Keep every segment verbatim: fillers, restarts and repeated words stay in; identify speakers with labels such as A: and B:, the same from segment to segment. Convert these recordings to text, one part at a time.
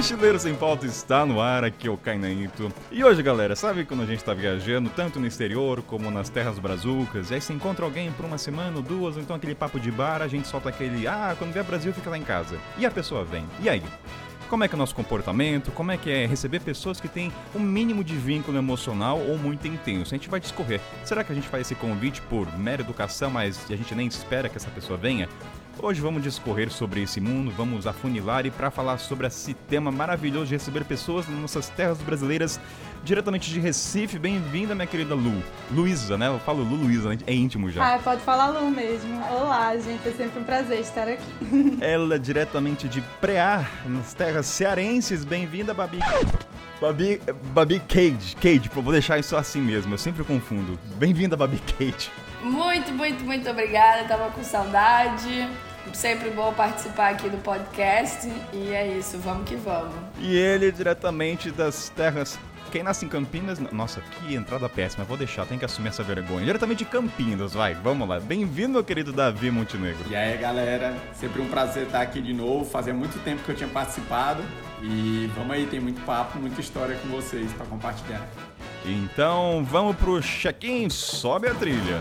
A: Mochileiro Sem Pauta está no ar, aqui é o Kainaito. E hoje, galera, sabe quando a gente tá viajando, tanto no exterior como nas terras brazucas, e aí se encontra alguém por uma semana ou duas, ou então aquele papo de bar, a gente solta aquele, ah, quando vier Brasil fica lá em casa. E a pessoa vem. E aí? Como é que é o nosso comportamento? Como é que é receber pessoas que têm um mínimo de vínculo emocional ou muito intenso? A gente vai discorrer. Será que a gente faz esse convite por mera educação, mas a gente nem espera que essa pessoa venha? Hoje vamos discorrer sobre esse mundo, vamos afunilar e para falar sobre esse tema maravilhoso de receber pessoas nas nossas terras brasileiras, diretamente de Recife. Bem-vinda, minha querida Lu. Luísa, né? Eu falo Lu Luísa, né? É íntimo já.
B: Ah, pode falar Lu mesmo. Olá, gente, é sempre um prazer estar aqui.
A: Ela diretamente de Preá, nas terras cearenses. Bem-vinda, Babi. Babi, Babi Cage, Cage, vou deixar isso assim mesmo, eu sempre confundo. Bem-vinda, Babi Cage.
C: Muito, muito, muito obrigada, tava com saudade. Sempre bom participar aqui do podcast. E é isso, vamos que vamos.
A: E ele diretamente das terras... Quem nasce em Campinas... Nossa, que entrada péssima, vou deixar, tem que assumir essa vergonha. Diretamente de Campinas, vai, vamos lá. Bem-vindo, meu querido Davi Montenegro.
D: E aí, galera, sempre um prazer estar aqui de novo. Fazia muito tempo que eu tinha participado. E vamos aí, tem muito papo, muita história com vocês para compartilhar.
A: Então, vamos pro check-in, sobe a trilha.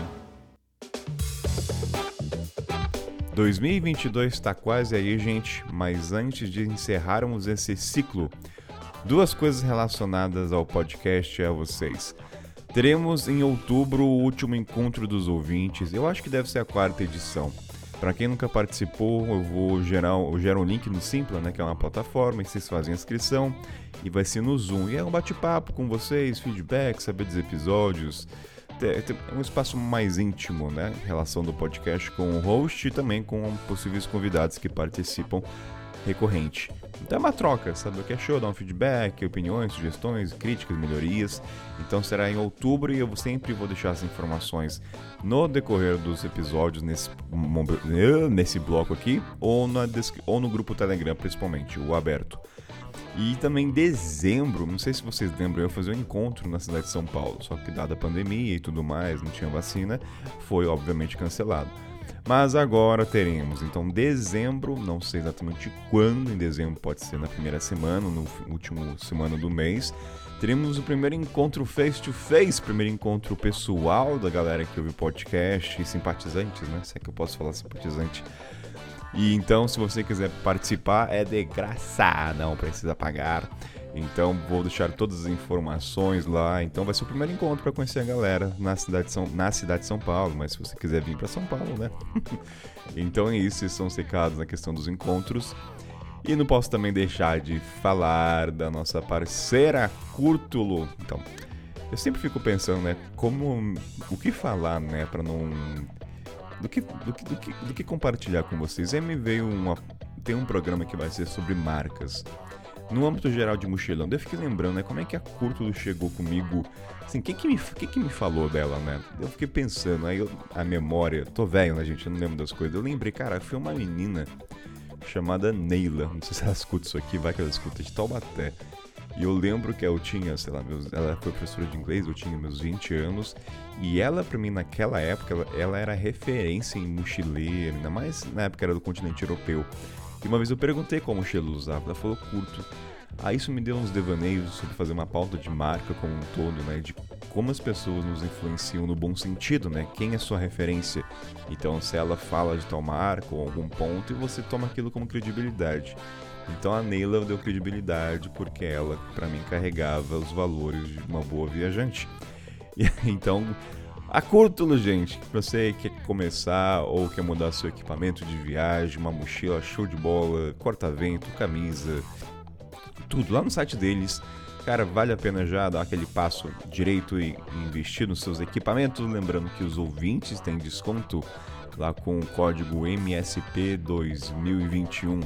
A: dois mil e vinte e dois está quase aí, gente, mas antes de encerrarmos esse ciclo, duas coisas relacionadas ao podcast a vocês. Teremos em outubro o último encontro dos ouvintes, eu acho que deve ser a quarta edição. Para quem nunca participou, eu vou gerar eu gero um link no Simpla, né, que é uma plataforma, e vocês fazem a inscrição, e vai ser no Zoom. E é um bate-papo com vocês, feedback, saber dos episódios. É um espaço mais íntimo, né? Relação do podcast com o host e também com possíveis convidados que participam recorrente. Então é uma troca, sabe o que é show, dar um feedback, opiniões, sugestões, críticas, melhorias. Então será em outubro e eu sempre vou deixar as informações no decorrer dos episódios nesse, nesse bloco aqui ou, na, ou no grupo Telegram, principalmente, o aberto. E também em dezembro, não sei se vocês lembram, eu ia fazer um encontro na cidade de São Paulo, só que dada a pandemia e tudo mais, não tinha vacina, foi obviamente cancelado. Mas agora teremos, então dezembro, não sei exatamente quando, em dezembro pode ser na primeira semana, no último semana do mês, teremos o primeiro encontro face to face, primeiro encontro pessoal da galera que ouve o podcast e simpatizantes, né? Se é que eu posso falar simpatizante. E então, se você quiser participar, é de graça, não precisa pagar. Então, vou deixar todas as informações lá. Então, vai ser o primeiro encontro para conhecer a galera na cidade, de São, na cidade de São Paulo. Mas se você quiser vir para São Paulo, né? Então é isso, esses são os recados na questão dos encontros. E não posso também deixar de falar da nossa parceira Curtulo. Então, eu sempre fico pensando, né? Como, o que falar, né? Para não... Do que, do, que, do, que, do que compartilhar com vocês. Aí me veio uma... Tem um programa que vai ser sobre marcas. No âmbito geral de mochilão, eu fiquei lembrando, né? Como é que a Curtulo chegou comigo? Assim, quem que me, quem que me falou dela, né? Eu fiquei pensando, aí eu, a memória... Tô velho, né, gente? Eu não lembro das coisas. Eu lembrei, cara, foi uma menina chamada Neila. Não sei se ela escuta isso aqui, vai que ela escuta, de Taubaté. E eu lembro que eu tinha, sei lá, meus, ela foi professora de inglês, eu tinha meus vinte anos. E ela, pra mim, naquela época, ela, ela era referência em mochileiro, ainda mais na época era do continente europeu. E uma vez eu perguntei qual mochila ela usava, ela falou curto. Aí isso me deu uns devaneios sobre fazer uma pauta de marca como um todo, né? De como as pessoas nos influenciam no bom sentido, né? Quem é sua referência? Então, se ela fala de tal marca ou algum ponto, e você toma aquilo como credibilidade. Então a Neila deu credibilidade porque ela, pra mim, carregava os valores de uma boa viajante. E, então, a Curtulo, gente, pra você que quer começar ou quer mudar seu equipamento de viagem, uma mochila show de bola, corta-vento, camisa, tudo lá no site deles. Cara, vale a pena já dar aquele passo direito e investir nos seus equipamentos. Lembrando que os ouvintes têm desconto lá com o código M S P dois mil e vinte e um.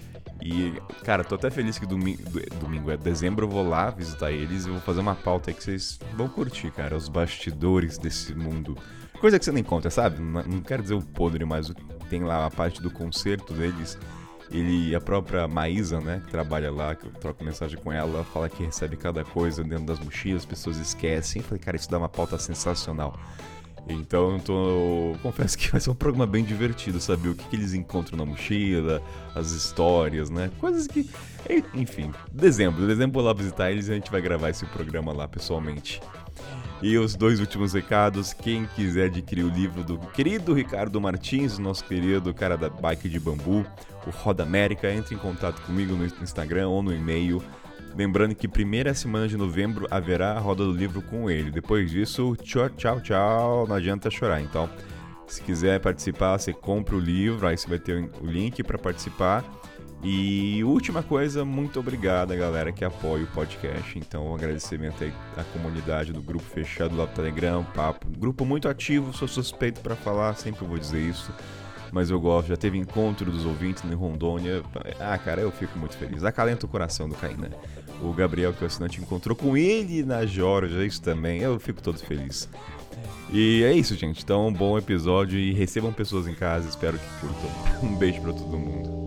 A: E, cara, tô até feliz que domingo, domingo é dezembro, eu vou lá visitar eles e vou fazer uma pauta aí que vocês vão curtir, cara, os bastidores desse mundo. Coisa que você não encontra, sabe? Não, não quero dizer o podre, mas tem lá a parte do concerto deles. Ele, a própria Maísa, né, que trabalha lá, que eu troco mensagem com ela, ela fala que recebe cada coisa dentro das mochilas, as pessoas esquecem. Eu falei, cara, isso dá uma pauta sensacional. Então, eu tô... confesso que vai ser um programa bem divertido, saber o que, que eles encontram na mochila, as histórias, né? Coisas que... Enfim, dezembro. Dezembro eu vou lá visitar eles e a gente vai gravar esse programa lá pessoalmente. E os dois últimos recados, quem quiser adquirir o livro do querido Ricardo Martins, nosso querido cara da Bike de Bambu, o Roda América, entre em contato comigo no Instagram ou no e-mail. Lembrando que primeira semana de novembro haverá a roda do livro com ele. Depois disso, tchau, tchau, tchau, não adianta chorar. Então, se quiser participar, você compra o livro, aí você vai ter o link para participar. E última coisa, muito obrigado, galera, que apoia o podcast. Então, um agradecimento aí à comunidade do grupo fechado lá do Telegram, papo. Grupo muito ativo, sou suspeito para falar, sempre vou dizer isso. Mas eu gosto, já teve encontro dos ouvintes em Rondônia. Ah, cara, eu fico muito feliz. Acalenta o coração do Caína. O Gabriel, que é o assinante, encontrou com ele na Geórgia, isso também. Eu fico todo feliz. E é isso, gente. Então, um bom episódio e recebam pessoas em casa. Espero que curtam. Um beijo pra todo mundo.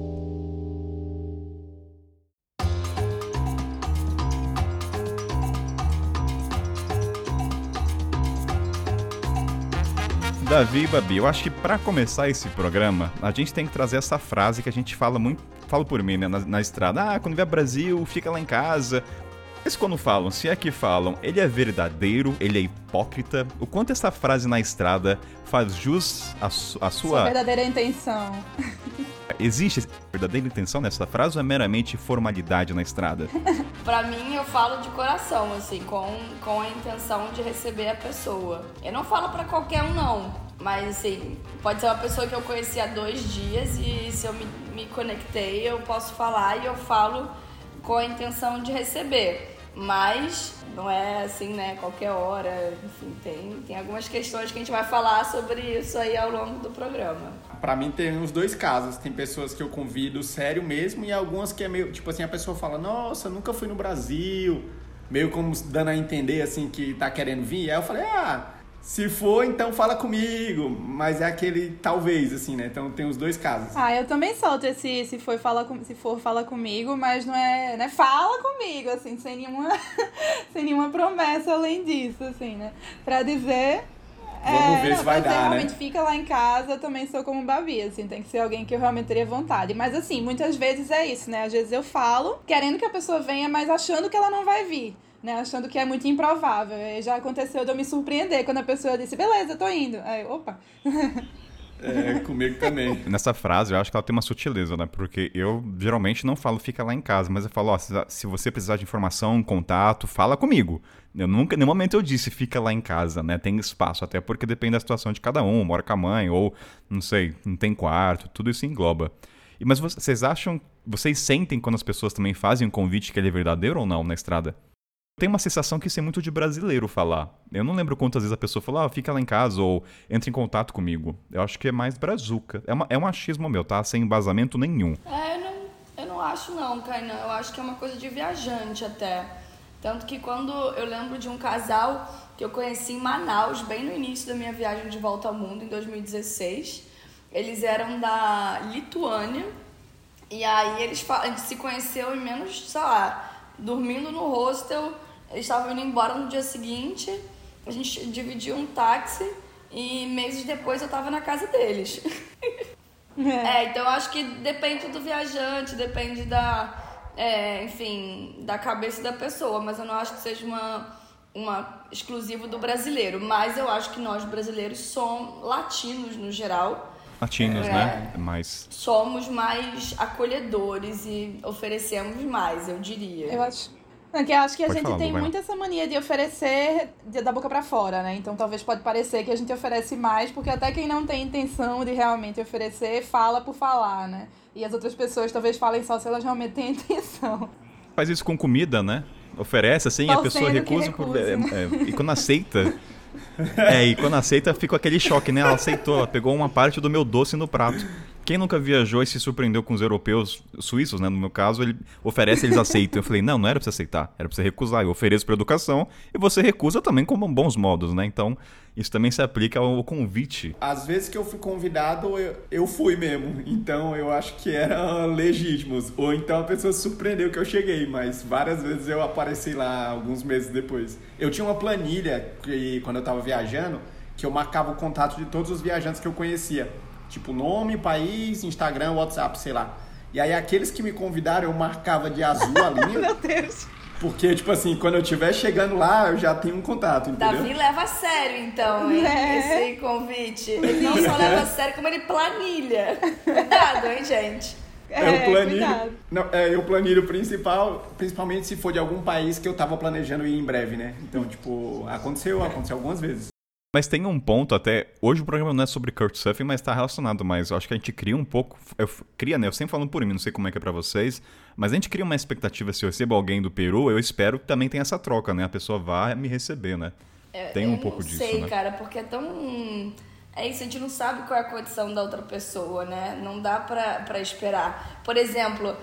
E: Davi e Babi, eu acho que pra começar esse programa, a gente tem que trazer essa frase que a gente fala muito, falo por mim, né, na, na estrada. Ah, quando vier Brasil, fica lá em casa. Mas quando falam, se é que falam, ele é verdadeiro, ele é hipócrita, o quanto essa frase na estrada faz jus à, su- à sua...
B: Sua verdadeira intenção.
E: Existe verdadeira intenção nessa frase ou é meramente formalidade na estrada?
C: Pra mim, eu falo de coração, assim, com, com a intenção de receber a pessoa. Eu não falo pra qualquer um, não. Mas, assim, pode ser uma pessoa que eu conheci há dois dias e se eu me, me conectei, eu posso falar e eu falo com a intenção de receber. Mas não é assim, né, qualquer hora. Enfim, tem, tem algumas questões que a gente vai falar sobre isso aí ao longo do programa.
D: Pra mim tem os dois casos. Tem pessoas que eu convido sério mesmo e algumas que é meio... Tipo assim, a pessoa fala, nossa, nunca fui no Brasil. Meio como dando a entender, assim, que tá querendo vir. Aí eu falei, ah, se for, então fala comigo. Mas é aquele talvez, assim, né? Então tem os dois casos.
B: Ah, eu também solto esse se for fala, com, se for, fala comigo, mas não é, né? Fala comigo, assim, sem nenhuma, sem nenhuma promessa além disso, assim, né? Pra dizer...
D: Vamos
B: é,
D: ver
B: não,
D: se vai
B: pra dizer,
D: dar,
B: realmente
D: né?
B: fica lá em casa, eu também sou como Babi, assim, tem que ser alguém que eu realmente teria vontade. Mas assim, muitas vezes é isso, né? Às vezes eu falo querendo que a pessoa venha, mas achando que ela não vai vir. Né, achando que é muito improvável. E já aconteceu de eu me surpreender quando a pessoa disse, beleza, tô indo. Aí, opa.
D: É, comigo também.
E: Nessa frase, eu acho que ela tem uma sutileza, né? Porque eu geralmente não falo fica lá em casa, mas eu falo, ó, se, se você precisar de informação, contato, fala comigo. Eu nunca, em nenhum momento eu disse fica lá em casa, né? Tem espaço, até porque depende da situação de cada um, mora com a mãe, ou, não sei, não tem quarto, tudo isso engloba. E, mas vocês acham, vocês sentem quando as pessoas também fazem um convite que ele é verdadeiro ou não na estrada? Tem uma sensação que isso é muito de brasileiro falar. Eu não lembro quantas vezes a pessoa fala, ah, fica lá em casa ou entra em contato comigo. Eu acho que é mais brazuca. É, uma, é um achismo meu, tá? Sem embasamento nenhum.
C: É, eu não, eu não acho não, Kainan. Eu acho que é uma coisa de viajante até. Tanto que quando eu lembro de um casal que eu conheci em Manaus, bem no início da minha viagem de volta ao mundo, em dois mil e dezesseis. Eles eram da Lituânia. E aí eles, a gente se conheceu em menos, sei lá, dormindo no hostel. Eles estavam indo embora no dia seguinte, a gente dividiu um táxi e meses depois eu tava na casa deles. É, é então eu acho que depende do viajante, depende da, é, enfim, da cabeça da pessoa, mas eu não acho que seja uma, uma exclusivo do brasileiro, mas eu acho que nós brasileiros somos latinos no geral.
E: Latinos,
C: é,
E: né? Mais...
C: Somos mais acolhedores e oferecemos mais, eu diria.
B: Eu acho... Não, que eu acho que a
E: Pode
B: gente
E: falar,
B: tem
E: Lu, vai
B: muito
E: lá.
B: essa mania de oferecer de, da boca pra fora, né? Então talvez pode parecer que a gente oferece mais, porque até quem não tem intenção de realmente oferecer, fala por falar, né? E as outras pessoas talvez falem só se elas realmente têm intenção.
E: Faz isso com comida, né? Oferece assim, a pessoa recusa. Por...
B: recuse,
E: é,
B: né?
E: é, e quando aceita... É, e quando aceita fica aquele choque, né? Ela aceitou, ela pegou uma parte do meu doce no prato. Quem nunca viajou e se surpreendeu com os europeus suíços, né? No meu caso, ele oferece, eles aceitam. Eu falei, não, não era pra você aceitar, era pra você recusar. Eu ofereço pra educação e você recusa também com bons modos, né? Então, isso também se aplica ao convite.
D: Às vezes que eu fui convidado, eu, eu fui mesmo. Então, eu acho que era legítimos. Ou então a pessoa se surpreendeu que eu cheguei, mas várias vezes eu apareci lá alguns meses depois. Eu tinha uma planilha que, quando eu tava viajando, que eu marcava o contato de todos os viajantes que eu conhecia. Tipo, nome, país, Instagram, WhatsApp, sei lá. E aí, aqueles que me convidaram, eu marcava de azul a linha.
B: Meu Deus.
D: Porque, tipo assim, quando eu estiver chegando lá, eu já tenho um contato, entendeu?
C: Davi leva a sério, então, hein?
B: É.
C: Esse convite. Ele não só leva a sério, como ele planilha. Cuidado, hein, gente?
D: É, o planilho.
B: cuidado.
D: Não, é, o planilho principal, principalmente se for de algum país que eu tava planejando ir em breve, né? Então, tipo, aconteceu, aconteceu algumas vezes.
E: Mas tem um ponto até... Hoje o programa não é sobre Couchsurfing, mas tá relacionado. Mas eu acho que a gente cria um pouco... Eu cria, né? Eu sempre falando por mim, não sei como é que é pra vocês. Mas a gente cria uma expectativa. Se eu recebo alguém do Peru, eu espero que também tenha essa troca, né? A pessoa vá me receber, né?
C: É,
E: tem um pouco
C: disso,
E: disso,
C: Eu não sei,
E: né?
C: cara, porque é tão... É isso, a gente não sabe qual é a condição da outra pessoa, né? Não dá pra, pra esperar. Por exemplo,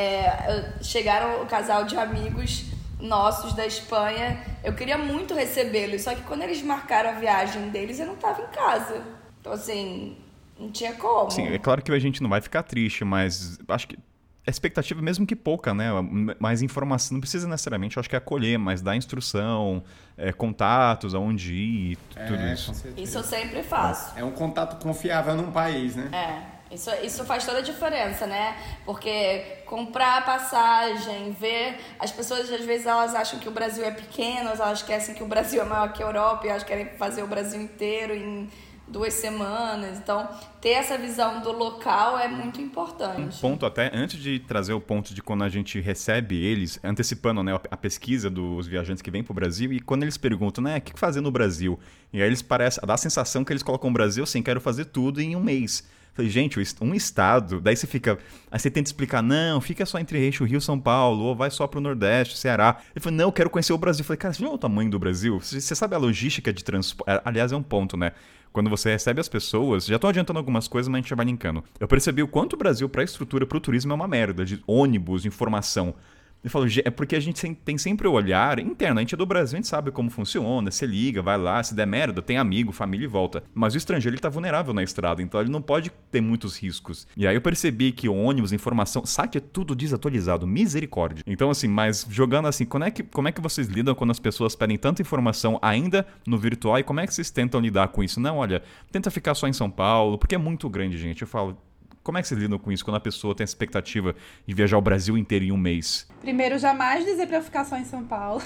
C: é, chegaram o casal de amigos nossos da Espanha. Eu queria muito recebê-los, só que quando eles marcaram a viagem deles, eu não tava em casa. Então, assim, não tinha como.
E: Sim, é claro que a gente não vai ficar triste, mas acho que a expectativa, mesmo que pouca, né? Mais informação, não precisa necessariamente, eu acho que é acolher, mas dar instrução, é, contatos, aonde ir, tudo
D: É,
E: isso.
D: com certeza.
C: Isso eu sempre faço.
D: É um contato confiável num país, né?
C: É. Isso, isso faz toda a diferença, né? Porque comprar passagem, ver... As pessoas, às vezes, elas acham que o Brasil é pequeno, elas esquecem que o Brasil é maior que a Europa e elas querem fazer o Brasil inteiro em duas semanas. Então, ter essa visão do local é muito importante.
E: Um ponto até, antes de trazer o ponto de quando a gente recebe eles, antecipando, né, a pesquisa dos viajantes que vêm para o Brasil, e quando eles perguntam, né, o que fazer no Brasil? E aí eles parecem, dá a sensação que eles colocam o Brasil assim, quero fazer tudo em um mês. Falei, gente, um estado, daí você fica, aí você tenta explicar, não, fica só entre eixo Rio-São Paulo, ou vai só pro Nordeste, Ceará. Ele falou, não, eu quero conhecer o Brasil. Eu falei, cara, você viu o tamanho do Brasil? Você, você sabe a logística de transporte? Aliás, é um ponto, né? Quando você recebe as pessoas, já tô adiantando algumas coisas, mas a gente já vai linkando. Eu percebi o quanto o Brasil, pra estrutura, pro turismo, é uma merda, de ônibus, informação. Eu falo, é porque a gente tem sempre o olhar interno, a gente é do Brasil, a gente sabe como funciona, você liga, vai lá, se der merda, tem amigo, família e volta. Mas o estrangeiro, ele tá vulnerável na estrada, então ele não pode ter muitos riscos. E aí eu percebi que ônibus, informação, site é tudo desatualizado, misericórdia. Então assim, mas jogando assim, como é que, como é que vocês lidam quando as pessoas pedem tanta informação ainda no virtual e como é que vocês tentam lidar com isso? Não, olha, tenta ficar só em São Paulo, porque é muito grande, gente. Eu falo... Como é que vocês lidam com isso quando a pessoa tem a expectativa de viajar o Brasil inteiro em um mês?
B: Primeiro, jamais dizer pra eu ficar só em São Paulo.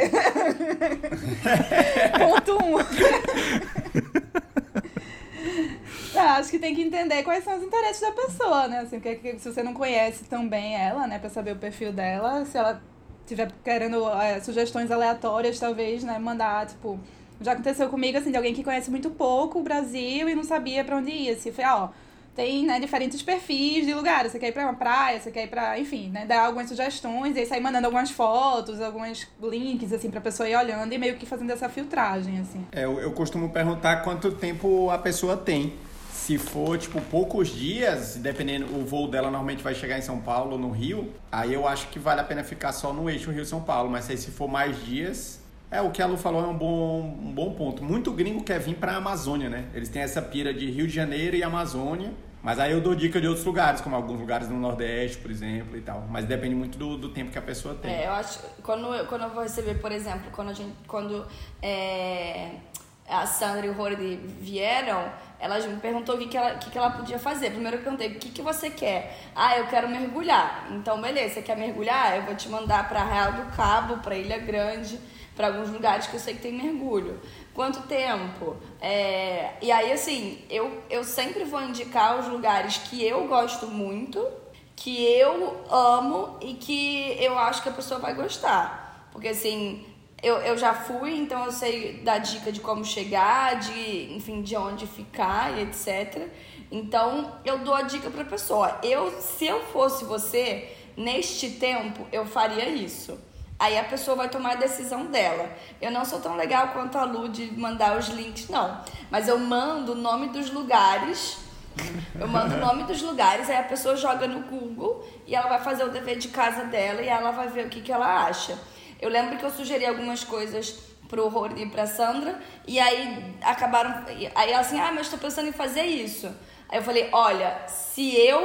B: Ponto um. Não, acho que tem que entender quais são os interesses da pessoa, né? Assim, porque se você não conhece tão bem ela, né? Pra saber o perfil dela, se ela estiver querendo é, sugestões aleatórias, talvez, né? Mandar, tipo... Já aconteceu comigo, assim, de alguém que conhece muito pouco o Brasil e não sabia pra onde ia. Assim, foi, ó... Tem, né, diferentes perfis de lugares. Você quer ir pra uma praia, você quer ir pra... Enfim, né? Dar algumas sugestões e aí sair mandando algumas fotos, alguns links, assim, pra pessoa ir olhando e meio que fazendo essa filtragem, assim.
D: É, eu, eu costumo perguntar quanto tempo a pessoa tem. Se for, tipo, poucos dias, dependendo, o voo dela normalmente vai chegar em São Paulo ou no Rio, aí eu acho que vale a pena ficar só no eixo Rio-São Paulo. Mas aí se for mais dias... É, o que a Lu falou é um bom, um bom ponto. Muito gringo quer vir pra Amazônia, né? Eles têm essa pira de Rio de Janeiro e Amazônia. Mas aí eu dou dica de outros lugares, como alguns lugares no Nordeste, por exemplo, e tal. Mas depende muito do, do tempo que a pessoa tem.
C: É, eu acho... Quando, eu- quando eu vou receber, por exemplo, quando, a gente, quando é, a Sandra e o Rori vieram, ela me perguntou o que, que, ela, o que, que ela podia fazer. Primeiro eu perguntei, o que, que você quer? Ah, eu quero mergulhar. Então, beleza, você quer mergulhar? Eu vou te mandar pra Arraial do Cabo, pra Ilha Grande, pra alguns lugares que eu sei que tem mergulho. Quanto tempo? É, e aí, assim, eu, eu sempre vou indicar os lugares que eu gosto muito, que eu amo e que eu acho que a pessoa vai gostar. Porque, assim, eu, eu já fui, então eu sei dar dica de como chegar, de, enfim, de onde ficar e etcétera. Então, eu dou a dica pra pessoa. Eu, se eu fosse você, neste tempo, eu faria isso. Aí a pessoa vai tomar a decisão dela. Eu não sou tão legal quanto a Lu de mandar os links, não. Mas eu mando o nome dos lugares. Eu mando o nome dos lugares, aí a pessoa joga no Google e ela vai fazer o dever de casa dela e ela vai ver o que, que ela acha. Eu lembro que eu sugeri algumas coisas pro Rory e pra Sandra e aí acabaram... Aí ela assim, ah, mas tô pensando em fazer isso. Aí eu falei, olha, se eu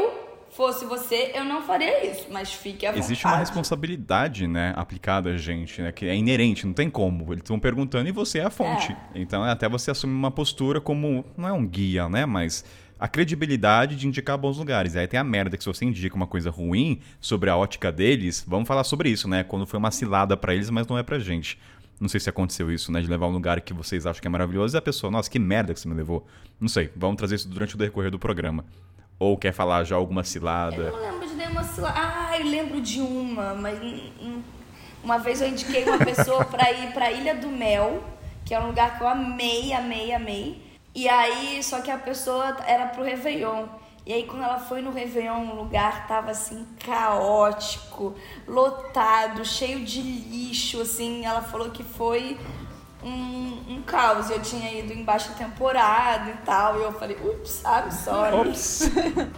C: fosse você, eu não faria isso, mas fique à vontade.
E: Existe uma responsabilidade, né, aplicada a gente, né, que é inerente, não tem como. Eles estão perguntando e você é a fonte.
C: É.
E: Então, é até você assumir uma postura como, não é um guia, né, mas a credibilidade de indicar bons lugares. Aí tem a merda que se você indica uma coisa ruim sobre a ótica deles, vamos falar sobre isso, né, quando foi uma cilada pra eles, mas não é pra gente. Não sei se aconteceu isso, né, de levar um lugar que vocês acham que é maravilhoso e a pessoa, nossa, que merda que você me levou. Não sei, vamos trazer isso durante o decorrer do programa. Ou quer falar já alguma cilada?
C: Eu não lembro de nenhuma cilada. Ah, eu lembro de uma, mas hum, uma vez eu indiquei uma pessoa pra ir pra Ilha do Mel, que é um lugar que eu amei, amei, amei. E aí, só que a pessoa era pro Réveillon. E aí, quando ela foi no Réveillon, o lugar tava, assim, caótico, lotado, cheio de lixo, assim. Ela falou que foi um, um caos. Eu tinha ido em baixa temporada e tal. E eu falei, ups, I'm sorry.
E: Ops.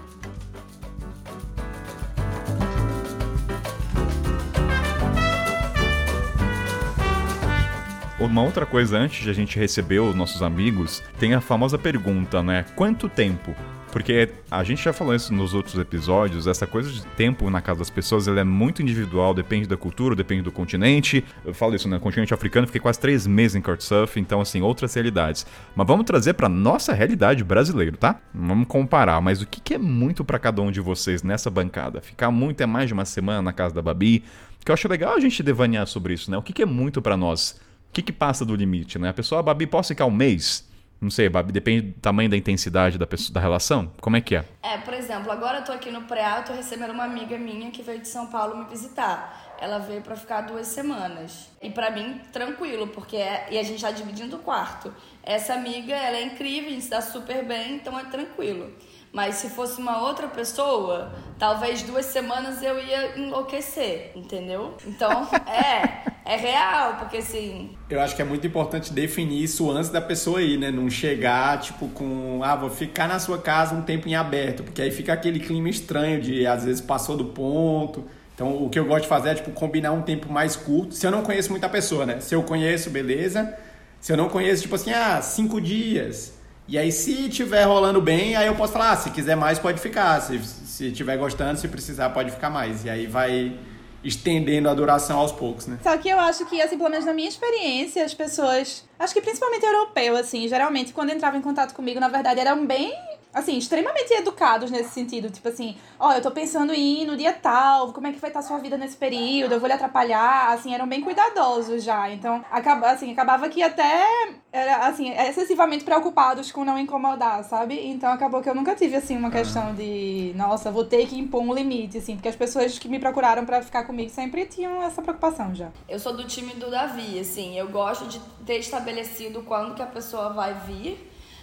E: Uma outra coisa, antes de a gente receber os nossos amigos, tem a famosa pergunta, né? Quanto tempo? Porque a gente já falou isso nos outros episódios, essa coisa de tempo na casa das pessoas, ela é muito individual, depende da cultura, depende do continente. Eu falo isso, né? No continente africano, fiquei quase três meses em Couchsurfing, então, assim, outras realidades. Mas vamos trazer pra nossa realidade brasileira, tá? Vamos comparar, mas o que que é muito pra cada um de vocês nessa bancada? Ficar muito é mais de uma semana na casa da Babi, que eu acho legal a gente devanear sobre isso, né? O que que é muito pra nós? O que que passa do limite, né? A pessoa, a Babi, posso ficar um mês? Não sei, Babi, depende do tamanho da intensidade da, pessoa, da relação? Como é que é?
C: É, por exemplo, agora eu tô aqui no Preá, eu tô recebendo uma amiga minha que veio de São Paulo me visitar. Ela veio pra ficar duas semanas. E pra mim, tranquilo, porque é, e a gente tá dividindo o quarto. Essa amiga, ela é incrível, a gente se dá super bem, então é tranquilo. Mas se fosse uma outra pessoa, talvez duas semanas eu ia enlouquecer, entendeu? Então, é, é real, porque assim...
D: Eu acho que é muito importante definir isso antes da pessoa ir, né? Não chegar, tipo, com... Ah, vou ficar na sua casa um tempo em aberto, porque aí fica aquele clima estranho de, às vezes, passou do ponto. Então, o que eu gosto de fazer é, tipo, combinar um tempo mais curto. Se eu não conheço muita pessoa, né? Se eu conheço, beleza. Se eu não conheço, tipo assim, ah, cinco dias... E aí, se tiver rolando bem, aí eu posso falar, ah, se quiser mais, pode ficar. Se, se tiver gostando, se precisar, pode ficar mais. E aí vai estendendo a duração aos poucos, né?
B: Só que eu acho que, assim, pelo menos na minha experiência, as pessoas... Acho que principalmente europeu, assim, geralmente, quando entravam em contato comigo, na verdade, eram bem... assim, extremamente educados nesse sentido. Tipo assim, ó, oh, eu tô pensando em ir no dia tal, como é que vai estar a sua vida nesse período, eu vou lhe atrapalhar, assim, eram bem cuidadosos já. Então, acaba, assim, acabava que até, era, assim, excessivamente preocupados com não incomodar, sabe? Então, acabou que eu nunca tive, assim, uma questão de, nossa, vou ter que impor um limite, assim, porque as pessoas que me procuraram pra ficar comigo sempre tinham essa preocupação já.
C: Eu sou do time do Davi, assim, eu gosto de ter estabelecido quando que a pessoa vai vir.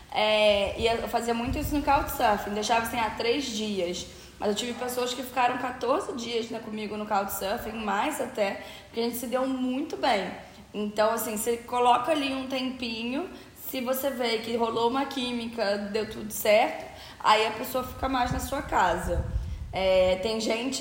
C: É, e eu fazia muito isso no Couchsurfing, deixava assim há três dias. Mas eu tive pessoas que ficaram quatorze dias, né, comigo no Couchsurfing, mais até, porque a gente se deu muito bem. Então, assim, você coloca ali um tempinho, se você vê que rolou uma química, deu tudo certo, aí a pessoa fica mais na sua casa. É, tem gente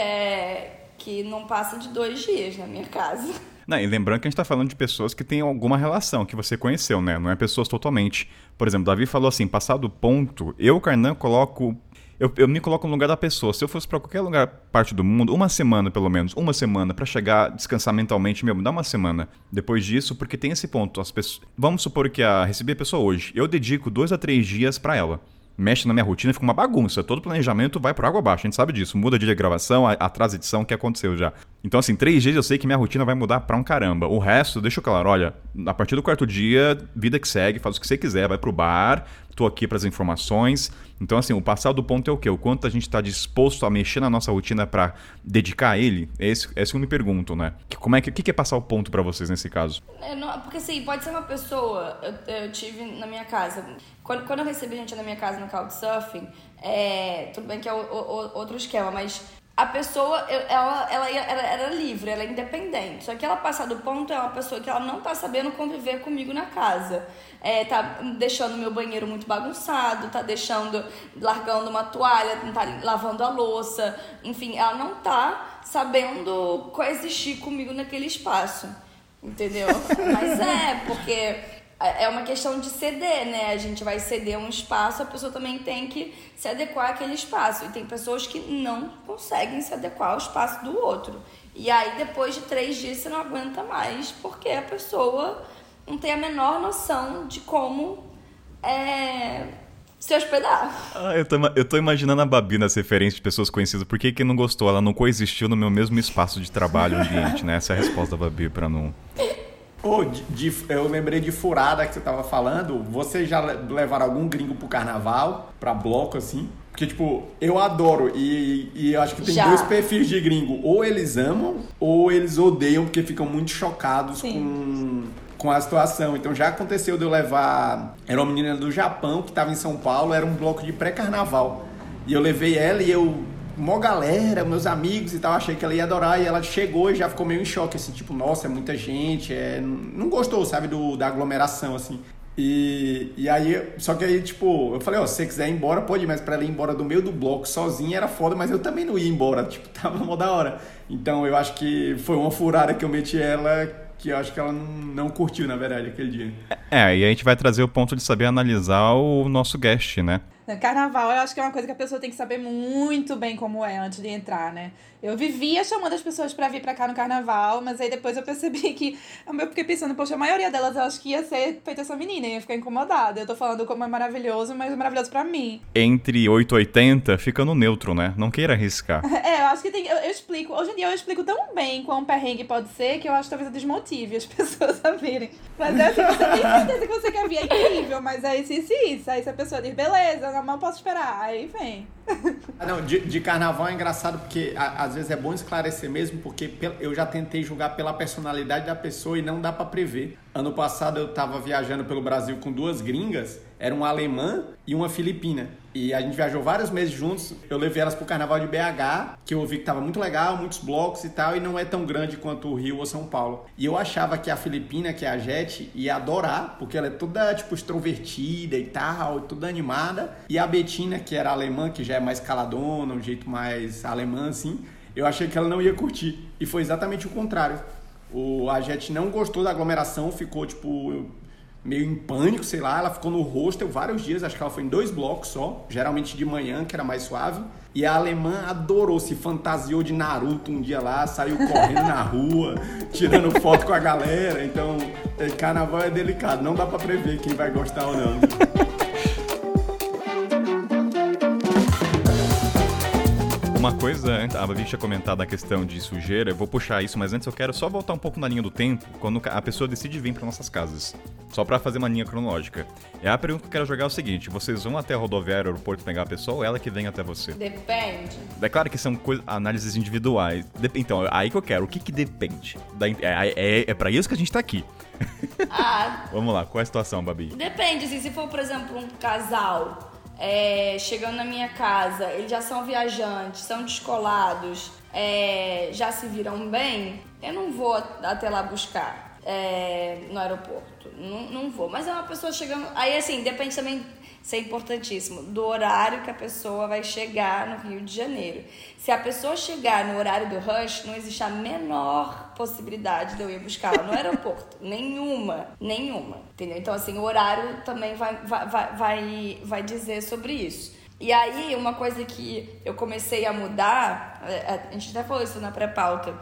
C: é, que não passa de dois dias na minha casa.
E: Não, e lembrando que a gente tá falando de pessoas que têm alguma relação, que você conheceu, né? Não é pessoas totalmente... Por exemplo, o Davi falou assim, passado o ponto, eu, Kainan, coloco... Eu, eu me coloco no lugar da pessoa. Se eu fosse pra qualquer lugar, parte do mundo, uma semana pelo menos, uma semana pra chegar, descansar mentalmente, meu, me dá uma semana. Depois disso, porque tem esse ponto, as pessoas... Vamos supor que a recebi a pessoa hoje, eu dedico dois a três dias pra ela. Mexe na minha rotina, fica uma bagunça. Todo planejamento vai por água abaixo, a gente sabe disso. Muda dia de gravação, atrasa a edição, o que aconteceu já. Então, assim, três dias eu sei que minha rotina vai mudar pra um caramba. O resto, deixa eu claro, olha, a partir do quarto dia, vida que segue, faz o que você quiser, vai pro bar, tô aqui pras informações. Então, assim, o passar do ponto é o quê? O quanto a gente tá disposto a mexer na nossa rotina pra dedicar a ele? É isso é que eu me pergunto, né? Como é que, o que é passar o ponto pra vocês nesse caso?
C: É, não, porque, assim, pode ser uma pessoa... Eu, eu tive na minha casa... Quando, quando eu recebi gente na minha casa no Couchsurfing, é, tudo bem que é o, o, outro esquema, mas a pessoa, ela, ela, ela era livre, ela é independente. Só que ela passar do ponto é uma pessoa que ela não tá sabendo conviver comigo na casa. É, tá deixando meu banheiro muito bagunçado, tá deixando, largando uma toalha, não tá lavando a louça. Enfim, ela não tá sabendo coexistir comigo naquele espaço. Entendeu? Mas é, porque... é uma questão de ceder, né? A gente vai ceder um espaço, a pessoa também tem que se adequar àquele espaço. E tem pessoas que não conseguem se adequar ao espaço do outro. E aí, depois de três dias, você não aguenta mais, porque a pessoa não tem a menor noção de como é, se hospedar.
E: Ah, eu, tô, eu tô imaginando a Babi nas referências de pessoas conhecidas. Por que que não gostou? Ela não coexistiu no meu mesmo espaço de trabalho, ambiente, né? Essa é a resposta da Babi pra não...
D: Oh, de, de, eu lembrei de furada que você tava falando. Vocês já levaram algum gringo pro carnaval? Pra bloco, assim? Porque, tipo, eu adoro e, e eu acho que tem
C: já.
D: dois perfis de gringo. Ou eles amam, ou eles odeiam porque ficam muito chocados com, com a situação. Então já aconteceu de eu levar... Era uma menina do Japão que tava em São Paulo, era um bloco de pré-carnaval. E eu levei ela e eu... Mó galera, meus amigos e tal, achei que ela ia adorar. E ela chegou e já ficou meio em choque, assim, tipo, nossa, é muita gente, é... não gostou, sabe, do, da aglomeração, assim. E, e aí, só que aí, tipo, eu falei, ó, se você quiser ir embora, pode ir, mas pra ela ir embora do meio do bloco sozinha era foda, mas eu também não ia embora, tipo, tava mó da hora. Então eu acho que foi uma furada que eu meti ela, que eu acho que ela não, não curtiu, na verdade, aquele dia.
E: É, e a gente vai trazer o ponto de saber analisar o nosso guest, né?
B: Carnaval, eu acho que é uma coisa que a pessoa tem que saber muito bem como é antes de entrar, né? Eu vivia chamando as pessoas pra vir pra cá no carnaval, mas aí depois eu percebi que... Eu fiquei pensando, poxa, a maioria delas eu acho que ia ser feita essa menina, ia ficar incomodada. Eu tô falando como é maravilhoso, mas é maravilhoso pra mim.
E: Entre oito e oitenta, fica no neutro, né? Não queira arriscar.
B: É, eu acho que tem... Eu, eu explico... Hoje em dia eu explico tão bem quão perrengue pode ser que eu acho que talvez eu desmotive as pessoas a virem. Mas é assim, você tem certeza que você quer vir, é incrível, mas aí se isso, isso. Aí se a pessoa diz, beleza, não posso esperar, aí vem.
D: Ah, não, de, de carnaval é engraçado porque a, às vezes é bom esclarecer mesmo, porque eu já tentei julgar pela personalidade da pessoa e não dá pra prever. Ano passado eu tava viajando pelo Brasil com duas gringas, era uma alemã e uma filipina. E a gente viajou vários meses juntos, eu levei elas pro carnaval de B H, que eu vi que tava muito legal, muitos blocos e tal, e não é tão grande quanto o Rio ou São Paulo. E eu achava que a filipina, que é a Jete, ia adorar, porque ela é toda, tipo, extrovertida e tal, toda animada. E a Betina, que era alemã, que já é mais caladona, um jeito mais alemã, assim, eu achei que ela não ia curtir. E foi exatamente o contrário. O, a Jete não gostou da aglomeração, ficou, tipo... meio em pânico, sei lá, ela ficou no hostel vários dias, acho que ela foi em dois blocos só, geralmente de manhã, que era mais suave, e a alemã adorou, se fantasiou de Naruto um dia lá, saiu correndo na rua, tirando foto com a galera, então, carnaval é delicado, não dá pra prever quem vai gostar ou não.
E: Uma coisa, a Babi tinha comentado a questão de sujeira, eu vou puxar isso, mas antes eu quero só voltar um pouco na linha do tempo, quando a pessoa decide vir para nossas casas. Só para fazer uma linha cronológica. É a pergunta que eu quero jogar é o seguinte, vocês vão até a rodoviária, aeroporto pegar a pessoa ou ela que vem até você?
C: Depende.
E: É claro que são coisa, análises individuais. Dep- então, aí que eu quero, o que que depende? Da, é, é, é para isso que a gente tá aqui.
C: Ah,
E: Vamos lá, qual é a situação, Babi?
C: depende, assim, se for, por exemplo, um casal... É, chegando na minha casa, eles já são viajantes, são descolados, é, já se viram bem, eu não vou até lá buscar é, no aeroporto, não, não vou. Mas é uma pessoa chegando... Aí, assim, depende também, isso é importantíssimo, do horário que a pessoa vai chegar no Rio de Janeiro. Se a pessoa chegar no horário do rush, não existe a menor possibilidade de eu ir buscá-la no aeroporto. Nenhuma, nenhuma. Entendeu? Então, assim, o horário também vai, vai, vai, vai dizer sobre isso. E aí, uma coisa que eu comecei a mudar, a gente até falou isso na pré-pauta,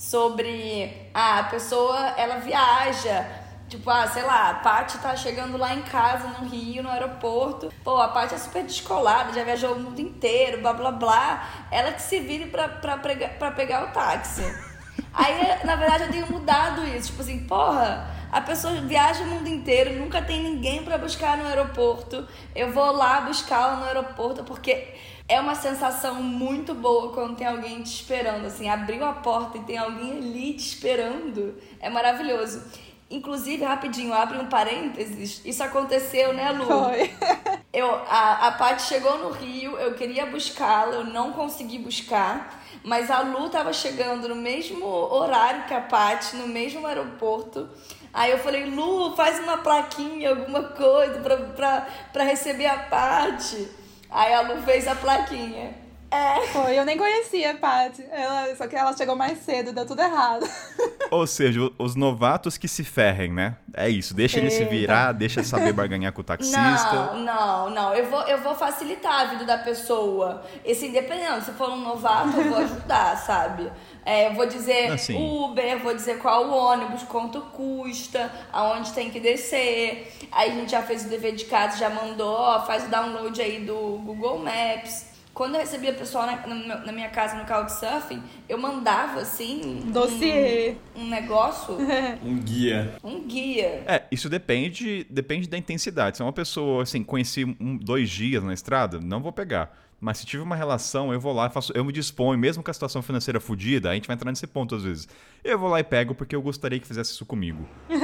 C: sobre ah, a pessoa, ela viaja... Tipo, ah, sei lá, a Paty tá chegando lá em casa, no Rio, no aeroporto. Pô, a Paty é super descolada, já viajou o mundo inteiro, blá, blá, blá. Ela que se vire pra, pra, pregar, pra pegar o táxi. Aí, na verdade, eu tenho mudado isso. Tipo assim, porra, a pessoa viaja o mundo inteiro, nunca tem ninguém pra buscar no aeroporto. Eu vou lá buscá-la no aeroporto, porque... É uma sensação muito boa quando tem alguém te esperando, assim. Abriu a porta e tem alguém ali te esperando. É maravilhoso. Inclusive, rapidinho, abre um parênteses, isso aconteceu, né, Lu?
B: Foi.
C: Eu, a, a Paty chegou no Rio, eu queria buscá-la, eu não consegui buscar, mas a Lu tava chegando no mesmo horário que a Paty, no mesmo aeroporto. Aí eu falei, Lu, faz uma plaquinha, alguma coisa pra, pra, pra receber a Paty. Aí a Lu fez a plaquinha. É.
B: Foi, eu nem conhecia a Paty. Ela, só que ela chegou mais cedo, deu tudo errado.
E: Ou seja, o- os novatos que se ferrem, né? É isso, deixa ele se
B: Eita.
E: virar, deixa ele saber barganhar com o taxista.
C: Não, não, não. Eu vou, eu vou facilitar a vida da pessoa. Esse independente, se for um novato, eu vou ajudar, sabe? É, eu vou dizer
E: Assim.
C: Uber, vou dizer qual o ônibus, quanto custa, aonde tem que descer. Aí a gente já fez o dever de casa, já mandou, ó, faz o download aí do Google Maps. Quando eu recebia pessoal na, na, na minha casa no Couchsurfing, eu mandava, assim,
B: Dossiê.
C: um, um negócio,
D: Um guia.
C: um guia.
E: É, isso depende, depende da intensidade. Se é uma pessoa, assim, conheci um, dois dias na estrada, não vou pegar. Mas se tive uma relação, eu vou lá, faço, eu me disponho, mesmo com a situação financeira fodida, a gente vai entrar nesse ponto às vezes. Eu vou lá e pego porque eu gostaria que fizesse isso comigo. Mas,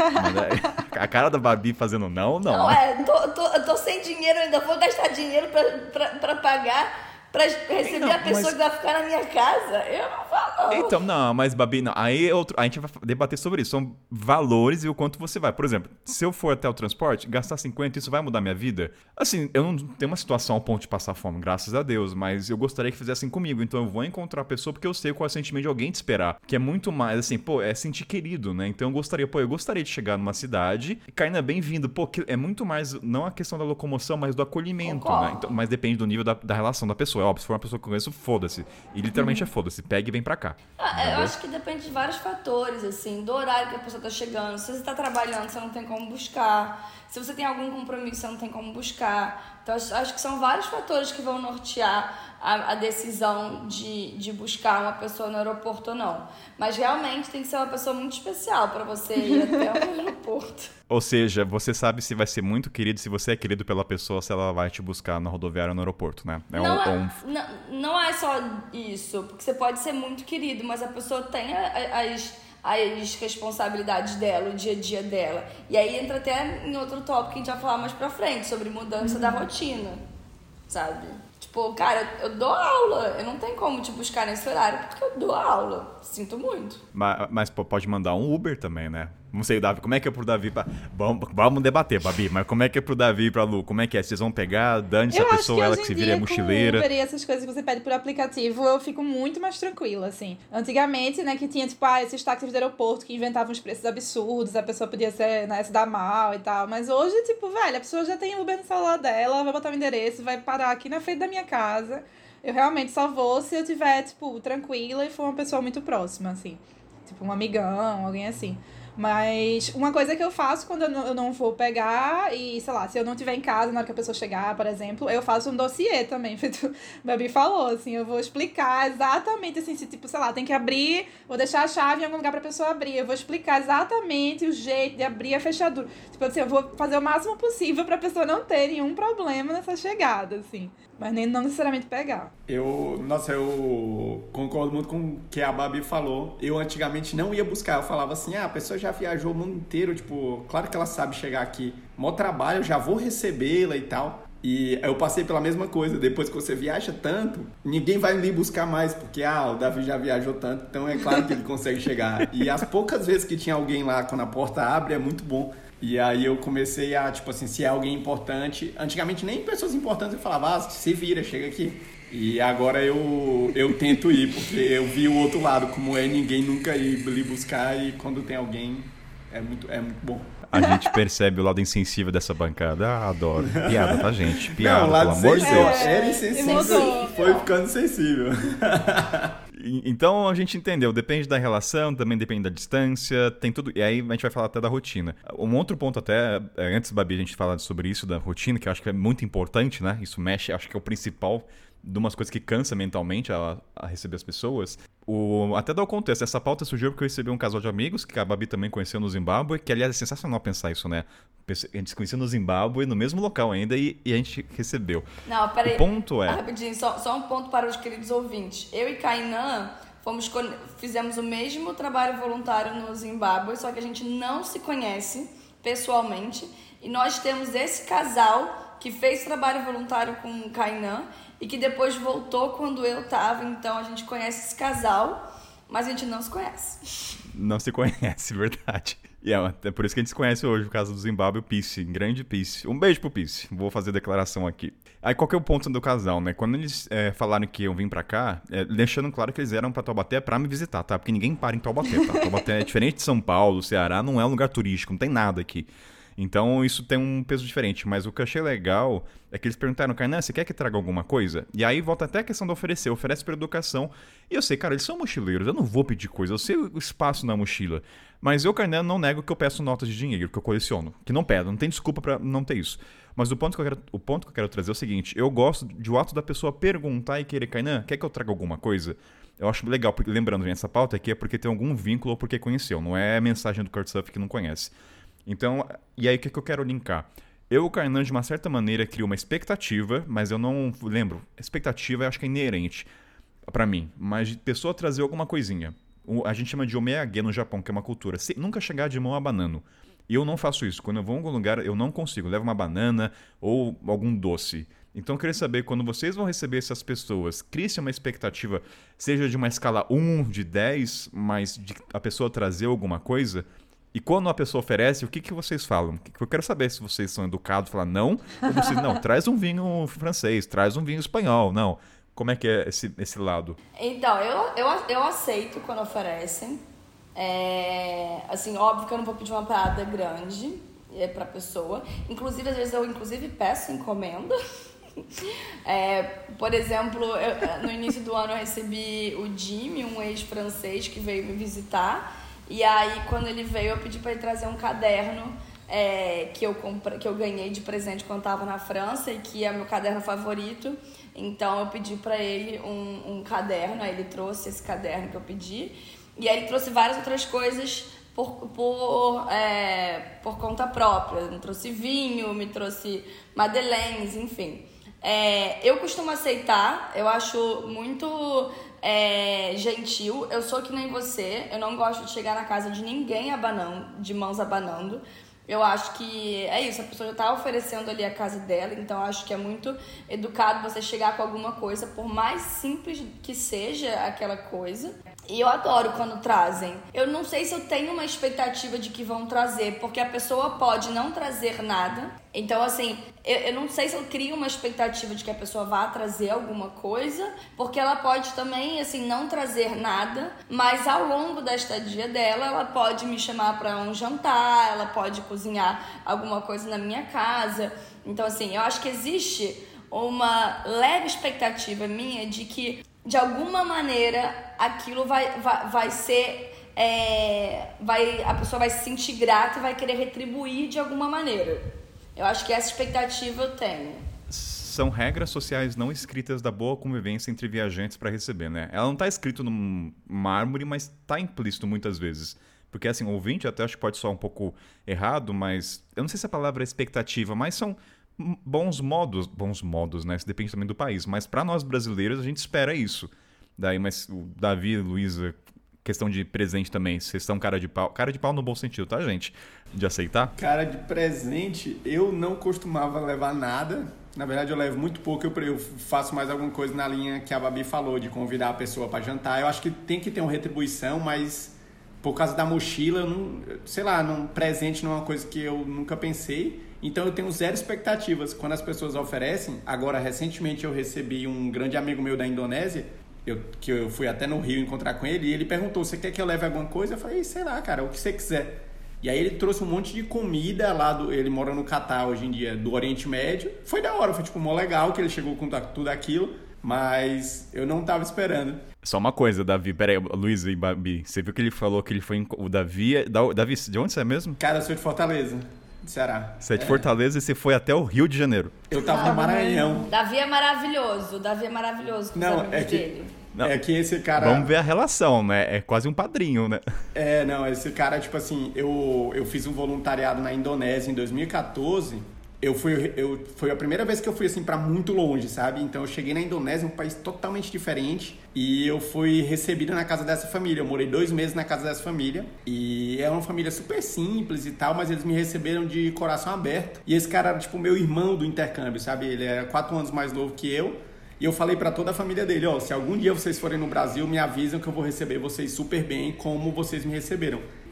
E: é, a cara da Babi fazendo não, não.
C: Não, é, tô, tô, eu tô sem dinheiro, ainda vou gastar dinheiro pra, pra, pra pagar, pra receber
E: Não,
C: a pessoa
E: mas-
C: que vai ficar na minha casa. Eu não falo, não.
E: Então, não, mas Babi, não. Aí é outro, a gente vai debater sobre isso. São valores e o quanto você vai. Por exemplo, se eu for até o transporte, gastar cinquenta, isso vai mudar minha vida? Assim, eu não tenho uma situação ao ponto de passar fome, graças a Deus, mas eu gostaria que fizessem comigo. Então eu vou encontrar a pessoa porque eu sei qual é o sentimento de alguém te esperar. Que é muito mais, assim, pô, é sentir querido, né? Então eu gostaria, pô, eu gostaria de chegar numa cidade e Kainan, bem-vindo. Pô, que é muito mais, não a questão da locomoção, mas do acolhimento,
C: Concordo.
E: né? Então, mas depende do nível da, da relação da pessoa. É óbvio, se for uma pessoa que eu conheço, foda-se. E literalmente é foda-se. Pega e vem pra cá.
C: Ah, eu
E: Entendeu?
C: acho que depende de vários fatores, assim, do horário que a pessoa tá chegando. Se você tá trabalhando, você não tem como buscar. Se você tem algum compromisso, você não tem como buscar. Então, acho, acho que são vários fatores que vão nortear a, a decisão de, de buscar uma pessoa no aeroporto ou não. Mas realmente tem que ser uma pessoa muito especial pra você ir até o aeroporto.
E: Ou seja, você sabe se vai ser muito querido, se você é querido pela pessoa, se ela vai te buscar na rodoviária ou no aeroporto, né? É um,
C: não,
E: é
C: é,
E: um-
C: não, não é só isso, porque você pode ser muito querido, mas a pessoa tem a- a- as, as responsabilidades dela, o dia a dia dela. E aí entra até em outro tópico que a gente vai falar mais pra frente, sobre mudança da rotina, sabe? Tipo, cara, eu dou aula, eu não tenho como te buscar nesse horário, porque eu dou aula. Sinto muito.
E: ma- Mas, pô, pode mandar um Uber também, né? Não sei, Davi, como é que é pro Davi pra... Vamos, vamos debater, Babi, mas como é que é pro Davi e pra Lu? Como é que é? Vocês vão pegar, dane-se a
B: Eu acho
E: pessoa,
B: que
E: ela
B: hoje
E: que se
B: em
E: vira é
B: dia,
E: mochileira.
B: com Uber e essas coisas que você pede por aplicativo, eu fico muito mais tranquila, assim. Antigamente, né, que tinha, tipo, ah, esses táxis do aeroporto que inventavam uns preços absurdos, a pessoa podia ser, né, se dar mal e tal. Mas hoje, tipo, velho, a pessoa já tem Uber no celular dela, vai botar o endereço, vai parar aqui na frente da minha casa. Eu realmente só vou se eu tiver, tipo, tranquila e for uma pessoa muito próxima, assim. Tipo, um amigão, alguém assim. Mas uma coisa que eu faço quando eu não, eu não vou pegar e, sei lá, se eu não estiver em casa na hora que a pessoa chegar, por exemplo, eu faço um dossiê também, feito o Babi falou, assim, eu vou explicar exatamente, assim, se tipo, sei lá, tem que abrir, vou deixar a chave em algum lugar pra pessoa abrir, eu vou explicar exatamente o jeito de abrir a fechadura. Tipo assim, eu vou fazer o máximo possível pra pessoa não ter nenhum problema nessa chegada, assim. Mas nem não necessariamente pegar.
D: Eu, nossa, eu concordo muito com o que a Babi falou. Eu antigamente não ia buscar, eu falava assim, ah, a pessoa já viajou o mundo inteiro, tipo, claro que ela sabe chegar aqui, mó trabalho, eu já vou recebê-la e tal. E eu passei pela mesma coisa, depois que você viaja tanto, ninguém vai lhe buscar mais, porque, ah, o Davi já viajou tanto, então é claro que ele consegue chegar. E as poucas vezes que tinha alguém lá, quando a porta abre, é muito bom. E aí eu comecei a, tipo assim, se é alguém importante... Antigamente nem pessoas importantes eu falava, ah, se vira, chega aqui. E agora eu, eu tento ir, porque eu vi o outro lado, como é ninguém nunca ir lhe buscar e quando tem alguém é muito, é muito bom.
E: A gente percebe o lado insensível dessa bancada. Ah, adoro. Piada, tá, gente? Piada,
D: Não, o lado
E: pelo amor de
D: sensível
E: Deus.
D: era
B: É,
D: insensível,
B: mudou.
D: foi ficando sensível.
E: E- Então a gente entendeu, depende da relação, também depende da distância, tem tudo. E aí a gente vai falar até da rotina. Um outro ponto até, é, antes, Babi, a gente falar sobre isso, da rotina, que eu acho que é muito importante, né? Isso mexe, acho que é o principal de umas coisas que cansa mentalmente a, a receber as pessoas. O, até dar o contexto, essa pauta surgiu porque eu recebi um casal de amigos, que a Babi também conheceu no Zimbábue, que aliás é sensacional pensar isso, né? A gente se conheceu no Zimbábue, no mesmo local ainda, e, e a gente recebeu.
C: Não, peraí.
E: O ponto é...
C: Ah, rapidinho, só, só um ponto para os queridos ouvintes. Eu e Kainan fomos, con- fizemos o mesmo trabalho voluntário no Zimbábue, só que a gente não se conhece pessoalmente. E nós temos esse casal que fez trabalho voluntário com o Kainan e que depois voltou quando eu tava. Então a gente conhece esse casal, mas a gente não se conhece.
E: Não se conhece, verdade. E é, é por isso que a gente se conhece hoje, por causa do Zimbábue, o Pisse, grande Pisse. Um beijo pro Pisse, vou fazer a declaração aqui. Aí qual que é o ponto do casal, né? Quando eles é, falaram que iam vir pra cá, é, deixando claro que eles eram pra Taubaté pra me visitar, tá? Porque ninguém para em Taubaté, tá? Taubaté é diferente de São Paulo, Ceará, não é um lugar turístico, não tem nada aqui. Então isso tem um peso diferente, mas o que eu achei legal é que eles perguntaram, Kainan, você quer que traga alguma coisa? E aí volta até a questão de oferecer, oferece para educação. E eu sei, cara, eles são mochileiros, eu não vou pedir coisa, eu sei o espaço na mochila. Mas eu, Kainan, não nego que eu peço notas de dinheiro, que eu coleciono. Que não peço, não tem desculpa para não ter isso. Mas o ponto, que eu quero, o ponto que eu quero trazer é o seguinte, eu gosto de o ato da pessoa perguntar e querer, Kainan, quer que eu traga alguma coisa? Eu acho legal, porque, lembrando, essa pauta aqui é porque tem algum vínculo ou porque conheceu, não é mensagem do Couchsurfing que não conhece. Então, e aí o que, que eu quero linkar? Eu, o Kainan, de uma certa maneira, crio uma expectativa, mas eu não lembro. Expectativa eu acho que é inerente pra mim, mas de pessoa trazer alguma coisinha. O, a gente chama de omeage no Japão, que é uma cultura. Se, nunca chegar de mão a banano. E eu não faço isso. Quando eu vou em algum lugar, eu não consigo. Eu levo uma banana ou algum doce. Então eu queria saber, quando vocês vão receber essas pessoas, crie-se uma expectativa, seja de uma escala um, de dez, mas de a pessoa trazer alguma coisa. E quando a pessoa oferece, o que, que vocês falam? Eu quero saber se vocês são educados, falar não, ou vocês, não, traz um vinho francês, traz um vinho espanhol, não. Como é que é esse, esse lado?
C: Então, eu, eu, eu aceito quando oferecem. É, assim, óbvio que eu não vou pedir uma parada grande é, pra pessoa. Inclusive, às vezes eu inclusive peço encomenda. É, por exemplo, eu, no início do ano eu recebi o Jimmy, um ex-francês que veio me visitar. E aí, quando ele veio, eu pedi para ele trazer um caderno é, que, eu compre... que eu ganhei de presente quando estava na França e que é meu caderno favorito. Então, eu pedi para ele um, um caderno, aí ele trouxe esse caderno que eu pedi. E aí, ele trouxe várias outras coisas por, por, é, por conta própria. Me trouxe vinho, me trouxe madeleines, enfim. É, eu costumo aceitar, eu acho muito... É, gentil, eu sou que nem você, eu não gosto de chegar na casa de ninguém abanando, de mãos abanando. Eu acho que é isso, a pessoa já tá oferecendo ali a casa dela, então eu acho que é muito educado você chegar com alguma coisa, por mais simples que seja aquela coisa. E eu adoro quando trazem. Eu não sei se eu tenho uma expectativa de que vão trazer, porque a pessoa pode não trazer nada. Então, assim, eu, eu não sei se eu crio uma expectativa de que a pessoa vá trazer alguma coisa, porque ela pode também, assim, não trazer nada, mas ao longo da estadia dela, ela pode me chamar para um jantar, ela pode cozinhar alguma coisa na minha casa. Então, assim, eu acho que existe uma leve expectativa minha de que, de alguma maneira, aquilo vai, vai, vai ser... É, vai, a pessoa vai se sentir grata e vai querer retribuir de alguma maneira. Eu acho que essa expectativa eu tenho.
E: São regras sociais não escritas da boa convivência entre viajantes para receber, né? Ela não está escrito no mármore, mas está implícito muitas vezes. Porque, assim, o ouvinte até acho que pode soar um pouco errado, mas... Eu não sei se a palavra é expectativa, mas são bons modos. Bons modos, né? Isso depende também do país. Mas para nós brasileiros, a gente espera isso. Daí, mas o Davi, Luísa... Questão de presente também, vocês são cara de pau. Cara de pau no bom sentido, tá, gente? De aceitar?
D: Cara de presente, eu não costumava levar nada. Na verdade, eu levo muito pouco. Eu, eu faço mais alguma coisa na linha que a Babi falou, de convidar a pessoa para jantar. Eu acho que tem que ter uma retribuição, mas por causa da mochila, eu não, sei lá, não, presente não é uma coisa que eu nunca pensei. Então, eu tenho zero expectativas. Quando as pessoas oferecem, agora, recentemente, eu recebi um grande amigo meu da Indonésia, Eu, que eu fui até no Rio encontrar com ele, e ele perguntou, você quer que eu leve alguma coisa? Eu falei, sei lá, cara, o que você quiser. E aí ele trouxe um monte de comida lá, do, ele mora no Catar hoje em dia, do Oriente Médio. Foi da hora, foi tipo mó legal que ele chegou com tudo aquilo, mas eu não tava esperando.
E: Só uma coisa, Davi, peraí, Luísa e Babi, você viu que ele falou que ele foi, em, o Davi, Davi, de onde você é mesmo?
D: Cara, eu sou de Fortaleza, de Ceará.
E: Você é de é. Fortaleza e você foi até o Rio de Janeiro.
D: Eu tava no Maranhão.
C: Davi é maravilhoso, Davi é maravilhoso com não, os amigos
D: é que...
C: dele.
E: Não.
D: É que esse cara...
E: Vamos ver a relação, né? É quase um padrinho, né?
D: É, não, esse cara, tipo assim, eu, eu fiz um voluntariado na Indonésia em dois mil e catorze. Eu fui, eu, foi a primeira vez que eu fui, assim, pra muito longe, sabe? Então, eu cheguei na Indonésia, um país totalmente diferente. E eu fui recebido na casa dessa família. Eu morei dois meses na casa dessa família. E é uma família super simples e tal, mas eles me receberam de coração aberto. E esse cara era, tipo, meu irmão do intercâmbio, sabe? Ele era quatro anos mais novo que eu. E eu falei pra toda a família dele, ó, se algum dia vocês forem no Brasil, me avisam que eu vou receber vocês super bem, como vocês me receberam.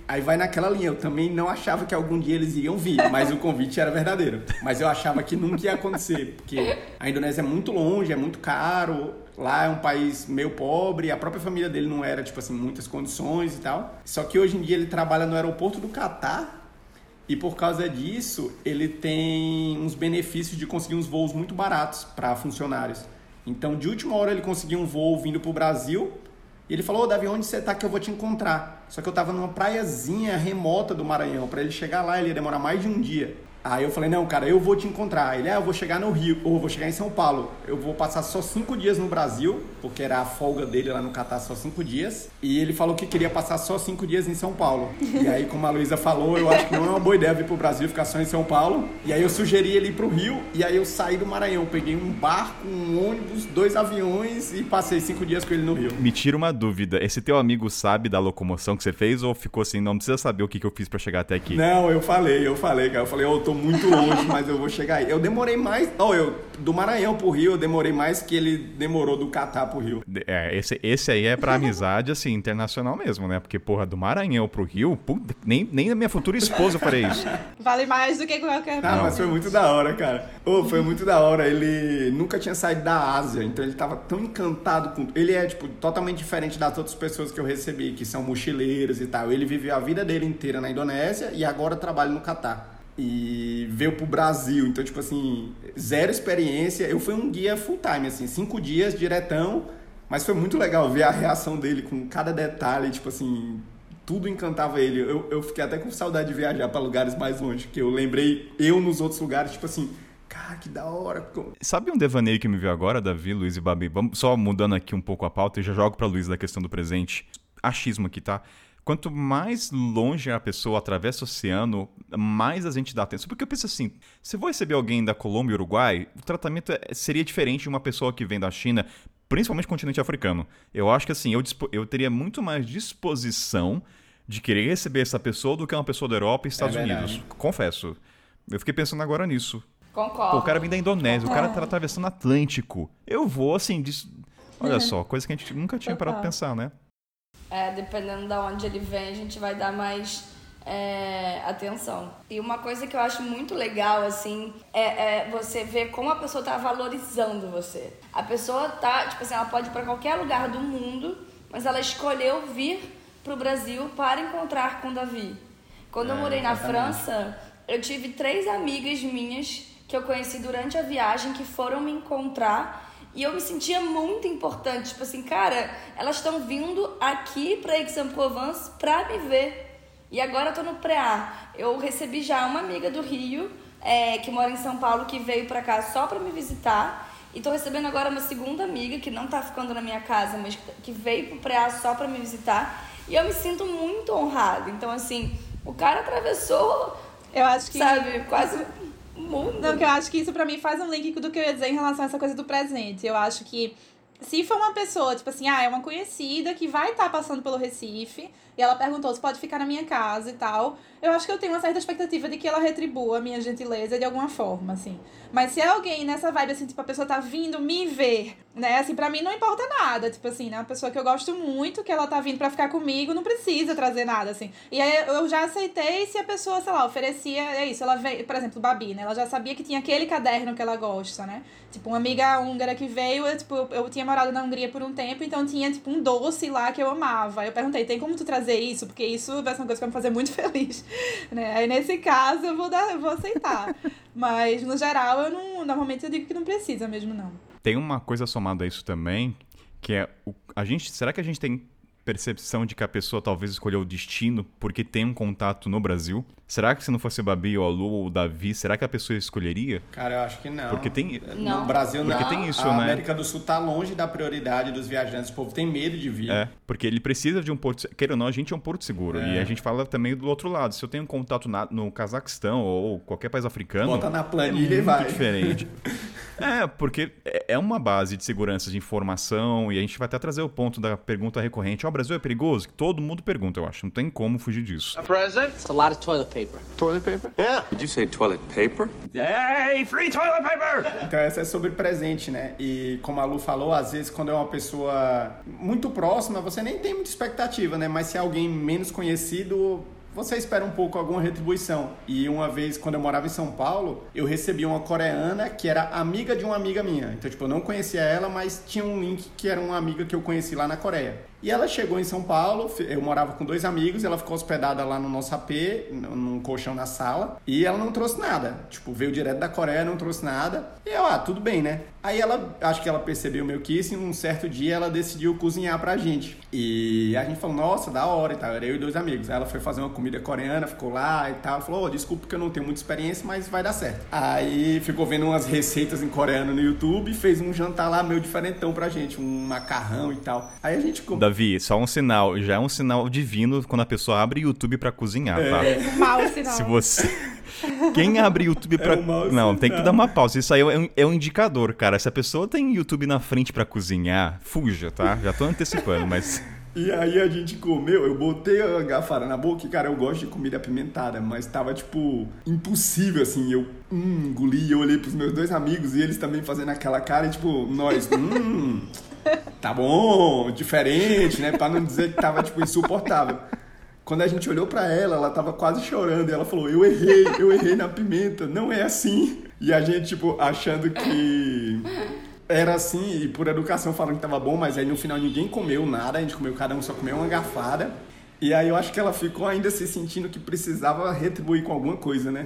D: aí vai naquela linha. Eu também não achava que algum dia eles iriam vir, mas o convite era verdadeiro. Mas eu achava que nunca ia acontecer, porque a Indonésia é muito longe, é muito caro. Lá é um país meio pobre, a própria família dele não era, tipo assim, muitas condições e tal. Só que hoje em dia ele trabalha no aeroporto do Catar e por causa disso ele tem uns benefícios de conseguir uns voos muito baratos para funcionários. Então, de última hora ele conseguiu um voo vindo pro Brasil e ele falou, ô Davi, onde você tá que eu vou te encontrar? Só que eu tava numa praiazinha remota do Maranhão, para ele chegar lá ele ia demorar mais de um dia. Aí eu falei, não, cara, eu vou te encontrar. Ele, ah, eu vou chegar no Rio, ou eu vou chegar em São Paulo. Eu vou passar só cinco dias no Brasil, porque era a folga dele lá no Catar, só cinco dias. E ele falou que queria passar só cinco dias em São Paulo. E aí, como a Luísa falou, eu acho que não é uma boa ideia vir pro Brasil, ficar só em São Paulo. E aí eu sugeri ele ir pro Rio, e aí eu saí do Maranhão. Peguei um barco, um ônibus, dois aviões e passei cinco dias com ele no Rio.
E: Me tira uma dúvida, esse teu amigo sabe da locomoção que você fez ou ficou assim, não precisa saber o que, que eu fiz pra chegar até aqui?
D: Não, eu falei, eu falei, cara. Eu falei, oh, eu tô muito longe, mas eu vou chegar aí. Eu demorei mais... Oh, eu, do Maranhão pro Rio, eu demorei mais que ele demorou do Catar pro Rio.
E: É, esse, esse aí é pra amizade, assim, internacional mesmo, né? Porque, porra, do Maranhão pro Rio, puta, nem, nem a minha futura esposa eu farei isso.
B: Vale mais do que qualquer
D: Ah, mas foi muito da hora, cara. Oh, foi muito da hora. Ele nunca tinha saído da Ásia, então ele tava tão encantado com... Ele é, tipo, totalmente diferente das outras pessoas que eu recebi, que são mochileiros e tal. Ele viveu a vida dele inteira na Indonésia e agora trabalha no Catar. E veio pro Brasil, então, tipo assim, zero experiência. Eu fui um guia full time, assim, cinco dias, diretão. Mas foi muito legal ver a reação dele com cada detalhe, tipo assim, tudo encantava ele. Eu, eu fiquei até com saudade de viajar para lugares mais longe, porque eu lembrei eu nos outros lugares, tipo assim, cara, que da hora.
E: Sabe um devaneio que me veio agora, Davi, Luiz e Babi? Vamos só mudando aqui um pouco a pauta e já jogo pra Luiz da questão do presente. Achismo aqui, tá? Quanto mais longe a pessoa atravessa o oceano, mais a gente dá atenção. Porque eu penso assim, se eu vou receber alguém da Colômbia e Uruguai, o tratamento seria diferente de uma pessoa que vem da China, principalmente continente africano. Eu acho que assim, eu, eu teria muito mais disposição de querer receber essa pessoa do que uma pessoa da Europa e Estados
D: É
E: Unidos. Confesso. Eu fiquei pensando agora nisso.
C: Concordo.
E: Pô, o cara vem da Indonésia, o cara tá atravessando o Atlântico. Eu vou, assim, dis... olha só, coisa que a gente nunca tinha parado pra pensar, né?
C: É, dependendo de onde ele vem, a gente vai dar mais é, atenção. E uma coisa que eu acho muito legal, assim, é, é você ver como a pessoa tá valorizando você. A pessoa tá, tipo assim, ela pode ir pra qualquer lugar do mundo, mas ela escolheu vir pro Brasil para encontrar com o Davi. Quando é, eu morei na exatamente. França, eu tive três amigas minhas que eu conheci durante a viagem que foram me encontrar. E eu me sentia muito importante, tipo assim, cara, elas estão vindo aqui pra Aix-en-Provence pra me ver. E agora eu tô no pré-A. Eu recebi já uma amiga do Rio, é, que mora em São Paulo, que veio pra cá só pra me visitar. E tô recebendo agora uma segunda amiga, que não tá ficando na minha casa, mas que veio pro pré-A só pra me visitar. E eu me sinto muito honrada. Então, assim, o cara atravessou,
B: eu acho que...
C: sabe, quase... mundo.
B: Não, que eu acho que isso pra mim faz um link do que eu ia dizer em relação a essa coisa do presente. Eu acho que se for uma pessoa, tipo assim, ah, é uma conhecida que vai estar tá passando pelo Recife e ela perguntou se pode ficar na minha casa e tal, eu acho que eu tenho uma certa expectativa de que ela retribua a minha gentileza de alguma forma, assim. Mas se é alguém nessa vibe, assim, tipo, a pessoa tá vindo me ver, né, assim, pra mim não importa nada, tipo assim, né, uma pessoa que eu gosto muito, que ela tá vindo pra ficar comigo, não precisa trazer nada, assim. E aí eu já aceitei se a pessoa, sei lá, oferecia, é isso, ela veio, por exemplo, Babi, né, ela já sabia que tinha aquele caderno que ela gosta, né, tipo, uma amiga húngara que veio, eu, tipo, eu, eu tinha morado na Hungria por um tempo, então tinha, tipo, um doce lá que eu amava. Eu perguntei, tem como tu trazer isso? Porque isso vai ser uma coisa que vai me fazer muito feliz, né? Aí, nesse caso, eu vou, dar, eu vou aceitar. Mas, no geral, eu não... Normalmente, eu digo que não precisa mesmo, não.
E: Tem uma coisa somada a isso também, que é... O, a gente, será que a gente tem percepção de que a pessoa talvez escolheu o destino porque tem um contato no Brasil? Será que se não fosse o Babi ou a Lu ou o Davi, será que a pessoa escolheria?
D: Cara, eu acho que não.
E: Porque tem...
C: Não.
D: No Brasil não.
E: Porque tem isso,
D: a
E: né?
D: América do Sul tá longe da prioridade dos viajantes. O povo tem medo de vir.
E: É, porque ele precisa de um porto... Queira ou não, a gente é um porto seguro.
D: É.
E: E a gente fala também do outro lado. Se eu tenho um contato na, no Cazaquistão ou qualquer país africano...
D: Bota na planilha
E: é
D: e vai.
E: muito diferente. É, porque é uma base de segurança de informação e a gente vai até trazer o ponto da pergunta recorrente. Ó, oh, o Brasil é perigoso? Todo mundo pergunta, eu acho. Não tem como fugir disso.
F: A present? It's a lot of toilet paper.
G: Toilet paper? Yeah.
F: Did you say toilet paper?
G: Hey, free toilet paper!
D: Então essa é sobre presente, né? E como a Lu falou, às vezes quando é uma pessoa muito próxima, você nem tem muita expectativa, né? Mas se é alguém menos conhecido, você espera um pouco alguma retribuição. E uma vez, quando eu morava em São Paulo, eu recebi uma coreana que era amiga de uma amiga minha. Então, tipo, eu não conhecia ela, mas tinha um link que era uma amiga que eu conheci lá na Coreia. E ela chegou em São Paulo, eu morava com dois amigos, ela ficou hospedada lá no nosso A P, num colchão na sala, e ela não trouxe nada. Tipo, veio direto da Coreia, não trouxe nada. E eu, ah, tudo bem, né? Aí ela, acho que ela percebeu meio que isso, e um certo dia ela decidiu cozinhar pra gente. E a gente falou, nossa, da hora e tal, era eu e dois amigos. Aí ela foi fazer uma comida coreana, ficou lá e tal, ela falou, oh, desculpa que eu não tenho muita experiência, mas vai dar certo. Aí ficou vendo umas receitas em coreano no YouTube, fez um jantar lá meio diferentão pra gente, um macarrão e tal. Aí a gente...
E: Davi, só um sinal, já é um sinal divino quando a pessoa abre YouTube pra cozinhar, tá?
D: É.
B: Mau sinal.
E: Se você... Quem abre YouTube pra...
D: É um mau
E: não,
D: sinal.
E: tem que dar uma pausa. Isso aí é um, é um indicador, cara. Se a pessoa tem YouTube na frente pra cozinhar, fuja, tá? Já tô antecipando, mas...
D: E aí a gente comeu, eu botei a garfada na boca e, cara, eu gosto de comida apimentada, mas tava, tipo, impossível, assim, eu hum, engoli, eu olhei pros meus dois amigos e eles também fazendo aquela cara e, tipo, nós, hum, tá bom, diferente, né, pra não dizer que tava, tipo, insuportável. Quando a gente olhou pra ela, ela tava quase chorando e ela falou, eu errei, eu errei na pimenta, não é assim. E a gente, tipo, achando que... era assim, e por educação falando que tava bom, mas aí no final ninguém comeu nada, a gente comeu, cada um só comeu uma garfada. E aí eu acho que ela ficou ainda se sentindo que precisava retribuir com alguma coisa, né?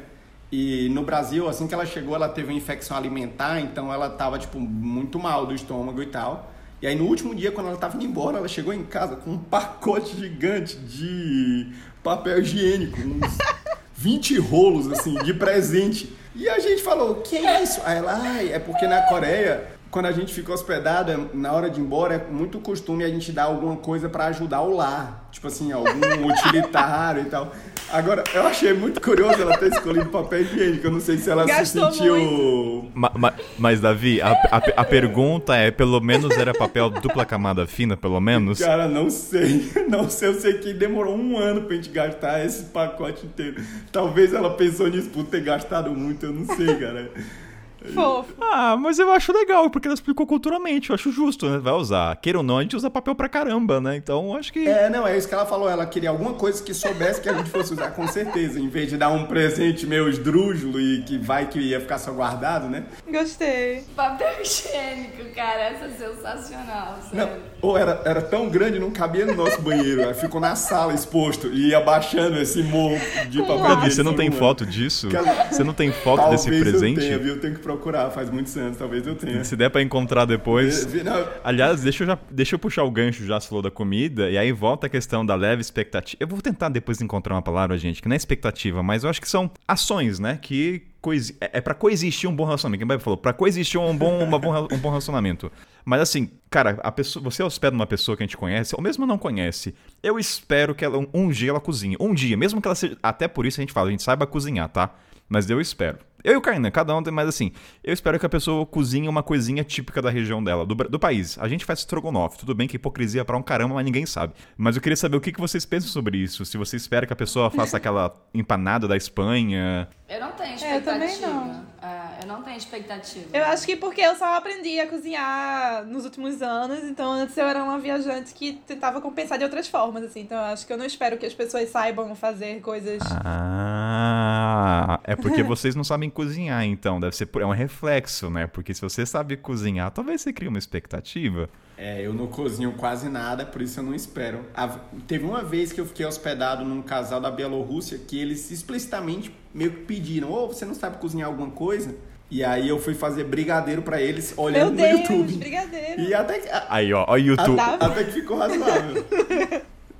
D: E no Brasil, assim que ela chegou, ela teve uma infecção alimentar, então ela tava, tipo, muito mal do estômago e tal. E aí no último dia, quando ela tava indo embora, ela chegou em casa com um pacote gigante de papel higiênico, uns vinte rolos, assim, de presente. E a gente falou, o que é isso? Aí ela, ai, é porque na Coreia... Quando a gente fica hospedada, na hora de ir embora, é muito costume a gente dar alguma coisa pra ajudar o lar. Tipo assim, algum utilitário e tal. Agora, eu achei muito curioso ela ter escolhido papel higiênico. Eu não sei se ela
B: Gastou
D: se sentiu...
B: muito.
E: Ma, ma, mas, Davi, a, a, a pergunta é, pelo menos era papel dupla camada fina, pelo menos?
D: Cara, não sei. Não sei, eu sei que demorou um ano pra gente gastar esse pacote inteiro. Talvez ela pensou nisso por ter gastado muito, eu não sei, cara.
B: Fofo.
E: Ah, mas eu acho legal, porque ela explicou culturalmente, eu acho justo, né? Vai usar. Queira ou não, a gente usa papel pra caramba, né? Então, acho que...
D: É, não, é isso que ela falou. Ela queria alguma coisa que soubesse que a gente fosse usar com certeza, em vez de dar um presente meio esdrúxulo e que vai que ia ficar só guardado, né?
B: Gostei.
C: Papel higiênico, cara, essa é sensacional, sério.
D: Não, ou era, era tão grande, não cabia no nosso banheiro. Aí ficou na sala exposto e ia baixando esse morro de papel
E: Davi,
D: higiênico.
E: você não tem
D: mano.
E: foto disso?
D: Cara,
E: Você não tem foto
D: talvez
E: desse presente?
D: eu tenha, viu? Eu tenho que procurar, faz muitos anos, talvez eu tenha.
E: Se der pra encontrar depois...
D: Vi- vi- não,
E: Aliás, deixa eu, já, deixa eu puxar o gancho, já se falou da comida, e aí volta a questão da leve expectativa. Eu vou tentar depois encontrar uma palavra, gente, que não é expectativa, mas eu acho que são ações, né, que coexi- é, é pra coexistir um bom relacionamento. Quem vai falou? Pra coexistir um bom, uma bom, um bom relacionamento. Mas assim, cara, a pessoa, você hospeda uma pessoa que a gente conhece, ou mesmo não conhece, eu espero que ela, um, um dia ela cozinhe. Um dia, mesmo que ela seja... Até por isso a gente fala, a gente saiba cozinhar, tá? Mas eu espero. Eu e o Kainan, cada um tem mais assim. Eu espero que a pessoa cozinhe uma coisinha típica da região dela, do, do país. A gente faz estrogonofe. Tudo bem que hipocrisia é pra um caramba, mas ninguém sabe. Mas eu queria saber o que, que vocês pensam sobre isso. Se você espera que a pessoa faça aquela empanada da Espanha.
C: Eu não tenho
B: É, eu
C: expectativa.
B: também não.
C: É, eu não tenho expectativa.
B: Eu acho que porque eu só aprendi a cozinhar nos últimos anos, então antes eu era uma viajante que tentava compensar de outras formas, assim. Então eu acho que eu não espero que as pessoas saibam fazer coisas...
E: Ah, é porque vocês não sabem cozinhar, então. Deve ser por- é um reflexo, né? Porque se você sabe cozinhar, talvez você crie uma expectativa.
D: É, eu não cozinho quase nada, por isso eu não espero. A- Teve uma vez que eu fiquei hospedado num casal da Bielorrússia que eles explicitamente meio que pediram, ô, você não sabe cozinhar alguma coisa? E aí eu fui fazer brigadeiro pra eles olhando
B: Meu
D: no
B: Deus,
D: YouTube.
B: brigadeiro.
D: E até que, a-
E: Aí, ó, ó o YouTube.
B: tá.
D: até que ficou razoável.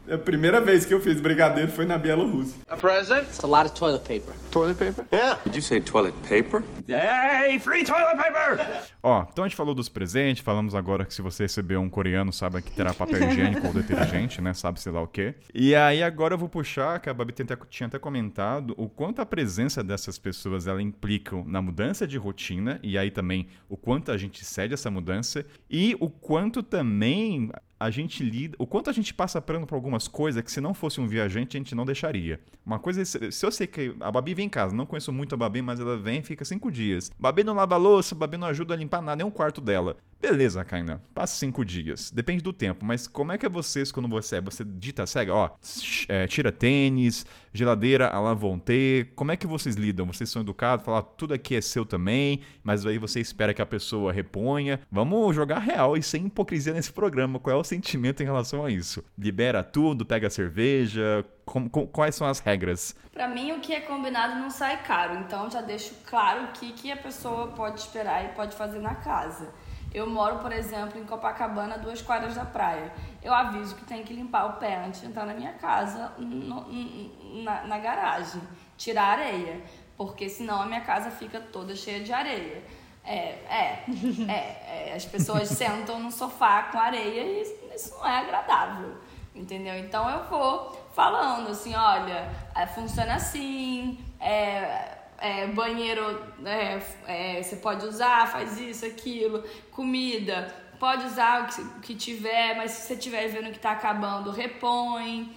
D: A primeira vez que eu fiz brigadeiro foi na Bielorrússia.
G: A present?
F: It's a lot of toilet paper.
G: Toilet paper? Yeah.
F: Did you say toilet paper?
G: Hey, free toilet paper!
E: Ó, então a gente falou dos presentes, falamos agora que se você receber um coreano, sabe que terá papel higiênico ou detergente, né? Sabe sei lá o quê. E aí agora eu vou puxar, que a Babi tinha até comentado, o quanto a presença dessas pessoas ela implica na mudança de rotina, e aí também o quanto a gente cede essa mudança, e o quanto também a gente lida, o quanto a gente passa pano por algumas coisas que se não fosse um viajante a gente não deixaria. Uma coisa, se eu sei que a Babi vem em casa, não conheço muito a Babi, mas ela vem e fica cinco dias. Babi não lava a louça, Babi não ajuda a limpar nada, nem um quarto dela. Beleza, Kainan, passa cinco dias. Depende do tempo, mas como é que é vocês quando você é? Você dita cega, ó, é, tira tênis, geladeira, a lavonte. Como é que vocês lidam? Vocês são educados, falar tudo aqui é seu também, mas aí você espera que a pessoa reponha. Vamos jogar real e sem hipocrisia nesse programa. Qual é o sentimento em relação a isso? Libera tudo, pega cerveja, com, com, quais são as regras?
C: Pra mim, o que é combinado não sai caro, então já deixo claro o que, que a pessoa pode esperar e pode fazer na casa. Eu moro, por exemplo, em Copacabana, duas quadras da praia. Eu aviso que tem que limpar o pé antes de entrar na minha casa, no, na, na garagem, tirar a areia, porque senão a minha casa fica toda cheia de areia. É, é, é, é as pessoas sentam no sofá com areia e isso, isso não é agradável, entendeu? Então eu vou falando assim, olha, é, funciona assim, é... É, banheiro, é, é, você pode usar, faz isso, aquilo, comida, pode usar o que, o que tiver, mas se você estiver vendo que está acabando, repõe.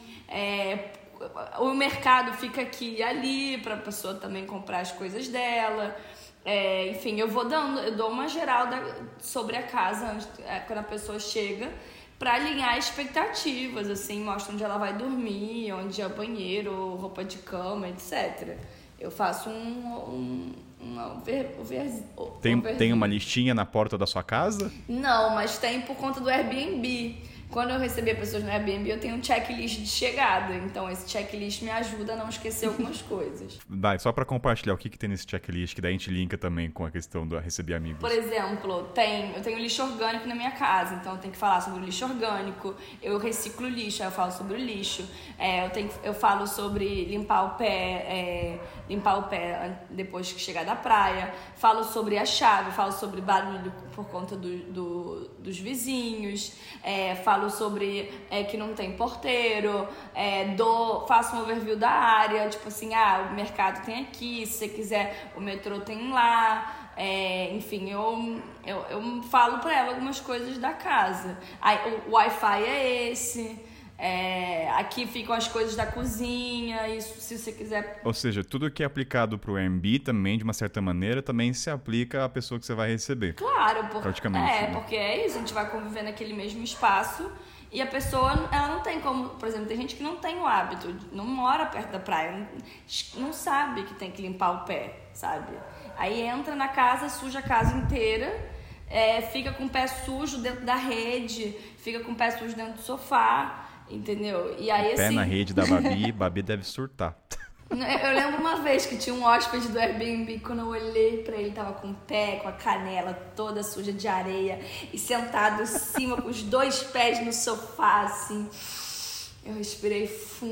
C: É, o mercado fica aqui e ali para a pessoa também comprar as coisas dela. É, enfim, eu vou dando, eu dou uma geral da, sobre a casa antes, é, quando a pessoa chega, para alinhar expectativas, assim, mostra onde ela vai dormir, onde é o banheiro, roupa de cama, etcétera. Eu faço um... um, um ver, ver,
E: tem,
C: um
E: tem uma listinha na porta da sua casa?
C: Não, mas tem por conta do Airbnb. Quando eu recebia pessoas no Airbnb, eu tenho um checklist de chegada. Então, esse checklist me ajuda a não esquecer algumas coisas.
E: Vai, só pra compartilhar o que, que tem nesse checklist, que daí a gente linka também com a questão do receber amigos.
C: Por exemplo, tem, eu tenho lixo orgânico na minha casa, então eu tenho que falar sobre o lixo orgânico. Eu reciclo lixo, aí eu falo sobre o lixo. É, eu, tenho, eu falo sobre limpar o pé, é, limpar o pé depois que chegar da praia. Falo sobre a chave, falo sobre barulho por conta do, do, dos vizinhos. É, falo sobre é, que não tem porteiro, é, dou, faço um overview da área, tipo assim, ah, o mercado tem aqui, se você quiser, o metrô tem lá, é, enfim, eu, eu, eu falo pra ela algumas coisas da casa. Aí, o, o Wi-Fi é esse, é, aqui ficam as coisas da cozinha, isso se você quiser.
E: Ou seja, tudo que é aplicado pro Airbnb também, de uma certa maneira, também se aplica à pessoa que você vai receber.
C: Claro, por,
E: praticamente.
C: É,
E: né?
C: porque é isso, a gente vai conviver naquele mesmo espaço e a pessoa, ela não tem como, por exemplo, tem gente que não tem o hábito, não mora perto da praia, não, não sabe que tem que limpar o pé, sabe? Aí entra na casa, suja a casa inteira, é, fica com o pé sujo dentro da rede, fica com o pé sujo dentro do sofá. Entendeu? E aí,
E: o pé
C: assim...
E: na rede da Babi, Babi deve surtar.
C: Eu lembro uma vez que tinha um hóspede do Airbnb, quando eu olhei pra ele, tava com o pé, com a canela toda suja de areia e sentado em cima com os dois pés no sofá, assim. Eu respirei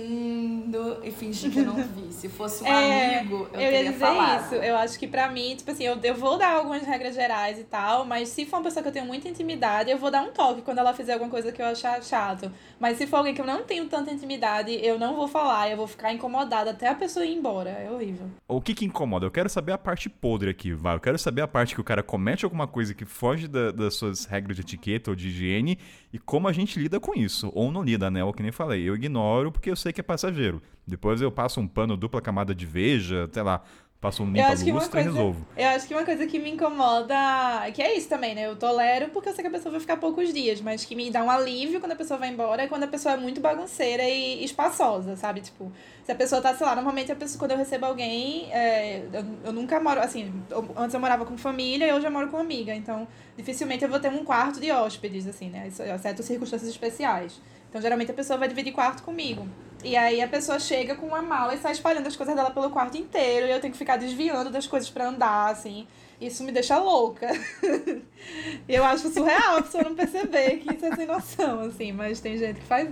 C: fundo e fingi que eu não vi. Se fosse um
B: é,
C: amigo, eu,
B: eu
C: teria
B: ia dizer
C: falado.
B: isso. Eu acho que pra mim, tipo assim, eu, eu vou dar algumas regras gerais e tal, mas se for uma pessoa que eu tenho muita intimidade, eu vou dar um toque quando ela fizer alguma coisa que eu achar chato. Mas se for alguém que eu não tenho tanta intimidade, eu não vou falar, eu vou ficar incomodada até a pessoa ir embora. É horrível.
E: O que que incomoda? Eu quero saber a parte podre aqui, vai. Eu quero saber a parte que o cara comete alguma coisa que foge da, das suas regras de etiqueta ou de higiene e como a gente lida com isso. Ou não lida, né? O que nem falei. Eu ignoro porque eu sei que é passageiro. Depois eu passo um pano dupla camada de veja, sei lá, passo um limpa-lustre e resolvo.
B: Eu acho que uma coisa que me incomoda, que é isso também, né? Eu tolero porque eu sei que a pessoa vai ficar poucos dias, mas que me dá um alívio quando a pessoa vai embora é quando a pessoa é muito bagunceira e espaçosa, sabe? Tipo, se a pessoa tá, sei lá, normalmente a pessoa, quando eu recebo alguém, é, eu, eu nunca moro, assim, eu, antes eu morava com família e hoje eu moro com amiga, então dificilmente eu vou ter um quarto de hóspedes, assim, né? Exceto circunstâncias especiais. Então, geralmente, a pessoa vai dividir quarto comigo. E aí, a pessoa chega com uma mala e sai espalhando as coisas dela pelo quarto inteiro. E eu tenho que ficar desviando das coisas pra andar, assim. Isso me deixa louca. Eu acho surreal a pessoa não perceber que isso é sem noção, assim. Mas tem gente que faz isso.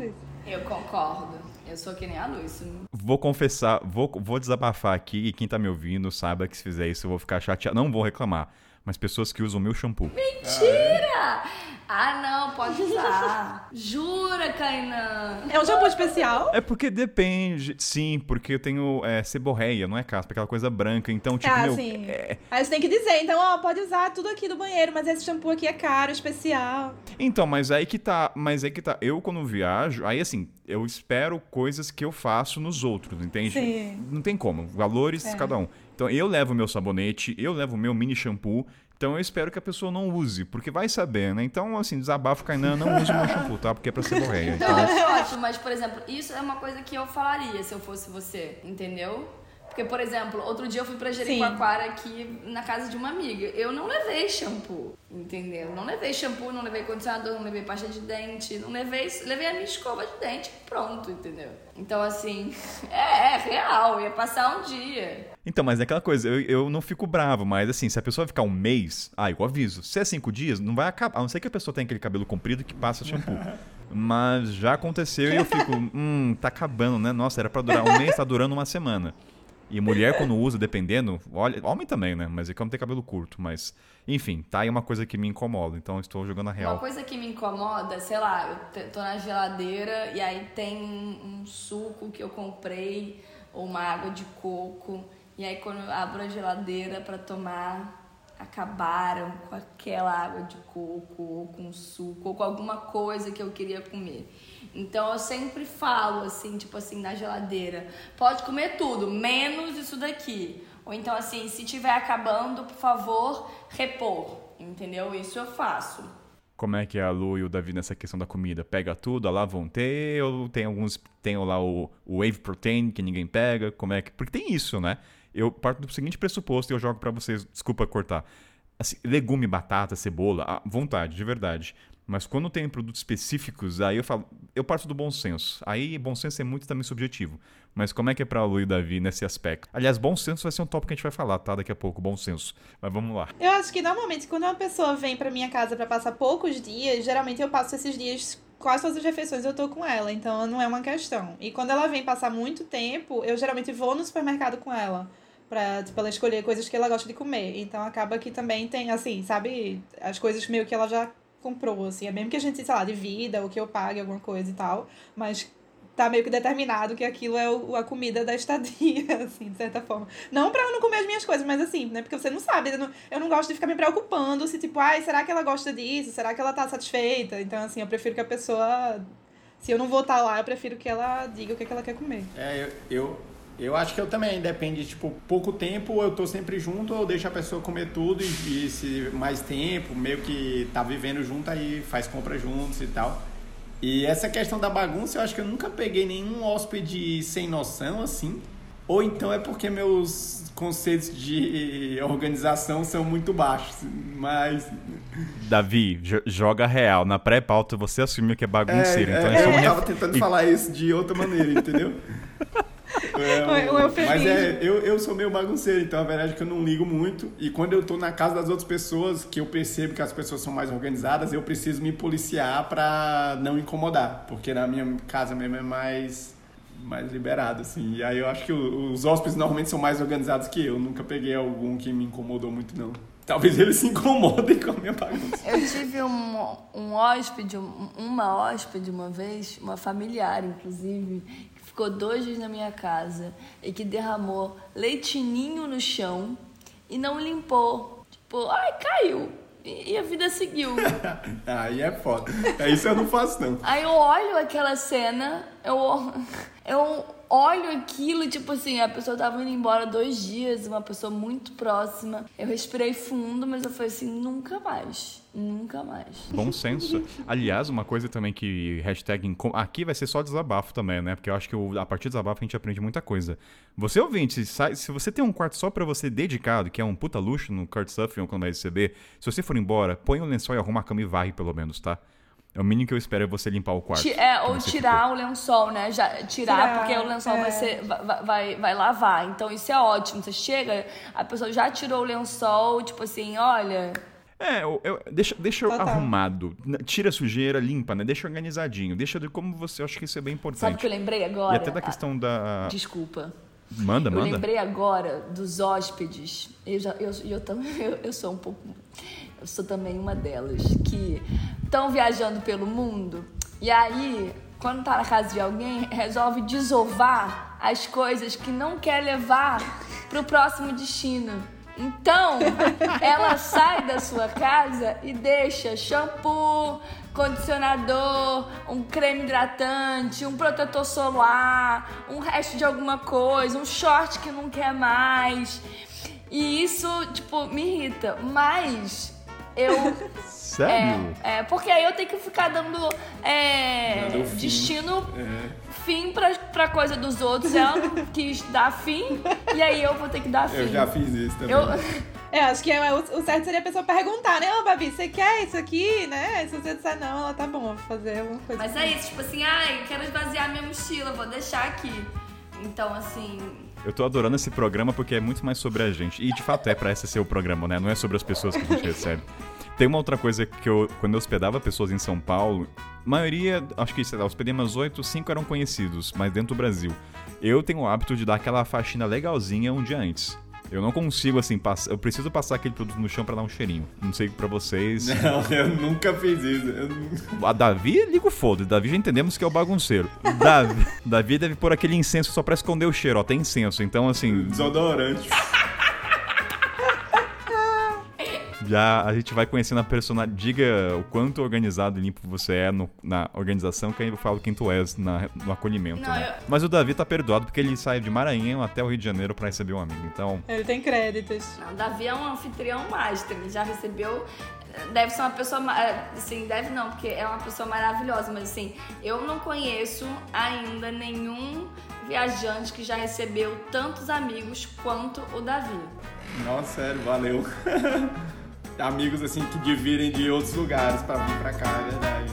C: Eu concordo. Eu sou que nem a Luz.
E: Vou confessar, vou, vou desabafar aqui e quem tá me ouvindo saiba que se fizer isso eu vou ficar chateado. Não vou reclamar, mas pessoas que usam o meu shampoo.
C: Mentira! Ah, não, pode usar. Jura, Kainan?
B: É um shampoo especial?
E: É porque depende, sim, porque eu tenho é, seborreia, não é caspa, aquela coisa branca, então tipo,
B: Ah,
E: meu...
B: sim.
E: É...
B: Aí você tem que dizer, então, ó, pode usar tudo aqui do banheiro, mas esse shampoo aqui é caro, especial.
E: Então, mas aí que tá, mas aí que tá, eu quando viajo, aí assim, eu espero coisas que eu faço nos outros, entende?
B: Sim.
E: Não tem como, valores
B: É.
E: cada um. Então eu levo meu sabonete, eu levo meu mini shampoo, então eu espero que a pessoa não use, porque vai saber, né? Então, assim, desabafo, Kainan, não use o meu shampoo, tá? Porque é pra seborreia.
C: Então,
E: Então,
C: eu acho, mas, por exemplo, isso é uma coisa que eu falaria se eu fosse você, entendeu? Porque, por exemplo, outro dia eu fui pra Jericoacoara aqui na casa de uma amiga. Eu não levei shampoo, entendeu? Não levei shampoo, não levei condicionador, não levei pasta de dente, não levei... Levei a minha escova de dente e pronto, entendeu? Então, assim, é, é real, ia passar um dia.
E: então, mas é aquela coisa, eu, eu não fico bravo, mas assim, se a pessoa ficar um mês, ah, eu aviso. Se é cinco dias, não vai acabar. A não ser que a pessoa tenha aquele cabelo comprido que passa shampoo. Mas já aconteceu e eu fico, hum, tá acabando, né? Nossa, era pra durar um mês, tá durando uma semana. E mulher, quando usa, dependendo, olha, homem também, né? Mas é que eu não tenho cabelo curto, mas... Enfim, tá aí uma coisa que me incomoda, então eu estou jogando a real.
C: Uma coisa que me incomoda, sei lá, eu te- tô na geladeira e aí tem um, um suco que eu comprei, ou uma água de coco, e aí quando eu abro a geladeira pra tomar, acabaram com aquela água de coco, ou com suco, ou com alguma coisa que eu queria comer. Então eu sempre falo assim, tipo assim, na geladeira, pode comer tudo, menos isso daqui. Ou então assim, se tiver acabando, por favor, repor, entendeu? Isso eu faço.
E: Como é que é a Lu e o Davi nessa questão da comida? Pega tudo, lá vão ter, ou tem alguns, tem lá o, o Whey Protein que ninguém pega, como é que... Porque tem isso, né? Eu parto do seguinte pressuposto e eu jogo pra vocês, desculpa cortar. Assim, legume, batata, cebola, à vontade, de verdade. Mas quando tem produtos específicos, aí eu falo, eu parto do bom senso. Aí bom senso é muito também subjetivo. Mas como é que é pra Lu e o Davi nesse aspecto? Aliás, bom senso vai ser um tópico que a gente vai falar, tá? Daqui a pouco, bom senso. Mas vamos lá.
B: Eu acho que normalmente quando uma pessoa vem pra minha casa pra passar poucos dias, geralmente eu passo esses dias, quase todas as refeições eu tô com ela, então não é uma questão. E quando ela vem passar muito tempo, eu geralmente vou no supermercado com ela. Pra, tipo, ela escolher coisas que ela gosta de comer. Então acaba que também tem, assim, sabe, as coisas meio que ela já comprou, assim. É mesmo que a gente, sei lá, divida ou que eu pague alguma coisa e tal, mas tá meio que determinado que aquilo é o, a comida da estadia, assim, de certa forma. Não pra eu não comer as minhas coisas, mas assim, né, porque você não sabe, eu não, eu não gosto de ficar me preocupando se, tipo, ai, será que ela gosta disso? Será que ela tá satisfeita? Então, assim, eu prefiro que a pessoa... Se eu não vou estar lá, eu prefiro que ela diga o que, é que ela quer comer.
D: É, eu, eu, eu acho que eu também, depende, tipo, pouco tempo eu tô sempre junto, eu deixo a pessoa comer tudo e, e se mais tempo, meio que tá vivendo junto, aí faz compra juntos e tal. E essa questão da bagunça, eu acho que eu nunca peguei nenhum hóspede sem noção, assim. Ou então é porque meus conceitos de organização são muito baixos, mas...
E: Davi, jo- joga real. Na pré-pauta você assumiu que é bagunceiro.
D: É,
E: então
D: é,
E: é só uma
D: eu tava
E: ref-
D: tentando
E: e-
D: falar isso de outra maneira, entendeu? É,
B: Um eufemismo.
D: mas é, eu, eu sou meio bagunceiro, então a verdade é que eu não ligo muito. E quando eu tô na casa das outras pessoas, que eu percebo que as pessoas são mais organizadas, eu preciso me policiar pra não incomodar. Porque na minha casa mesmo é mais, mais liberado, assim. E aí eu acho que o- os hóspedes normalmente são mais organizados que eu. Eu nunca peguei algum que me incomodou muito, não. Talvez eles se incomodem com a minha bagunça.
C: Eu tive um, um hóspede, um- uma hóspede uma vez, uma familiar, inclusive, que ficou dois dias na minha casa e que derramou leitinho no chão e não limpou. Tipo, ai, caiu. E, e a vida seguiu.
D: Aí é foda. É isso eu não faço, não.
C: Aí eu olho aquela cena, eu, eu olho aquilo, tipo assim, a pessoa tava indo embora dois dias, uma pessoa muito próxima. Eu respirei fundo, mas eu falei assim, nunca mais, nunca mais.
E: Bom senso. Aliás, uma coisa também que hashtag... inco- Aqui vai ser só desabafo também, né? Porque eu acho que o- a partir do desabafo a gente aprende muita coisa. Você ouvinte, sai- se você tem um quarto só pra você dedicado, que é um puta luxo no Couchsurfing ou quando vai receber, se você for embora, põe um lençol e arruma a cama e varre pelo menos, tá? É o mínimo que eu espero é você limpar o quarto.
C: Ti- É,
E: que
C: ou
E: você
C: tirar o lençol, né? Já, tirar,
B: Tirar,
C: porque o lençol
B: é.
C: vai, ser, vai, vai, vai lavar. Então isso é ótimo. Você chega, a pessoa já tirou o lençol, tipo assim, olha...
E: É, eu, eu- deixa, deixa
B: Total.
E: arrumado. N- Tira a sujeira, limpa, né? Deixa organizadinho. Deixa de como você... Eu acho que isso é bem importante.
C: Sabe o que eu lembrei agora?
E: E até da questão da...
C: Desculpa.
E: Manda,
C: Eu
E: manda.
C: lembrei agora dos hóspedes. Eu, já, eu, eu, também, eu, eu sou um pouco. Eu sou também uma delas. Que estão viajando pelo mundo. E aí, quando tá na casa de alguém, resolve desovar as coisas que não quer levar pro próximo destino. Então, ela sai da sua casa e deixa shampoo, condicionador, um creme hidratante, um protetor solar, um resto de alguma coisa, um short que não quer mais. E isso, tipo, me irrita. Mas eu...
E: Sério?
C: É, é, porque aí eu tenho que ficar dando é,
D: Dando fim.
C: destino,
D: É.
C: fim pra, pra coisa dos outros. Ela não quis dar fim, e aí eu vou ter que dar fim.
D: Eu já fiz isso também.
C: Eu,
B: É, acho que é, o, o certo seria a pessoa perguntar, né? Ô, Babi, você quer isso aqui, né? Se você disser não, ela tá bom, vou fazer alguma coisa.
C: mas é isso, tipo assim, ai, quero esvaziar minha mochila, vou deixar aqui. Então, assim,
E: Eu tô adorando esse programa porque é muito mais sobre a gente. E de fato é pra esse ser o programa, né? Não é sobre as pessoas que a gente recebe. Tem uma outra coisa que eu, quando eu hospedava pessoas em São Paulo, a maioria, acho que, sei lá, hospedei umas oito, cinco eram conhecidos, mas dentro do Brasil. Eu tenho o hábito de dar aquela faxina legalzinha um dia antes. Eu não consigo, assim, passar. Eu preciso passar aquele produto no chão pra dar um cheirinho. Não sei pra vocês.
D: Não, eu nunca fiz isso. Eu não-
E: A Davi, liga o foda. Davi já entendemos que é o bagunceiro. Davi, Davi deve pôr aquele incenso só pra esconder o cheiro, ó. Tem incenso. Então, assim,
D: Desodorante.
E: já a gente vai conhecendo a personalidade. Diga o quanto organizado e limpo você é no- na organização, que aí eu falo quem tu és na- no acolhimento,
C: Não,
E: né?
C: eu-
E: Mas o Davi tá perdoado porque ele sai de Maranhão até o Rio de Janeiro pra receber um amigo. Então,
B: Ele tem créditos.
C: não, o Davi é um anfitrião master, ele já recebeu. Deve ser uma pessoa, ma- assim, deve não, porque é uma pessoa maravilhosa, mas assim, eu não conheço ainda nenhum viajante que já recebeu tantos amigos quanto o Davi.
D: Nossa, sério, valeu. Amigos assim que dividem de outros lugares pra vir pra cá, é verdade.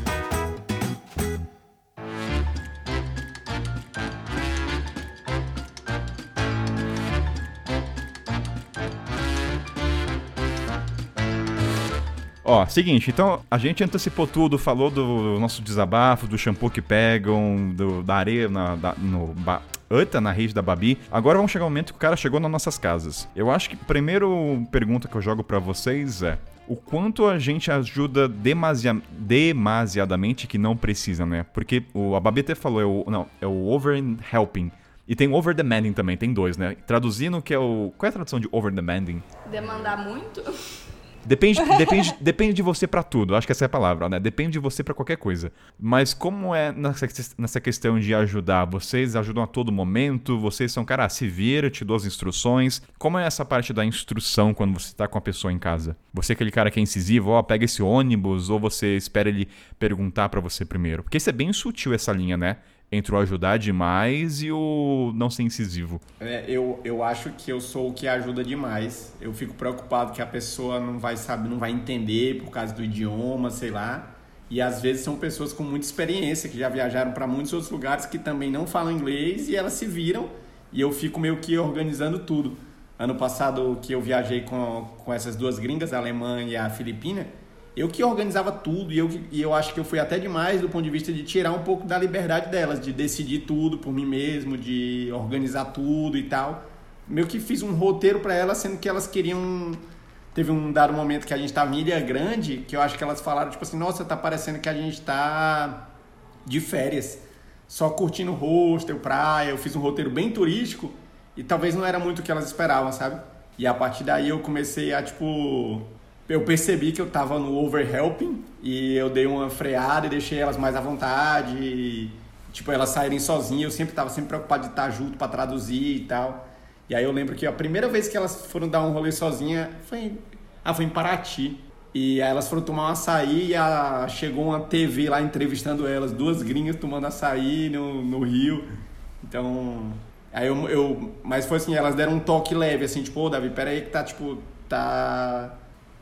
E: ó, seguinte, então a gente antecipou tudo, falou do nosso desabafo, do shampoo que pegam, do- da areia na, da, no, ba, Eita, na rede da Babi. Agora vamos chegar ao momento que o cara chegou nas nossas casas. Eu acho que a primeira pergunta que eu jogo pra vocês é: o quanto a gente ajuda demasia, demasiadamente que não precisa, né? Porque o, a Babi até falou, é o, não, é o over helping. E tem o over demanding também, tem dois, né? Traduzindo, que é o... Qual é a tradução de over demanding?
C: Demandar muito?
E: Depende, depende, depende de você pra tudo. Acho que essa é a palavra, né? Depende de você pra qualquer coisa. Mas como é nessa, nessa questão de ajudar? Vocês ajudam a todo momento? Vocês são, cara, se vira, te dou as instruções. Como é essa parte da instrução quando você tá com a pessoa em casa? Você é aquele cara que é incisivo, ó, pega esse ônibus, ou você espera ele perguntar pra você primeiro? Porque isso é bem sutil, essa linha, né? Entre o ajudar demais e o não ser incisivo.
D: É, eu, eu acho que eu sou o que ajuda demais. Eu fico preocupado que a pessoa não vai saber, não vai entender por causa do idioma, sei lá. E às vezes são pessoas com muita experiência, que já viajaram para muitos outros lugares que também não falam inglês e elas se viram. E eu fico meio que organizando tudo. Ano passado que eu viajei com, com essas duas gringas, a alemã e a filipina, eu que organizava tudo e eu, e eu acho que eu fui até demais do ponto de vista de tirar um pouco da liberdade delas, de decidir tudo por mim mesmo, de organizar tudo e tal. Meio que fiz um roteiro para elas, sendo que elas queriam... Teve um dado momento que a gente estava em Ilha Grande, que eu acho que elas falaram, tipo assim, nossa, tá parecendo que a gente tá de férias, só curtindo hostel, praia. Eu fiz um roteiro bem turístico e talvez não era muito o que elas esperavam, sabe? E a partir daí eu comecei a, tipo... Eu percebi que eu tava no overhelping e eu dei uma freada e deixei elas mais à vontade. E, tipo, elas saírem sozinhas. Eu sempre tava sempre preocupado de estar junto pra traduzir e tal. E aí eu lembro que a primeira vez que elas foram dar um rolê sozinha foi, ah, foi em Paraty. E aí elas foram tomar um açaí e a, chegou uma T V lá entrevistando elas. Duas gringas tomando açaí no, no Rio. Então... Aí eu, eu... Mas foi assim, elas deram um toque leve, assim, tipo, ô, Davi, peraí que tá, tipo... Tá...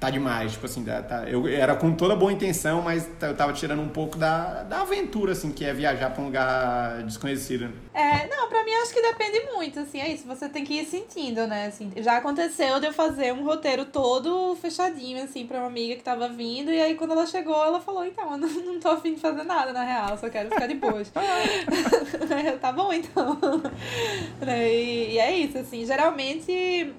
D: tá demais, tipo assim, tá, tá, eu era com toda boa intenção, mas eu tava tirando um pouco da, da aventura, assim, que é viajar pra um lugar desconhecido.
B: É, não, pra mim acho que depende muito, assim, é isso, você tem que ir sentindo, né, assim, já aconteceu de eu fazer um roteiro todo fechadinho, assim, pra uma amiga que tava vindo, e aí quando ela chegou, ela falou, então, eu não, não tô afim de fazer nada, na real, só quero ficar de boas. Tá bom, então. e, e é isso, assim, geralmente...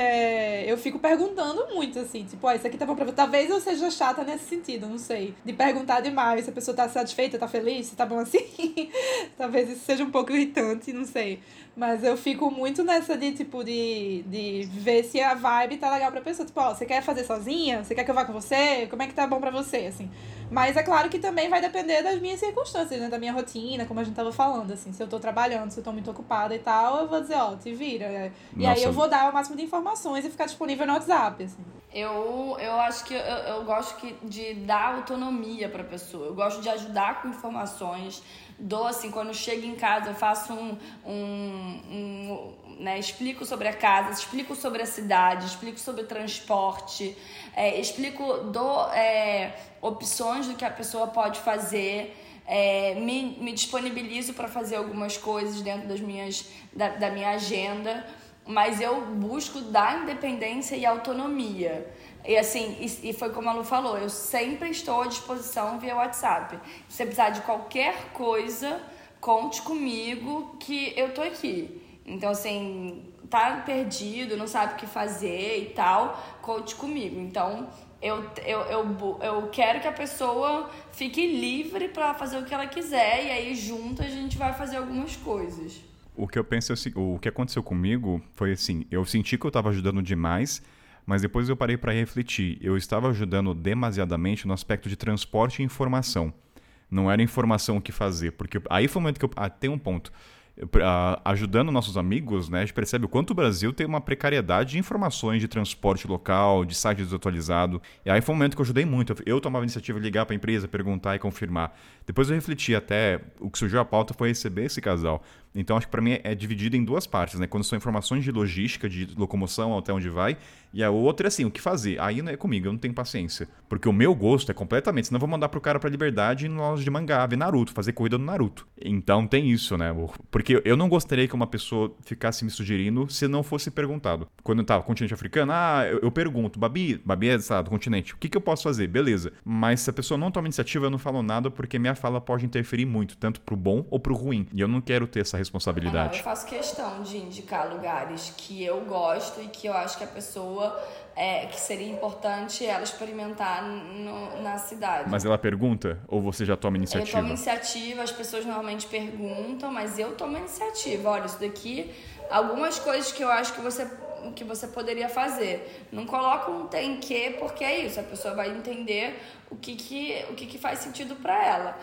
B: É, eu fico perguntando muito, assim, tipo, ó, isso aqui tá bom pra você. Talvez eu seja chata nesse sentido, não sei. De perguntar demais se a pessoa tá satisfeita, tá feliz, se tá bom assim. Talvez isso seja um pouco irritante, não sei. Mas eu fico muito nessa de, tipo, de, de ver se a vibe tá legal pra pessoa. Tipo, ó, você quer fazer sozinha? Você quer que eu vá com você? Como é que tá bom pra você, assim? Mas é claro que também vai depender das minhas circunstâncias, né? Da minha rotina, como a gente tava falando, assim. Se eu tô trabalhando, se eu tô muito ocupada e tal, eu vou dizer, ó, te vira. E
E: Nossa.
B: aí eu vou dar o máximo de informações e ficar disponível no WhatsApp, assim.
C: Eu, eu acho que eu, eu gosto que, de dar autonomia pra pessoa. Eu gosto de ajudar com informações. Dou, assim, quando eu chego em casa, eu faço um... um, um né, explico sobre a casa, explico sobre a cidade, explico sobre o transporte, é, explico, dou é, opções do que a pessoa pode fazer, é, me, me disponibilizo para fazer algumas coisas dentro das minhas, da, da minha agenda, mas eu busco dar independência e autonomia. E assim, e, e foi como a Lu falou, eu sempre estou à disposição via WhatsApp. Se você precisar de qualquer coisa, conte comigo que eu tô aqui. Então, assim, tá perdido, não sabe o que fazer e tal, conte comigo. Então, eu, eu, eu, eu quero que a pessoa fique livre pra fazer o que ela quiser e aí junto a gente vai fazer algumas coisas.
E: O que eu penso, é o que aconteceu comigo foi assim, eu senti que eu estava ajudando demais, mas depois eu parei para refletir. Eu estava ajudando demasiadamente no aspecto de transporte e informação. Não era informação o que fazer, porque aí foi o momento que eu... Ah, tem um ponto. Uh, ajudando nossos amigos, né, a gente percebe o quanto o Brasil tem uma precariedade de informações de transporte local, de site desatualizado. E aí foi um momento que eu ajudei muito. Eu tomava a iniciativa de ligar para a empresa, perguntar e confirmar. Depois eu refleti até, o que surgiu a pauta foi receber esse casal. Então acho que para mim é dividido em duas partes, né? Quando são informações de logística, de locomoção até onde vai, e a outra é assim, o que fazer. Aí não é comigo, eu não tenho paciência. Porque o meu gosto é completamente, senão eu vou mandar pro cara pra Liberdade no loja de mangá, ver Naruto, fazer corrida no Naruto. Então tem isso, né? Porque eu não gostaria que uma pessoa ficasse me sugerindo se não fosse perguntado. Quando eu tava no continente africano, ah, eu, eu pergunto, Babi, Babi é sabe, do continente, o que, que eu posso fazer? Beleza. Mas se a pessoa não toma iniciativa, eu não falo nada, porque minha fala pode interferir muito, tanto pro bom ou pro ruim. E eu não quero ter essa responsabilidade.
C: Ah, não, eu faço questão de indicar lugares que eu gosto e que eu acho que a pessoa, é, que seria importante ela experimentar no, na cidade.
E: Mas ela pergunta ou você já toma iniciativa?
C: Eu tomo iniciativa, as pessoas normalmente perguntam, mas eu tomo iniciativa. Olha, isso daqui, algumas coisas que eu acho que você, que você poderia fazer. Não coloca um tem que, porque é isso, a pessoa vai entender o que, que, o que, que faz sentido para ela.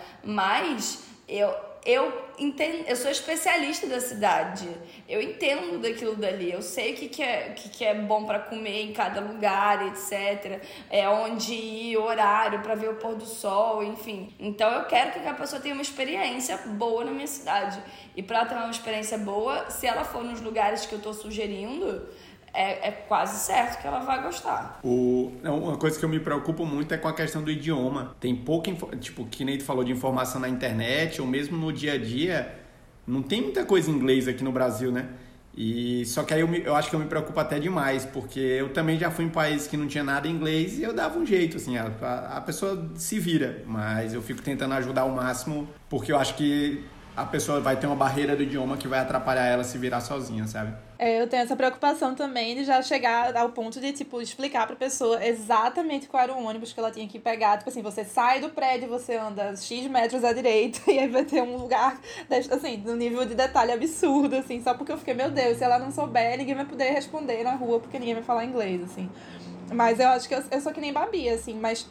C: Mas eu... Eu, entendo, eu sou especialista da cidade, eu entendo daquilo dali, eu sei o que, que, é, o que, que é bom para comer em cada lugar, etcétera. É onde ir, horário para ver o pôr do sol, enfim. Então eu quero que a pessoa tenha uma experiência boa na minha cidade. E para ter uma experiência boa, se ela for nos lugares que eu estou sugerindo, É, é quase certo que ela vai gostar.
D: O, uma coisa que eu me preocupo muito é com a questão do idioma. Tem pouca, tipo, que nem tu falou de informação na internet, ou mesmo no dia a dia, não tem muita coisa em inglês aqui no Brasil, né? E, só que aí eu, me, eu acho que eu me preocupo até demais, porque eu também já fui em países que não tinha nada em inglês e eu dava um jeito, assim, a, a pessoa se vira, mas eu fico tentando ajudar ao máximo, porque eu acho que a pessoa vai ter uma barreira do idioma que vai atrapalhar ela se virar sozinha, sabe?
B: É, eu tenho essa preocupação também de já chegar ao ponto de, tipo, explicar pra pessoa exatamente qual era o ônibus que ela tinha que pegar. Tipo assim, você sai do prédio, você anda X metros à direita e aí vai ter um lugar, assim, num nível de detalhe absurdo, assim, só porque eu fiquei, meu Deus, se ela não souber, ninguém vai poder responder na rua porque ninguém vai falar inglês, assim. Mas eu acho que eu, eu sou que nem Babi, assim, mas...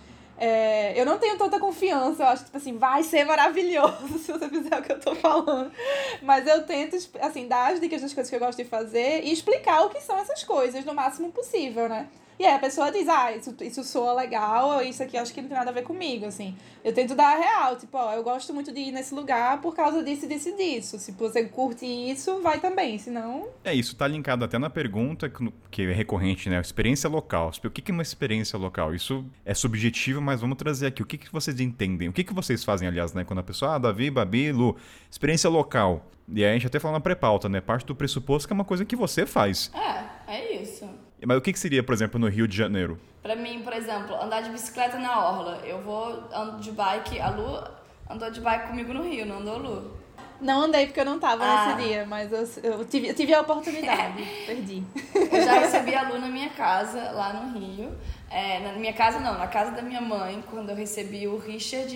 B: É, eu não tenho tanta confiança, eu acho, tipo assim, vai ser maravilhoso se você fizer o que eu tô falando. Mas eu tento, assim, dar as dicas das coisas que eu gosto de fazer e explicar o que são essas coisas no máximo possível, né? E aí a pessoa diz, ah, isso, isso soa legal, ou isso aqui acho que não tem nada a ver comigo, assim. Eu tento dar a real, tipo, ó, eu gosto muito de ir nesse lugar por causa disso, disso e disso. Se você curte isso, vai também, senão...
E: É, isso tá linkado até na pergunta que, que é recorrente, né? Experiência local. O que é uma experiência local? Isso é subjetivo, mas vamos trazer aqui. O que, que vocês entendem? O que, que vocês fazem, aliás, né? Quando a pessoa, ah, Davi, Babi, Lu, experiência local. E aí a gente até falou na pré-pauta, né? Parte do pressuposto que é uma coisa que você faz.
C: É, é isso.
E: Mas o que, que seria, por exemplo, no Rio de Janeiro?
C: Pra mim, por exemplo, andar de bicicleta na orla. Eu vou, ando de bike, a Lu andou de bike comigo no Rio, não andou, Lu?
B: Não andei porque eu não tava
C: Ah.
B: nesse dia, mas eu, eu, tive, eu tive a oportunidade, perdi.
C: Eu já recebi a Lu na minha casa, lá no Rio. É, na minha casa não, na casa da minha mãe, quando eu recebi o Richard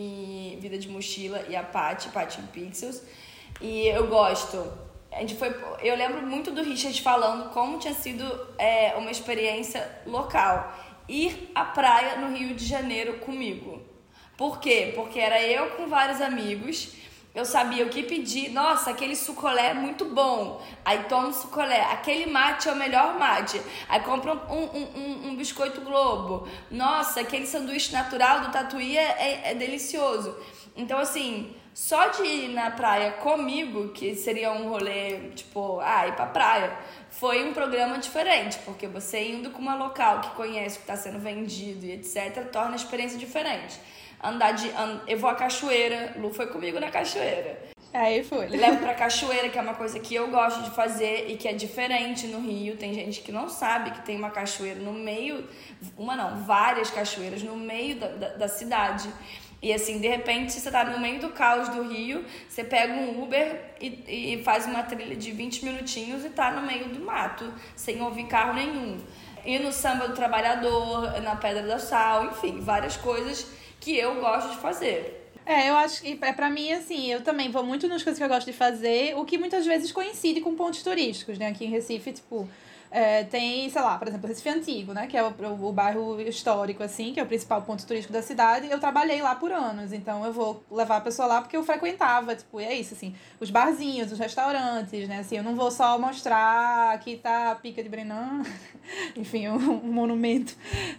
C: e Vida de Mochila e a Paty, Paty Pixels. E eu gosto... A gente foi, eu lembro muito do Richard falando como tinha sido é, uma experiência local. Ir à praia no Rio de Janeiro comigo. Por quê? Porque era eu com vários amigos, eu sabia o que pedir. Nossa, aquele sucolé é muito bom. Aí tomo sucolé. Aquele mate é o melhor mate. Aí compro um, um, um, um biscoito Globo. Nossa, aquele sanduíche natural do Tatuí é, é, é delicioso. Então, assim... Só de ir na praia comigo, que seria um rolê, tipo, ah, ir pra praia, foi um programa diferente, porque você indo com uma local que conhece o que está sendo vendido e etcétera, torna a experiência diferente. Andar de... And... Eu vou à cachoeira, Lu foi comigo na cachoeira.
B: Aí foi.
C: Levo pra cachoeira, que é uma coisa que eu gosto de fazer e que é diferente no Rio. Tem gente que não sabe que tem uma cachoeira no meio... Uma não, várias cachoeiras no meio da, da, da cidade. E assim, de repente, você tá no meio do caos do Rio, você pega um Uber e, e faz uma trilha de vinte minutinhos e tá no meio do mato, sem ouvir carro nenhum. E no Samba do Trabalhador, na Pedra do Sal, enfim, várias coisas que eu gosto de fazer.
B: É, eu acho que é pra mim, assim, eu também vou muito nas coisas que eu gosto de fazer, o que muitas vezes coincide com pontos turísticos, né? Aqui em Recife, tipo... É, tem, sei lá, por exemplo, Recife Antigo, né, que é o, o, o bairro histórico, assim, que é o principal ponto turístico da cidade. Eu trabalhei lá por anos, então eu vou levar a pessoa lá porque eu frequentava, tipo, e é isso, assim, os barzinhos, os restaurantes, né, assim, eu não vou só mostrar aqui tá a Pica de Brenan, enfim, um, um monumento,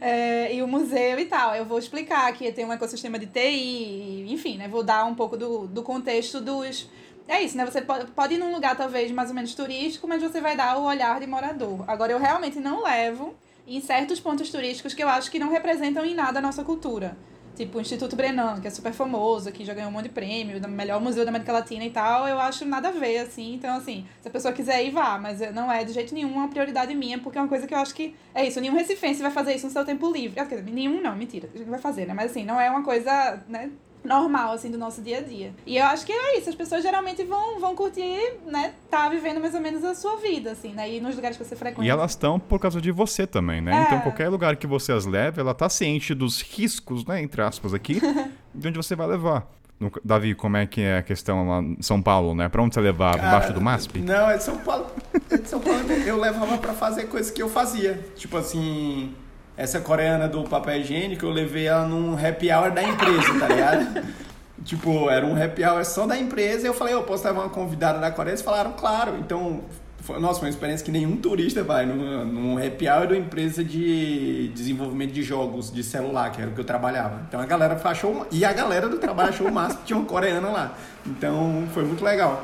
B: é, e o museu e tal. Eu vou explicar que tem um ecossistema de T I, enfim, né, vou dar um pouco do, do contexto dos... É isso, né? Você pode, pode ir num lugar talvez mais ou menos turístico, mas você vai dar o olhar de morador. Agora, eu realmente não levo em certos pontos turísticos que eu acho que não representam em nada a nossa cultura. Tipo o Instituto Brenan, que é super famoso, que já ganhou um monte de prêmio, o melhor museu da América Latina e tal. Eu acho nada a ver, assim. Então, assim, se a pessoa quiser ir, vá. Mas não é de jeito nenhum uma prioridade minha, porque é uma coisa que eu acho que... É isso, nenhum recifense vai fazer isso no seu tempo livre. Quer dizer, nenhum não, mentira. A gente vai fazer, né? Mas, assim, não é uma coisa, né... normal, assim, do nosso dia a dia. E eu acho que é isso, as pessoas geralmente vão, vão curtir, né, tá vivendo mais ou menos a sua vida, assim, né, e nos lugares que você frequenta.
E: E elas estão por causa de você também, né?
B: É.
E: Então, qualquer lugar que você as leve, ela tá ciente dos riscos, né, entre aspas aqui, de onde você vai levar. No, Davi, como é que é a questão lá em São Paulo, né? Pra onde você levar?
D: Cara,
E: Embaixo do M A S P?
D: Não, é de São Paulo. É de São Paulo. Eu levava pra fazer coisas que eu fazia. Tipo assim... Essa coreana do papel higiênico, eu levei ela num happy hour da empresa, tá ligado? Tipo, era um happy hour só da empresa e eu falei, eu posso levar uma convidada da Coreia? Eles falaram, claro. Então, foi, nossa, foi uma experiência que nenhum turista vai num, num happy hour de uma empresa de desenvolvimento de jogos de celular, que era o que eu trabalhava. Então a galera achou, e a galera do trabalho achou o máximo que tinha uma coreana lá. Então, foi muito legal.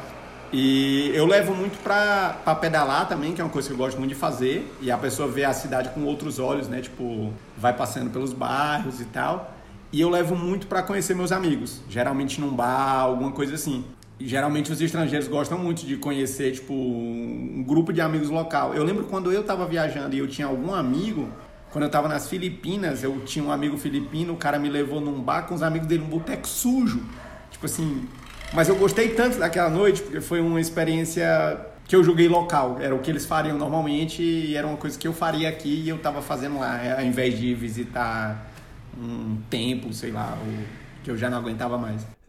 D: E eu levo muito pra, pra pedalar também, que é uma coisa que eu gosto muito de fazer. E a pessoa vê a cidade com outros olhos, né? Tipo, vai passando pelos bairros e tal. E eu levo muito pra conhecer meus amigos. Geralmente num bar, alguma coisa assim. E geralmente os estrangeiros gostam muito de conhecer, tipo, um grupo de amigos local. Eu lembro quando eu tava viajando e eu tinha algum amigo... Quando eu tava nas Filipinas, eu tinha um amigo filipino. O cara me levou num bar com os amigos dele, um boteco sujo. Tipo assim... Mas eu gostei tanto daquela noite, porque foi uma experiência que eu joguei local. Era o que eles fariam normalmente e era uma coisa que eu faria aqui e eu tava fazendo lá, ao invés de visitar um templo, sei lá, que eu já não aguentava mais.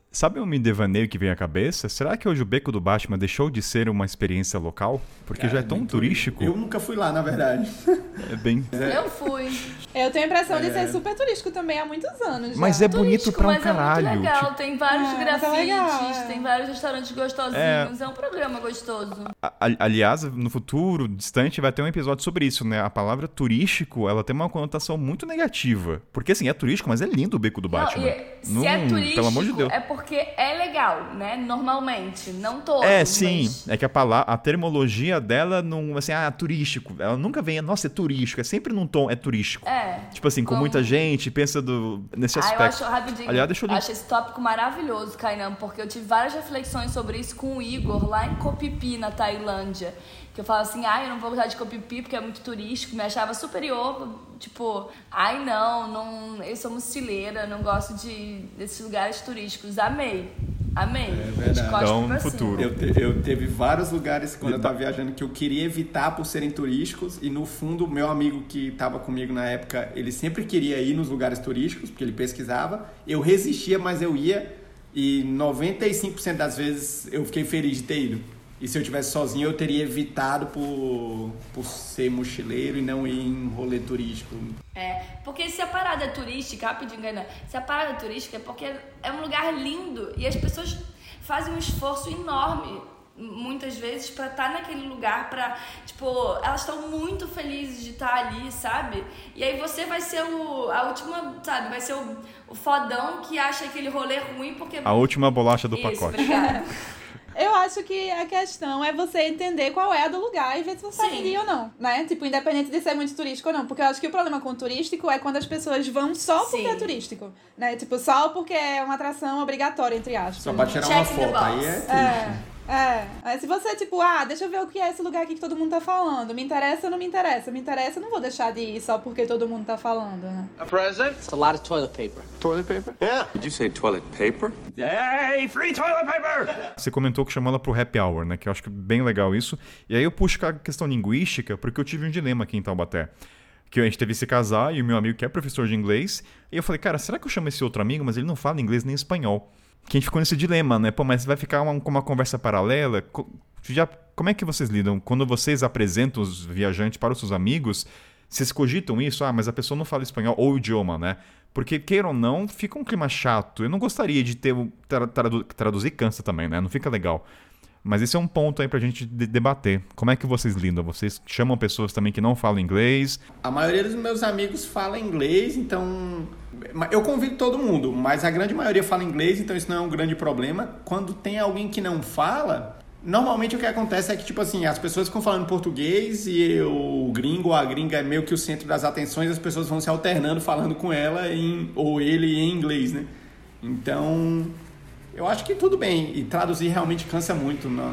E: Sabe um me devaneio que vem à cabeça? Será que hoje o Beco do Batman deixou de ser uma experiência local? Porque
D: Cara,
E: já é tão turístico.
D: Eu nunca fui lá, na verdade.
E: É bem...
C: Eu fui.
B: Eu tenho a impressão de
D: É.
B: ser super turístico também há muitos anos.
E: Mas
B: já.
E: é bonito
C: Turístico,
E: pra um
C: mas
E: caralho.
C: é muito legal.
E: Tipo,
C: Tem vários
B: É, mas é
C: grafites,
B: legal, é.
C: tem vários restaurantes gostosinhos. É... um programa gostoso.
E: a- aliás, no futuro distante vai ter um episódio sobre isso, né? A palavra turístico, ela tem uma conotação muito negativa. Porque assim, é turístico, mas é lindo o Beco do Batman.
C: Não, e, se
E: Não,
C: é turístico,
E: pelo amor de Deus.
C: é porque é legal, né? Normalmente, não todos.
E: É, sim.
C: mas-
E: É que a palavra, a termologia dela não, assim, ah, turístico. Ela nunca vem, nossa, é turístico. É sempre num tom, é turístico.
C: É.
E: Tipo assim, com
C: Como-
E: muita gente, pensa do, nesse
C: Ah, eu
E: aspecto.
C: acho, rapidinho,
E: Aliás, deixa eu
C: eu acho esse tópico maravilhoso, Kainan, porque eu tive várias reflexões sobre isso com o Igor, lá em Koh Phi Phi, na Tailândia. Que eu falo assim, ai, eu não vou gostar de Koh Phi Phi porque é muito turístico, me achava superior, tipo, ai não, não eu sou mochileira, não gosto de, desses lugares turísticos. Amei, amei.
D: É verdade.
C: De costas
E: Então,
C: pra
E: no
C: cima.
E: futuro.
D: Eu, te- eu teve vários lugares quando eu tava viajando que eu queria evitar por serem turísticos e no fundo o meu amigo que tava comigo na época, ele sempre queria ir nos lugares turísticos porque ele pesquisava, eu resistia, mas eu ia e noventa e cinco por cento das vezes eu fiquei feliz de ter ido. E se eu tivesse sozinho eu teria evitado por, por ser mochileiro e não ir em rolê turístico.
C: É, porque se a parada é turística, rapidinho, Kainan, se a parada é turística é porque é um lugar lindo e as pessoas fazem um esforço enorme muitas vezes pra estar naquele lugar, pra, tipo, elas estão muito felizes de estar ali, sabe? E aí você vai ser o, a última, sabe, vai ser o, o fodão que acha aquele rolê ruim porque...
E: A última bolacha do
C: Isso,
E: pacote.
C: obrigada.
B: Eu acho que a questão é você entender qual é a do lugar e ver se você
C: Sim.
B: vai ir ou não, né? Tipo, independente de ser muito turístico ou não. Porque eu acho que o problema com o turístico é quando as pessoas vão só porque
C: Sim.
B: é turístico, né? Tipo, só porque é uma atração obrigatória, entre aspas.
D: Só pra tirar
C: Check
D: uma
C: the
D: foto,
C: box.
D: aí é triste.
B: É, é. Aí se você, tipo, ah, deixa eu ver o que é esse lugar aqui que todo mundo tá falando. Me interessa ou não me interessa? Me interessa, eu não vou deixar de ir só porque todo mundo tá falando, né?
G: A present?
F: It's a lot of toilet paper.
G: Toilet paper? Yeah.
F: Did you say toilet paper?
G: Hey, free toilet paper!
E: Você comentou que chamou ela pro happy hour, né? Que eu acho que é bem legal isso. E aí eu puxo a questão linguística, porque eu tive um dilema aqui em Taubaté. Que a gente teve esse casar e o meu amigo que é professor de inglês. E eu falei, cara, será que eu chamo esse outro amigo, mas ele não fala inglês nem espanhol? Que a gente ficou nesse dilema, né? Pô, mas vai ficar uma, com uma conversa paralela? Co- Já, como é que vocês lidam? Quando vocês apresentam os viajantes para os seus amigos, vocês cogitam isso? Ah, mas a pessoa não fala espanhol ou o idioma, né? Porque, queira ou não, fica um clima chato. Eu não gostaria de ter... o- Tra, tradu- traduzir cansa também, né? Não fica legal. Mas esse é um ponto aí pra gente de- debater. Como é que vocês lidam? Vocês chamam pessoas também que não falam inglês?
D: A maioria dos meus amigos fala inglês, então... Eu convido todo mundo, mas a grande maioria fala inglês, então isso não é um grande problema. Quando tem alguém que não fala, normalmente o que acontece é que, tipo assim, as pessoas ficam falando português e o gringo ou a gringa é meio que o centro das atenções, as pessoas vão se alternando falando com ela em, ou ele em inglês, né? Então... Eu acho que tudo bem, e traduzir realmente cansa muito. Não?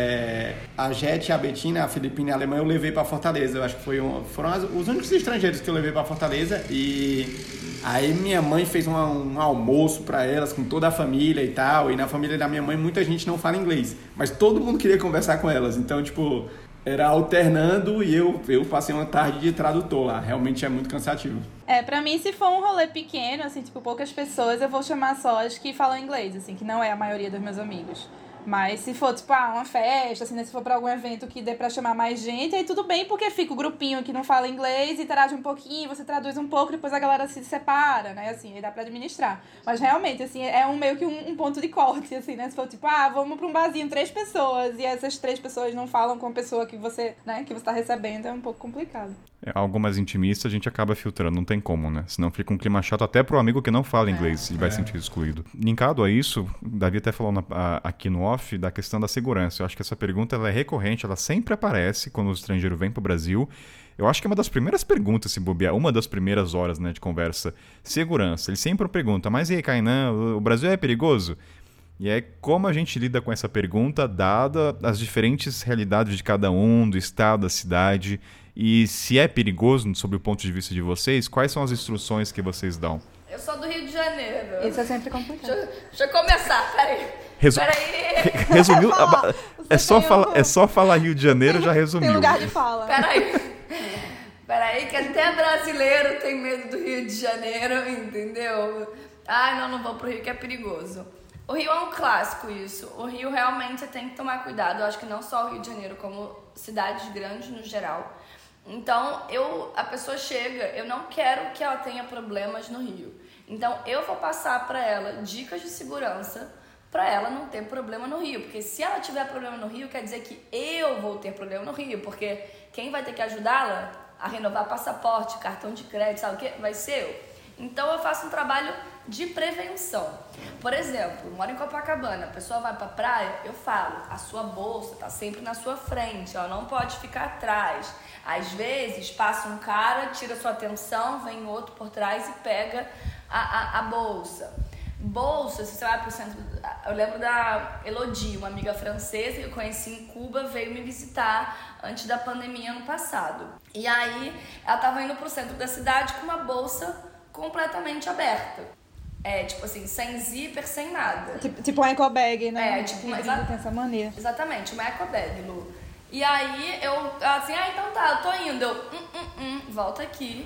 D: É, a Jet, a Betina, a Filipina e a Alemanha eu levei para Fortaleza. Eu acho que foi um, foram as, os únicos estrangeiros que eu levei para Fortaleza. E aí minha mãe fez um, um almoço para elas com toda a família e tal. E na família da minha mãe muita gente não fala inglês, mas todo mundo queria conversar com elas. Então, tipo, era alternando e eu, eu passei uma tarde de tradutor lá. Realmente é muito cansativo.
B: É, pra mim, se for um rolê pequeno, assim, tipo, poucas pessoas, eu vou chamar só as que falam inglês, assim, que não é a maioria dos meus amigos. Mas se for, tipo, ah, uma festa, assim, né, se for pra algum evento que dê pra chamar mais gente, aí tudo bem, porque fica o grupinho que não fala inglês, interage um pouquinho, você traduz um pouco, depois a galera se separa, né, assim, aí dá pra administrar. Mas realmente, assim, é um meio que um, um ponto de corte, assim, né, se for tipo, ah, vamos pra um barzinho, três pessoas, e essas três pessoas não falam com a pessoa que você, né, que você tá recebendo, é um pouco complicado.
E: É, algo mais intimista a gente acaba filtrando, não tem como, né? Senão fica um clima chato até pro amigo que não fala inglês, ele vai se sentir excluído. Linkado a isso, o Davi até falou na, a, aqui no off da questão da segurança. Eu acho que essa pergunta ela é recorrente, ela sempre aparece quando o estrangeiro vem pro Brasil. Eu acho que é uma das primeiras perguntas, se bobear, uma das primeiras horas, né, de conversa. Segurança. Ele sempre pergunta, mas e aí, Kainan, o Brasil é perigoso? E é como a gente lida com essa pergunta, dada as diferentes realidades de cada um, do estado, da cidade, e se é perigoso, sob o ponto de vista de vocês, quais são as instruções que vocês dão?
C: Eu sou do Rio de Janeiro.
B: Isso é sempre complicado.
C: Deixa, eu- deixa eu começar, peraí.
E: Resu-
C: Peraí.
E: Resumiu?
B: falar.
E: É só,
B: Você
E: fala,
B: tem um-
E: é só falar Rio de Janeiro, já resumiu.
B: Tem lugar de fala.
C: Peraí. Peraí, que até brasileiro tem medo do Rio de Janeiro, entendeu? Ai, não, não vou pro Rio que é perigoso. O Rio é um clássico isso. O Rio realmente você tem que tomar cuidado. Eu acho que não só o Rio de Janeiro, como cidades grandes no geral. Então, eu, a pessoa chega, eu não quero que ela tenha problemas no Rio. Então, eu vou passar para ela dicas de segurança para ela não ter problema no Rio. Porque se ela tiver problema no Rio, quer dizer que eu vou ter problema no Rio. Porque quem vai ter que ajudá-la a renovar passaporte, cartão de crédito, sabe o quê? Vai ser eu. Então, eu faço um trabalho de prevenção. Por exemplo, eu moro em Copacabana, a pessoa vai pra praia, eu falo, a sua bolsa tá sempre na sua frente, ela não pode ficar atrás. Às vezes, passa um cara, tira sua atenção, vem outro por trás e pega a, a, a bolsa. Bolsa, se você vai pro centro... Eu lembro da Elodie, uma amiga francesa que eu conheci em Cuba, veio me visitar antes da pandemia ano passado. E aí, ela tava indo pro centro da cidade com uma bolsa completamente aberta. É, tipo assim, sem zíper, sem nada.
B: Tipo, tipo uma eco bag, né?
C: É, tipo uma...
B: Exa- tem essa mania.
C: Exatamente, uma eco bag, Lu. E aí, eu, assim, ah, então tá, eu tô indo. Eu, hum, hum, hum, volta aqui.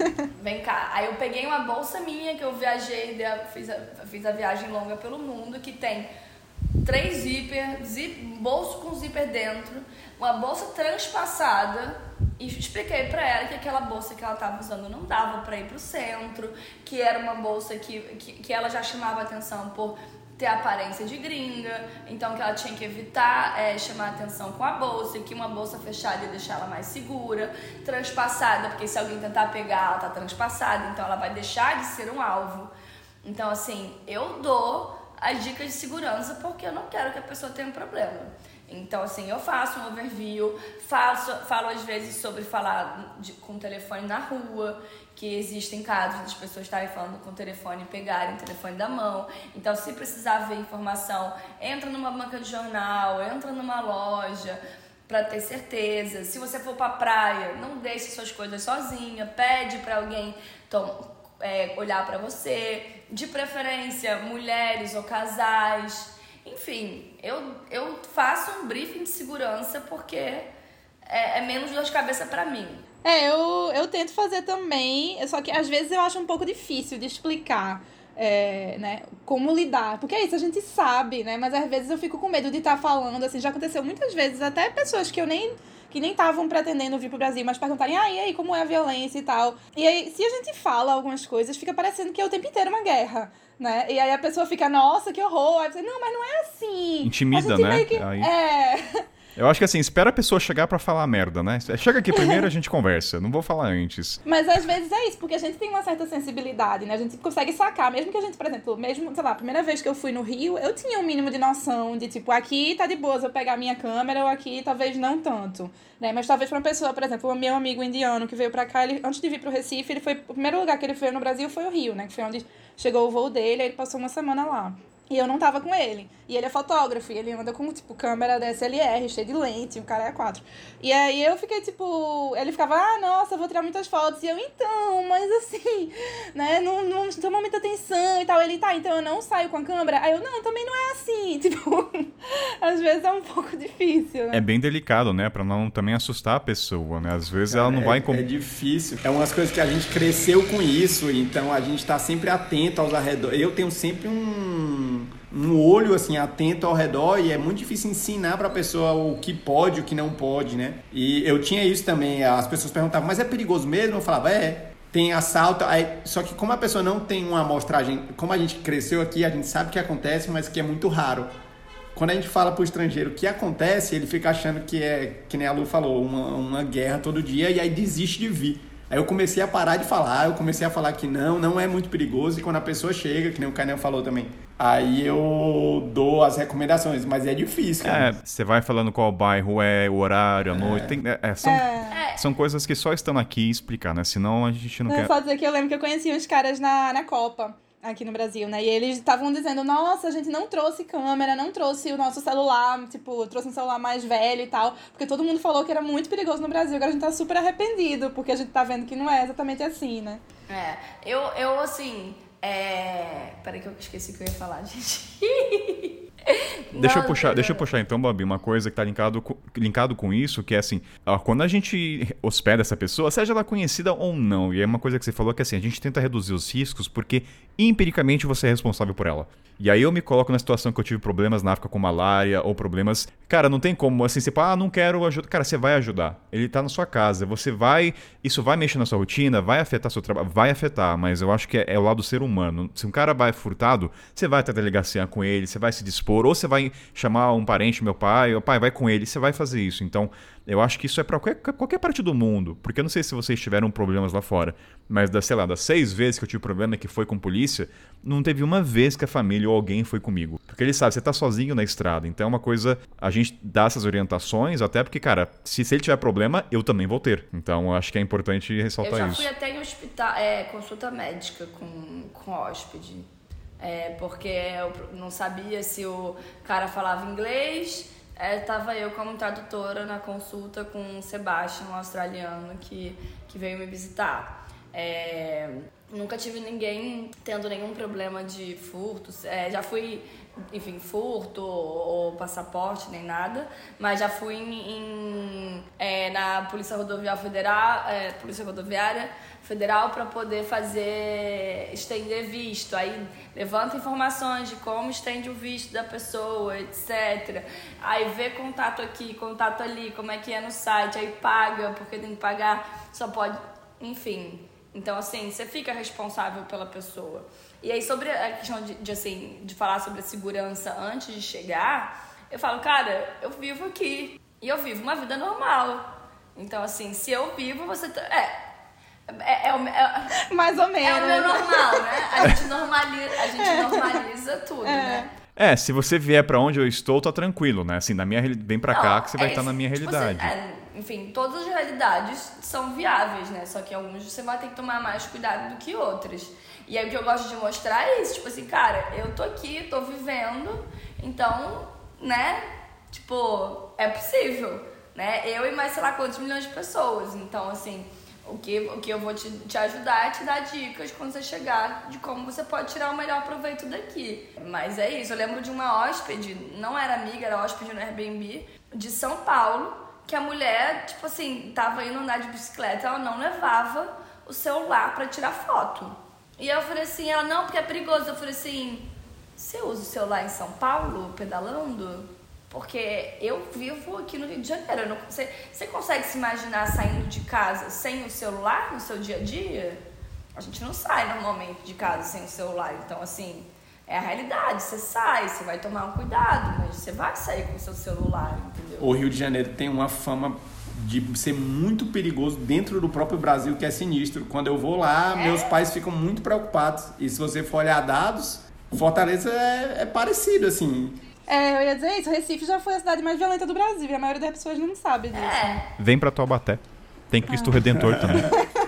C: Vem cá. Aí eu peguei uma bolsa minha, que eu viajei, fiz a, fiz a viagem longa pelo mundo, que tem três zíper, zip, bolso com zíper dentro, uma bolsa transpassada. E expliquei pra ela que aquela bolsa que ela tava usando não dava pra ir pro centro, que era uma bolsa que, que, que ela já chamava atenção por ter aparência de gringa, então que ela tinha que evitar é, chamar atenção com a bolsa, e que uma bolsa fechada ia deixar ela mais segura, transpassada, porque se alguém tentar pegar, ela tá transpassada, então ela vai deixar de ser um alvo. Então, assim, eu dou as dicas de segurança porque eu não quero que a pessoa tenha um problema. Então, assim, eu faço um overview, faço, falo às vezes sobre falar de, com o telefone na rua, que existem casos das pessoas estarem falando com o telefone e pegarem o telefone da mão. Então, se precisar ver informação, entra numa banca de jornal, entra numa loja para ter certeza. Se você for pra praia, não deixe suas coisas sozinha, pede para alguém tom, é, olhar para você. De preferência, mulheres ou casais. Enfim, eu, eu faço um briefing de segurança porque é, é menos dor de cabeça pra mim.
B: É, eu, eu tento fazer também, só que às vezes eu acho um pouco difícil de explicar, é, né, como lidar. Porque é isso, a gente sabe, né, mas às vezes eu fico com medo de estar falando, assim, já aconteceu muitas vezes, até pessoas que eu nem... que nem estavam pretendendo vir pro Brasil, mas perguntarem, ah, e aí, como é a violência e tal. E aí, se a gente fala algumas coisas, fica parecendo que é o tempo inteiro uma guerra, né? E aí a pessoa fica, nossa, que horror. Aí você, não, mas não é assim.
E: Intimida, né?
B: Que...
E: Aí...
B: É...
E: Eu acho que assim, espera a pessoa chegar pra falar merda, né? Chega aqui primeiro, a gente conversa. Não vou falar antes.
B: Mas às vezes é isso, porque a gente tem uma certa sensibilidade, né? A gente consegue sacar, mesmo que a gente, por exemplo, mesmo, sei lá, a primeira vez que eu fui no Rio, eu tinha um mínimo de noção de, tipo, aqui tá de boa se eu pegar a minha câmera, ou aqui talvez não tanto, né? Mas talvez pra uma pessoa, por exemplo, o meu amigo indiano que veio pra cá, ele, antes de vir pro Recife, ele foi, o primeiro lugar que ele foi no Brasil foi o Rio, né? Que foi onde chegou o voo dele, aí ele passou uma semana lá. E eu não tava com ele. E ele é fotógrafo, e ele anda com, tipo, câmera D S L R, cheia de lente, o cara é quatro. E aí eu fiquei, tipo... Ele ficava, ah, nossa, eu vou tirar muitas fotos. E eu, então, mas assim, né, não, não chama muita atenção e tal. Ele, tá, então eu não saio com a câmera? Aí eu, não, também não é assim. Tipo, às vezes é um pouco difícil, né?
E: É bem delicado, né? Pra não também assustar a pessoa, né? Às vezes
D: Cara,
E: ela não
D: é,
E: vai...
D: É difícil. É umas coisas que a gente cresceu com isso, então a gente tá sempre atento aos arredores. Eu tenho sempre um... um olho, assim, atento ao redor, e é muito difícil ensinar pra pessoa o que pode, o que não pode, né? E eu tinha isso também, as pessoas perguntavam, mas é perigoso mesmo? Eu falava, é, tem assalto, aí, só que como a pessoa não tem uma amostragem, como a gente cresceu aqui, a gente sabe que acontece, mas que é muito raro. Quando a gente fala pro estrangeiro o que acontece, ele fica achando que é, que nem a Lu falou, uma, uma guerra todo dia, e aí desiste de vir. Aí eu comecei a parar de falar, eu comecei a falar que não, não é muito perigoso, e quando a pessoa chega, que nem o Kainan falou também, aí eu dou as recomendações, mas é difícil.
E: É, você vai falando qual bairro é, o horário, a noite, tem, é, é, são,
B: É.
E: são coisas que só estão aqui explicar, né? Senão a gente não
B: Não,
E: quer...
B: só dizer que eu lembro que eu conheci uns caras na, na Copa, aqui no Brasil, né? E eles estavam dizendo, nossa, a gente não trouxe câmera, não trouxe o nosso celular, tipo, trouxe um celular mais velho e tal, porque todo mundo falou que era muito perigoso no Brasil, agora a gente tá super arrependido, porque a gente tá vendo que não é exatamente assim, né?
C: É, eu, eu assim, é... Peraí que eu esqueci o que eu ia falar, gente.
E: Deixa eu,
C: Não,
E: puxar,
C: não.
E: deixa eu puxar então, Babi, uma coisa que tá linkado com, linkado com isso, que é assim, ó, quando a gente hospeda essa pessoa, seja ela conhecida ou não, e é uma coisa que você falou que assim, a gente tenta reduzir os riscos porque empiricamente você é responsável por ela. E aí eu me coloco na situação que eu tive problemas na África com malária ou problemas... Cara, não tem como, assim, você fala, ah, não quero ajudar. Cara, você vai ajudar. Ele tá na sua casa, você vai... Isso vai mexer na sua rotina, vai afetar seu trabalho, vai afetar, mas eu acho que é, é o lado do ser humano. Se um cara vai furtado, você vai até a delegacia com ele, você vai se dispor, ou você vai chamar um parente, meu pai, o pai, vai com ele, você vai fazer isso. Então, eu acho que isso é pra qualquer, qualquer parte do mundo, porque eu não sei se vocês tiveram problemas lá fora, mas, das, sei lá, das seis vezes que eu tive problema que foi com polícia, não teve uma vez que a família ou alguém foi comigo. Porque ele sabe, você tá sozinho na estrada, então é uma coisa, a gente dá essas orientações, até porque, cara, se, se ele tiver problema, eu também vou ter. Então, eu acho que é importante ressaltar isso.
C: Eu já fui até em hospital, é, consulta médica com, com hóspede, é, porque eu não sabia se o cara falava inglês, é, tava eu como tradutora na consulta com o Sebastian, um australiano que, que veio me visitar. É, nunca tive ninguém tendo nenhum problema de furtos, é, já fui, enfim, furto ou passaporte, nem nada, mas já fui em, em, é, na Polícia Rodoviária Federal, é, Polícia Rodoviária Federal para poder fazer, estender visto, aí levanta informações de como estende o visto da pessoa, etcétera. Aí vê contato aqui, contato ali, como é que é no site, aí paga, porque tem que pagar, só pode, enfim... Então, assim, você fica responsável pela pessoa. E aí, sobre a questão de, de, assim, de falar sobre a segurança antes de chegar, eu falo, cara, eu vivo aqui. E eu vivo uma vida normal. Então, assim, se eu vivo, você... Tá, é, é, é, é,
B: mais ou menos.
C: É o meu normal, né? A gente normaliza, a gente normaliza tudo,
B: é.
C: né?
E: É, se você vier pra onde eu estou, tá tranquilo, né? Assim, na minha, vem pra
C: Não,
E: cá que você vai
C: é
E: estar na minha
C: tipo
E: realidade.
C: Assim, é, enfim, todas as realidades são viáveis, né? Só que alguns você vai ter que tomar mais cuidado do que outras. E aí o que eu gosto de mostrar é isso, tipo assim, cara, eu tô aqui, tô vivendo, então, né? Tipo, é possível, né? Eu e mais sei lá quantos milhões de pessoas. Então, assim, o que, o que eu vou te, te ajudar é te dar dicas quando você chegar de como você pode tirar o melhor proveito daqui. Mas é isso, eu lembro de uma hóspede, não era amiga, era hóspede no Airbnb, de São Paulo, que a mulher, tipo assim, tava indo andar de bicicleta, ela não levava o celular pra tirar foto. E eu falei assim, ela, não, porque é perigoso. Eu falei assim, você usa o celular em São Paulo, pedalando? Porque eu vivo aqui no Rio de Janeiro. Eu não, você, você consegue se imaginar saindo de casa sem o celular no seu dia a dia? A gente não sai normalmente de casa sem o celular. Então, assim, é a realidade. Você sai, você vai tomar um cuidado, mas você vai sair com o seu celular, entendeu?
D: O Rio de Janeiro tem uma fama de ser muito perigoso dentro do próprio Brasil, que é sinistro. Quando eu vou lá, é? meus pais ficam muito preocupados. E se você for olhar dados, Fortaleza é, é parecido, assim...
B: É, eu ia dizer isso, Recife já foi a cidade mais violenta do Brasil e a maioria das pessoas não sabe disso.
C: É.
E: Vem pra Taubaté. Tem Cristo ah. Redentor também.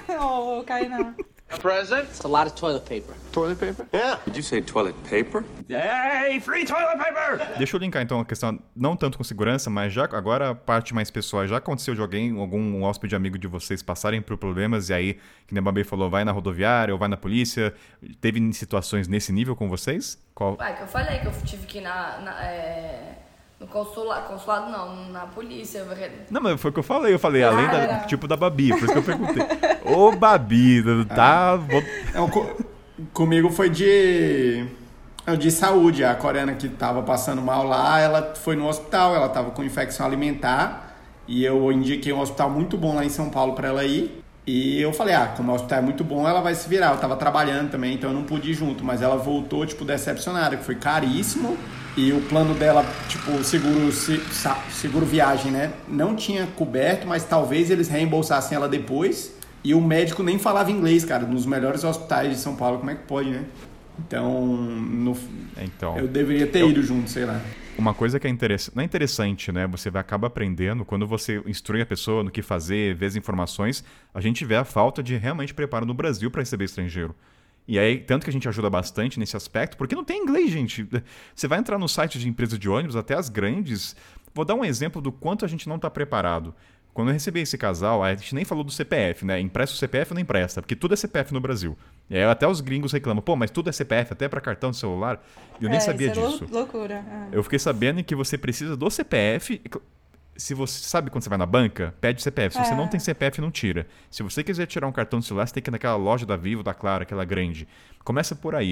B: Oh, Kainan.
F: Present?
H: It's a lot of toilet paper.
F: Toilet paper? Yeah. Did you say toilet paper?
G: Hey, free toilet paper!
E: Deixa eu linkar então a questão, não tanto com segurança, mas já agora a parte mais pessoal. Já aconteceu de alguém, algum hóspede amigo de vocês passarem por problemas e aí, que nem a Babi falou, vai na rodoviária ou vai na polícia? Teve situações nesse nível com vocês? Qual?
C: Ué, que eu falei que eu tive que ir na... na é... No consulado, consulado não, na polícia.
E: Não, mas foi o que eu falei. Eu falei, além da, tipo da Babi, por isso que eu perguntei. Ô, Babi, tá... Vou...
D: Não, co- comigo foi de... de saúde. A coreana que tava passando mal lá, ela foi no hospital, ela tava com infecção alimentar e eu indiquei um hospital muito bom lá em São Paulo pra ela ir. E eu falei, ah, como o hospital é muito bom, ela vai se virar. Eu tava trabalhando também, então eu não pude ir junto. Mas ela voltou, tipo, decepcionada, que foi caríssimo. E o plano dela, tipo, seguro, seguro viagem, né? Não tinha coberto, mas talvez eles reembolsassem ela depois. E o médico nem falava inglês, cara, nos melhores hospitais de São Paulo. Como é que pode, né? Então, no...
E: então
D: eu deveria ter eu... ido junto, sei lá.
E: Uma coisa que é interessante, não é interessante, né? Você vai acaba aprendendo, quando você instrui a pessoa no que fazer, vê as informações, a gente vê a falta de realmente preparo no Brasil para receber estrangeiro. E aí, tanto que a gente ajuda bastante nesse aspecto, porque não tem inglês, gente. Você vai entrar no site de empresas de ônibus, até as grandes. Vou dar um exemplo do quanto a gente não está preparado. Quando eu recebi esse casal, a gente nem falou do C P F, né? Empresta o C P F ou não empresta? Porque tudo é C P F no Brasil. E aí até os gringos reclamam, pô, mas tudo é C P F, até para cartão de celular. E eu nem
B: é,
E: sabia
B: isso é
E: disso.
B: Loucura. É.
E: Eu fiquei sabendo que você precisa do C P F. Se você sabe quando você vai na banca, pede C P F. Se é. você não tem C P F, não tira. Se você quiser tirar um cartão de celular, você tem que ir naquela loja da Vivo, da Claro, aquela grande. Começa por aí.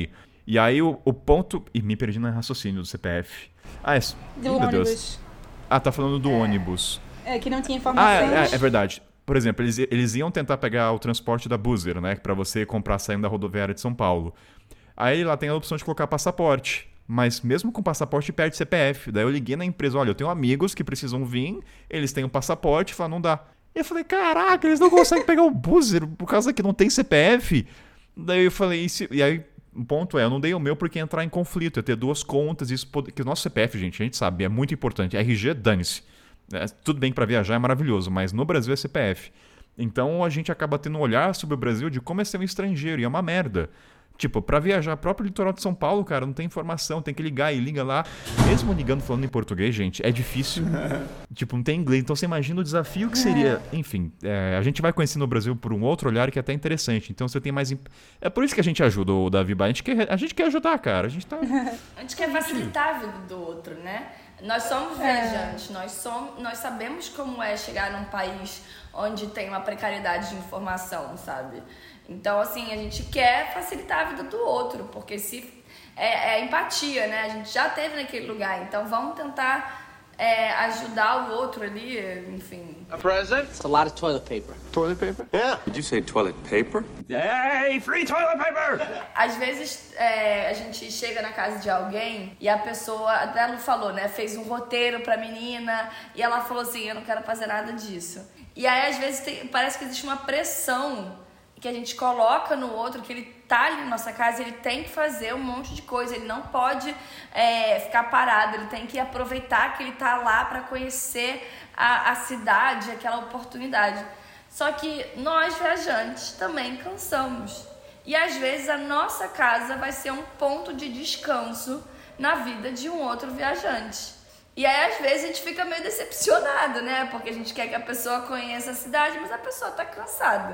E: E aí o, o ponto... Ih, me perdi no raciocínio do C P F. Ah, é...
B: Do
E: Ih, meu Deus.
B: ônibus.
E: Ah, tá falando do ônibus.
B: É, que não tinha
E: Ah,
B: informações.
E: é, é verdade. Por exemplo, eles, eles iam tentar pegar o transporte da Buzzer, né? Pra você comprar saindo da rodoviária de São Paulo. Aí lá tem a opção de colocar passaporte. Mas mesmo com passaporte, perde C P F. Daí eu liguei na empresa, olha, eu tenho amigos que precisam vir, eles têm um passaporte, falaram, não dá. E eu falei, caraca, eles não conseguem pegar o Buzzer por causa que não tem C P F. Daí eu falei, e, se... e aí o ponto é, eu não dei o meu porque ia entrar em conflito, ia ter duas contas, isso pode... que o nosso C P F, gente, a gente sabe, é muito importante. R G, dane-se. É, tudo bem que para viajar é maravilhoso, mas no Brasil é C P F. Então a gente acaba tendo um olhar sobre o Brasil de como é ser um estrangeiro, e é uma merda. Tipo, pra viajar próprio litoral de São Paulo, cara, não tem informação, tem que ligar e liga lá. Mesmo ligando falando em português, gente, é difícil. Tipo, não tem inglês. Então você imagina o desafio que seria. Enfim, é, a gente vai conhecendo o Brasil por um outro olhar que é até interessante. Então você tem mais. Imp... É por isso que a gente ajuda o Davi Ba. A gente quer, a gente quer ajudar, cara. A gente tá.
C: A gente quer facilitar a vida do outro, né? Nós somos viajantes, é. nós, somos, nós sabemos como é chegar num país onde tem uma precariedade de informação, sabe? Então, assim, a gente quer facilitar a vida do outro, porque se é, é empatia, né? A gente já esteve naquele lugar, então vamos tentar é, ajudar o outro ali, enfim.
F: A present?
H: It's a lot of toilet paper.
F: Toilet paper? Yeah. Did you say toilet paper?
G: Hey, free toilet paper!
C: Às vezes é, a gente chega na casa de alguém e a pessoa, até ela falou, né? Fez um roteiro pra menina e ela falou assim, eu não quero fazer nada disso. E aí, às vezes, tem, parece que existe uma pressão que a gente coloca no outro, que ele tá ali na nossa casa, ele tem que fazer um monte de coisa, ele não pode é, ficar parado, ele tem que aproveitar que ele tá lá para conhecer a, a cidade, aquela oportunidade. Só que nós, viajantes, também cansamos. E às vezes a nossa casa vai ser um ponto de descanso na vida de um outro viajante. E aí, às vezes, a gente fica meio decepcionado, né? Porque a gente quer que a pessoa conheça a cidade, mas a pessoa tá cansada.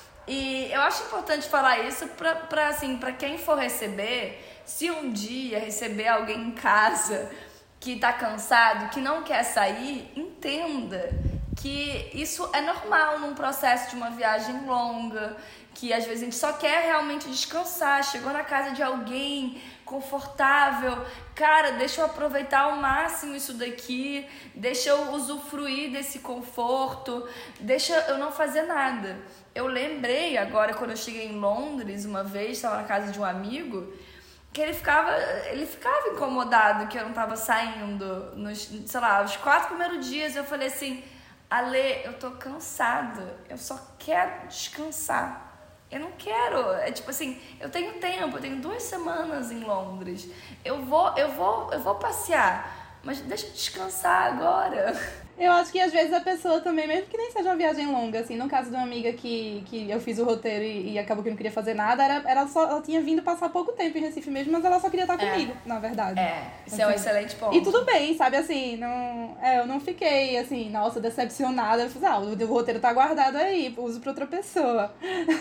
C: E eu acho importante falar isso pra, pra, assim, pra quem for receber, se um dia receber alguém em casa que tá cansado, que não quer sair, entenda que isso é normal num processo de uma viagem longa, que às vezes a gente só quer realmente descansar, chegou na casa de alguém confortável, cara, deixa eu aproveitar ao máximo isso daqui, deixa eu usufruir desse conforto, deixa eu não fazer nada. Eu lembrei agora, quando eu cheguei em Londres uma vez, estava na casa de um amigo, que ele ficava, ele ficava incomodado que eu não estava saindo, nos, sei lá, os quatro primeiros dias eu falei assim, Ale, eu tô cansada, eu só quero descansar. Eu não quero, é tipo assim, eu tenho tempo, eu tenho duas semanas em Londres, eu vou, eu vou, eu vou passear, mas deixa eu descansar agora.
B: Eu acho que às vezes a pessoa também, mesmo que nem seja uma viagem longa, assim, no caso de uma amiga que, que eu fiz o roteiro e, e acabou que não queria fazer nada, era, era só, ela tinha vindo passar pouco tempo em Recife mesmo, mas ela só queria estar comigo, é. na verdade.
C: É, isso
B: assim,
C: é um excelente ponto.
B: E tudo bem, sabe, assim, não, é, eu não fiquei, assim, nossa, decepcionada, eu fiz, ah, o, o roteiro tá guardado aí, uso pra outra pessoa.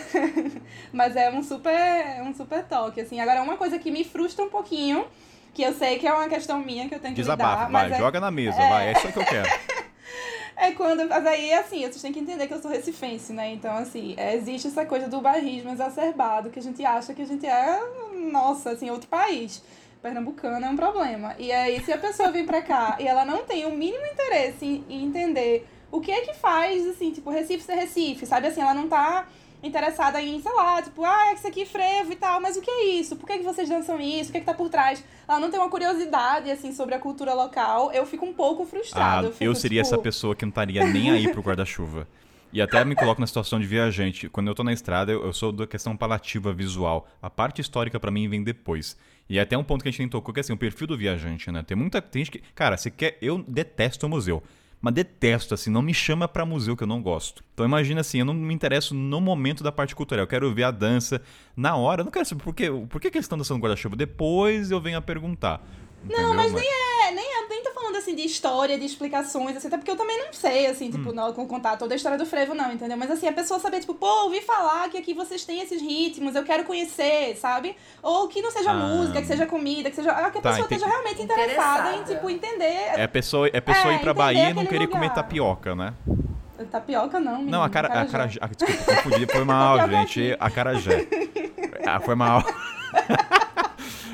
B: Mas é um super, um super toque, assim. Agora, uma coisa que me frustra um pouquinho, que eu sei que é uma questão minha, que eu tenho que
E: Desabafa,
B: lidar,
E: vai,
B: mas
E: joga
B: é,
E: na mesa,
B: é...
E: vai, é isso que eu quero.
B: É quando, mas aí, assim, vocês têm que entender que eu sou recifense, né? Então, assim, é, existe essa coisa do bairrismo exacerbado, que a gente acha que a gente é, nossa, assim, outro país. Pernambucano é um problema. E aí, se a pessoa vem pra cá e ela não tem o mínimo interesse em, em entender o que é que faz, assim, tipo, Recife ser Recife, sabe? Assim, ela não tá interessada em, sei lá, tipo, ah, isso aqui frevo e tal, mas o que é isso? Por que, que vocês dançam isso? O que é que tá por trás? Ela não tem uma curiosidade, assim, sobre a cultura local, eu fico um pouco frustrada.
E: Ah,
B: eu, fico,
E: eu seria
B: tipo...
E: essa pessoa que não estaria nem aí pro guarda-chuva. E até me coloco na situação de viajante. Quando eu tô na estrada, eu, eu sou da questão palativa visual. A parte histórica pra mim vem depois. E é até um ponto que a gente nem tocou, que é assim, o perfil do viajante, né? Tem muita tem gente que... Cara, você quer... Eu detesto o museu. Mas detesto, assim, não me chama pra museu que eu não gosto. Então imagina assim, eu não me interesso no momento da parte cultural. Eu quero ver a dança na hora. Eu não quero saber por, quê, por que, que eles estão dançando guarda-chuva. Depois eu venho a perguntar.
B: Não, mas, mas nem é, nem é, nem tô falando assim de história, de explicações, assim, até porque eu também não sei, assim, tipo, hum. não, com contar toda a história do frevo, não, entendeu? Mas assim, a pessoa saber, tipo, pô, ouvi falar que aqui vocês têm esses ritmos, eu quero conhecer, sabe? Ou que não seja ah. música, que seja comida, que seja. Que a
E: tá,
B: pessoa
E: entendi.
B: esteja realmente interessada em, tipo, entender.
E: É a pessoa, é a pessoa
B: é,
E: ir pra Bahia e não querer
B: lugar.
E: comer tapioca, né?
B: Tapioca não, menino.
E: Não, a cara, acarajé. Ah, desculpa, confundi, foi mal, gente. Acarajé. Ah, foi mal.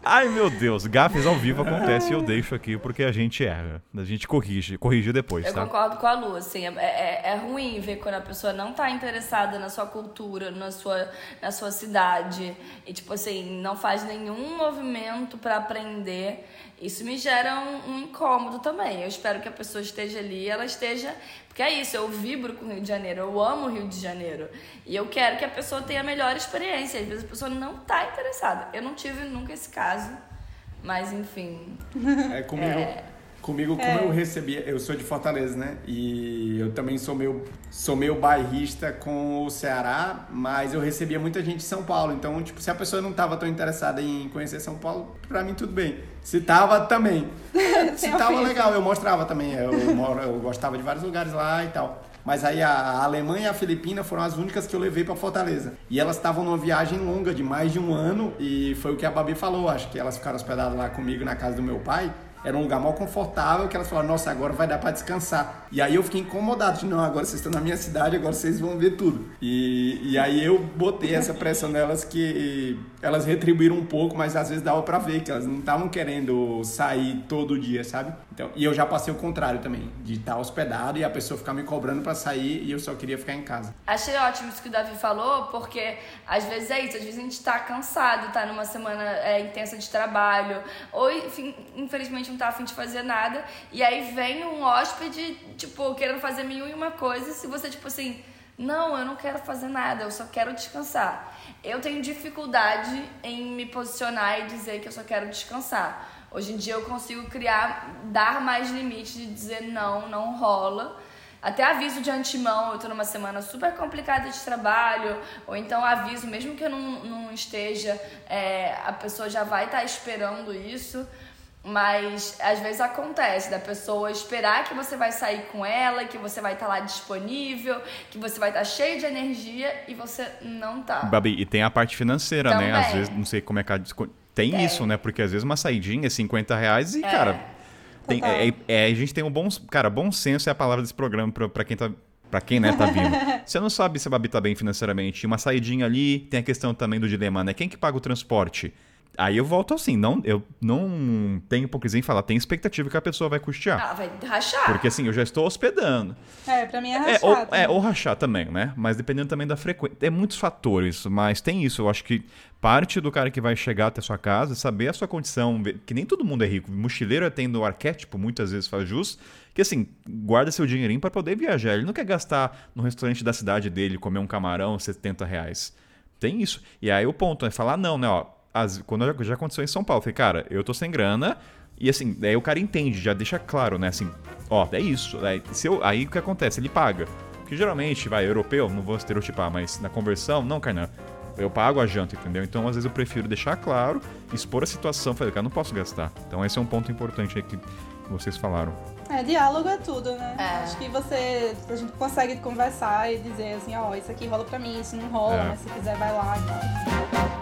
E: Ai, meu Deus, gafes ao vivo acontece e eu deixo aqui porque a gente erra. A gente corrige, corrige depois,
C: Eu
E: tá?
C: concordo com a Lu, assim, é, é, é ruim ver quando a pessoa não tá interessada na sua cultura, na sua, na sua cidade e, tipo assim, não faz nenhum movimento pra aprender. Isso me gera um, um incômodo também. Eu espero que a pessoa esteja ali, ela esteja... Porque é isso, eu vibro com o Rio de Janeiro, eu amo o Rio de Janeiro. E eu quero que a pessoa tenha a melhor experiência. Às vezes a pessoa não tá interessada. Eu não tive nunca esse caso, mas enfim...
D: É, comigo,
C: É.
D: comigo como
B: É.
D: eu recebia... Eu sou de Fortaleza, né? E eu também sou meio, sou meio bairrista com o Ceará, mas eu recebia muita gente de São Paulo. Então, tipo, se a pessoa não tava tão interessada em conhecer São Paulo, pra mim tudo bem. Se tava, também. Se
B: Sem
D: tava
B: ofensa.
D: legal, eu mostrava também. Eu, moro, eu gostava de vários lugares lá e tal. Mas aí a Alemanha e a Filipina foram as únicas que eu levei pra Fortaleza. E elas estavam numa viagem longa de mais de um ano e foi o que a Babi falou. Acho que elas ficaram hospedadas lá comigo na casa do meu pai. Era um lugar mal confortável que elas falaram, nossa, agora vai dar pra descansar. E aí eu fiquei incomodado de, não, agora vocês estão na minha cidade, agora vocês vão ver tudo. E, e aí eu botei essa pressão nelas que elas retribuíram um pouco, mas às vezes dava pra ver que elas não estavam querendo sair todo dia, sabe? Então, e eu já passei o contrário também, de estar hospedado e a pessoa ficar me cobrando pra sair e eu só queria ficar em casa.
C: Achei ótimo isso que o Davi falou, porque às vezes é isso, às vezes a gente tá cansado, tá numa semana é, intensa de trabalho, ou enfim, infelizmente não tá a fim de fazer nada, e aí vem um hóspede, tipo, querendo fazer mil e uma coisas, se você, tipo assim, não, eu não quero fazer nada, eu só quero descansar. Eu tenho dificuldade em me posicionar e dizer que eu só quero descansar. Hoje em dia eu consigo criar, dar mais limites de dizer não, não rola. Até aviso de antemão, eu tô numa semana super complicada de trabalho, ou então aviso, mesmo que eu não, não esteja, é, a pessoa já vai estar esperando isso. Mas às vezes acontece da pessoa esperar que você vai sair com ela, que você vai estar lá disponível, que você vai estar cheio de energia e você não tá.
E: Babi, e tem a parte financeira, né?
C: Também.
E: Às vezes, não sei como é que a... disco- Tem
C: Tem.
E: isso, né? Porque às vezes uma saidinha é cinquenta reais e,
C: É.
E: cara... Tem,
B: Total.
E: é, é- a gente tem um bom... Cara, bom senso é a palavra desse programa pra, pra quem tá... Pra quem, né, tá vindo. Você não sabe se a Babi tá bem financeiramente. Uma saidinha ali, tem a questão também do dilema, né? Quem que paga o transporte? Aí eu volto assim, não, eu não tenho hipocrisia em falar, tem expectativa que a pessoa vai custear.
C: Ah, vai rachar.
E: Porque assim, eu já estou hospedando.
B: É, pra mim é
E: É
B: rachado.
E: ou, é, ou rachar também, né? Mas dependendo também da frequência. É muitos fatores, mas tem isso. Eu acho que parte do cara que vai chegar até a sua casa, saber a sua condição, ver- que nem todo mundo é rico. Mochileiro é tendo o arquétipo, muitas vezes faz jus, que assim, guarda seu dinheirinho para poder viajar. Ele não quer gastar no restaurante da cidade dele, comer um camarão, setenta reais. Tem isso. E aí o ponto é falar não, né? Ó, as, quando já, já aconteceu em São Paulo, eu falei, cara, eu tô sem grana. E assim, daí o cara entende, já deixa claro, né? Assim, ó, é isso. Aí, se eu, aí o que acontece? Ele paga. Porque geralmente, vai, europeu, não vou estereotipar, mas na conversão, não, Kainan, eu pago a janta, entendeu? Então, às vezes, eu prefiro deixar claro, expor a situação, falei, cara, não posso gastar. Então, esse é um ponto importante aí que vocês falaram.
B: É, diálogo é tudo, né?
C: É.
B: Acho que você, a gente consegue conversar e dizer assim, ó, isso aqui rola pra mim, isso não rola,
E: É.
B: mas se quiser vai lá e tal.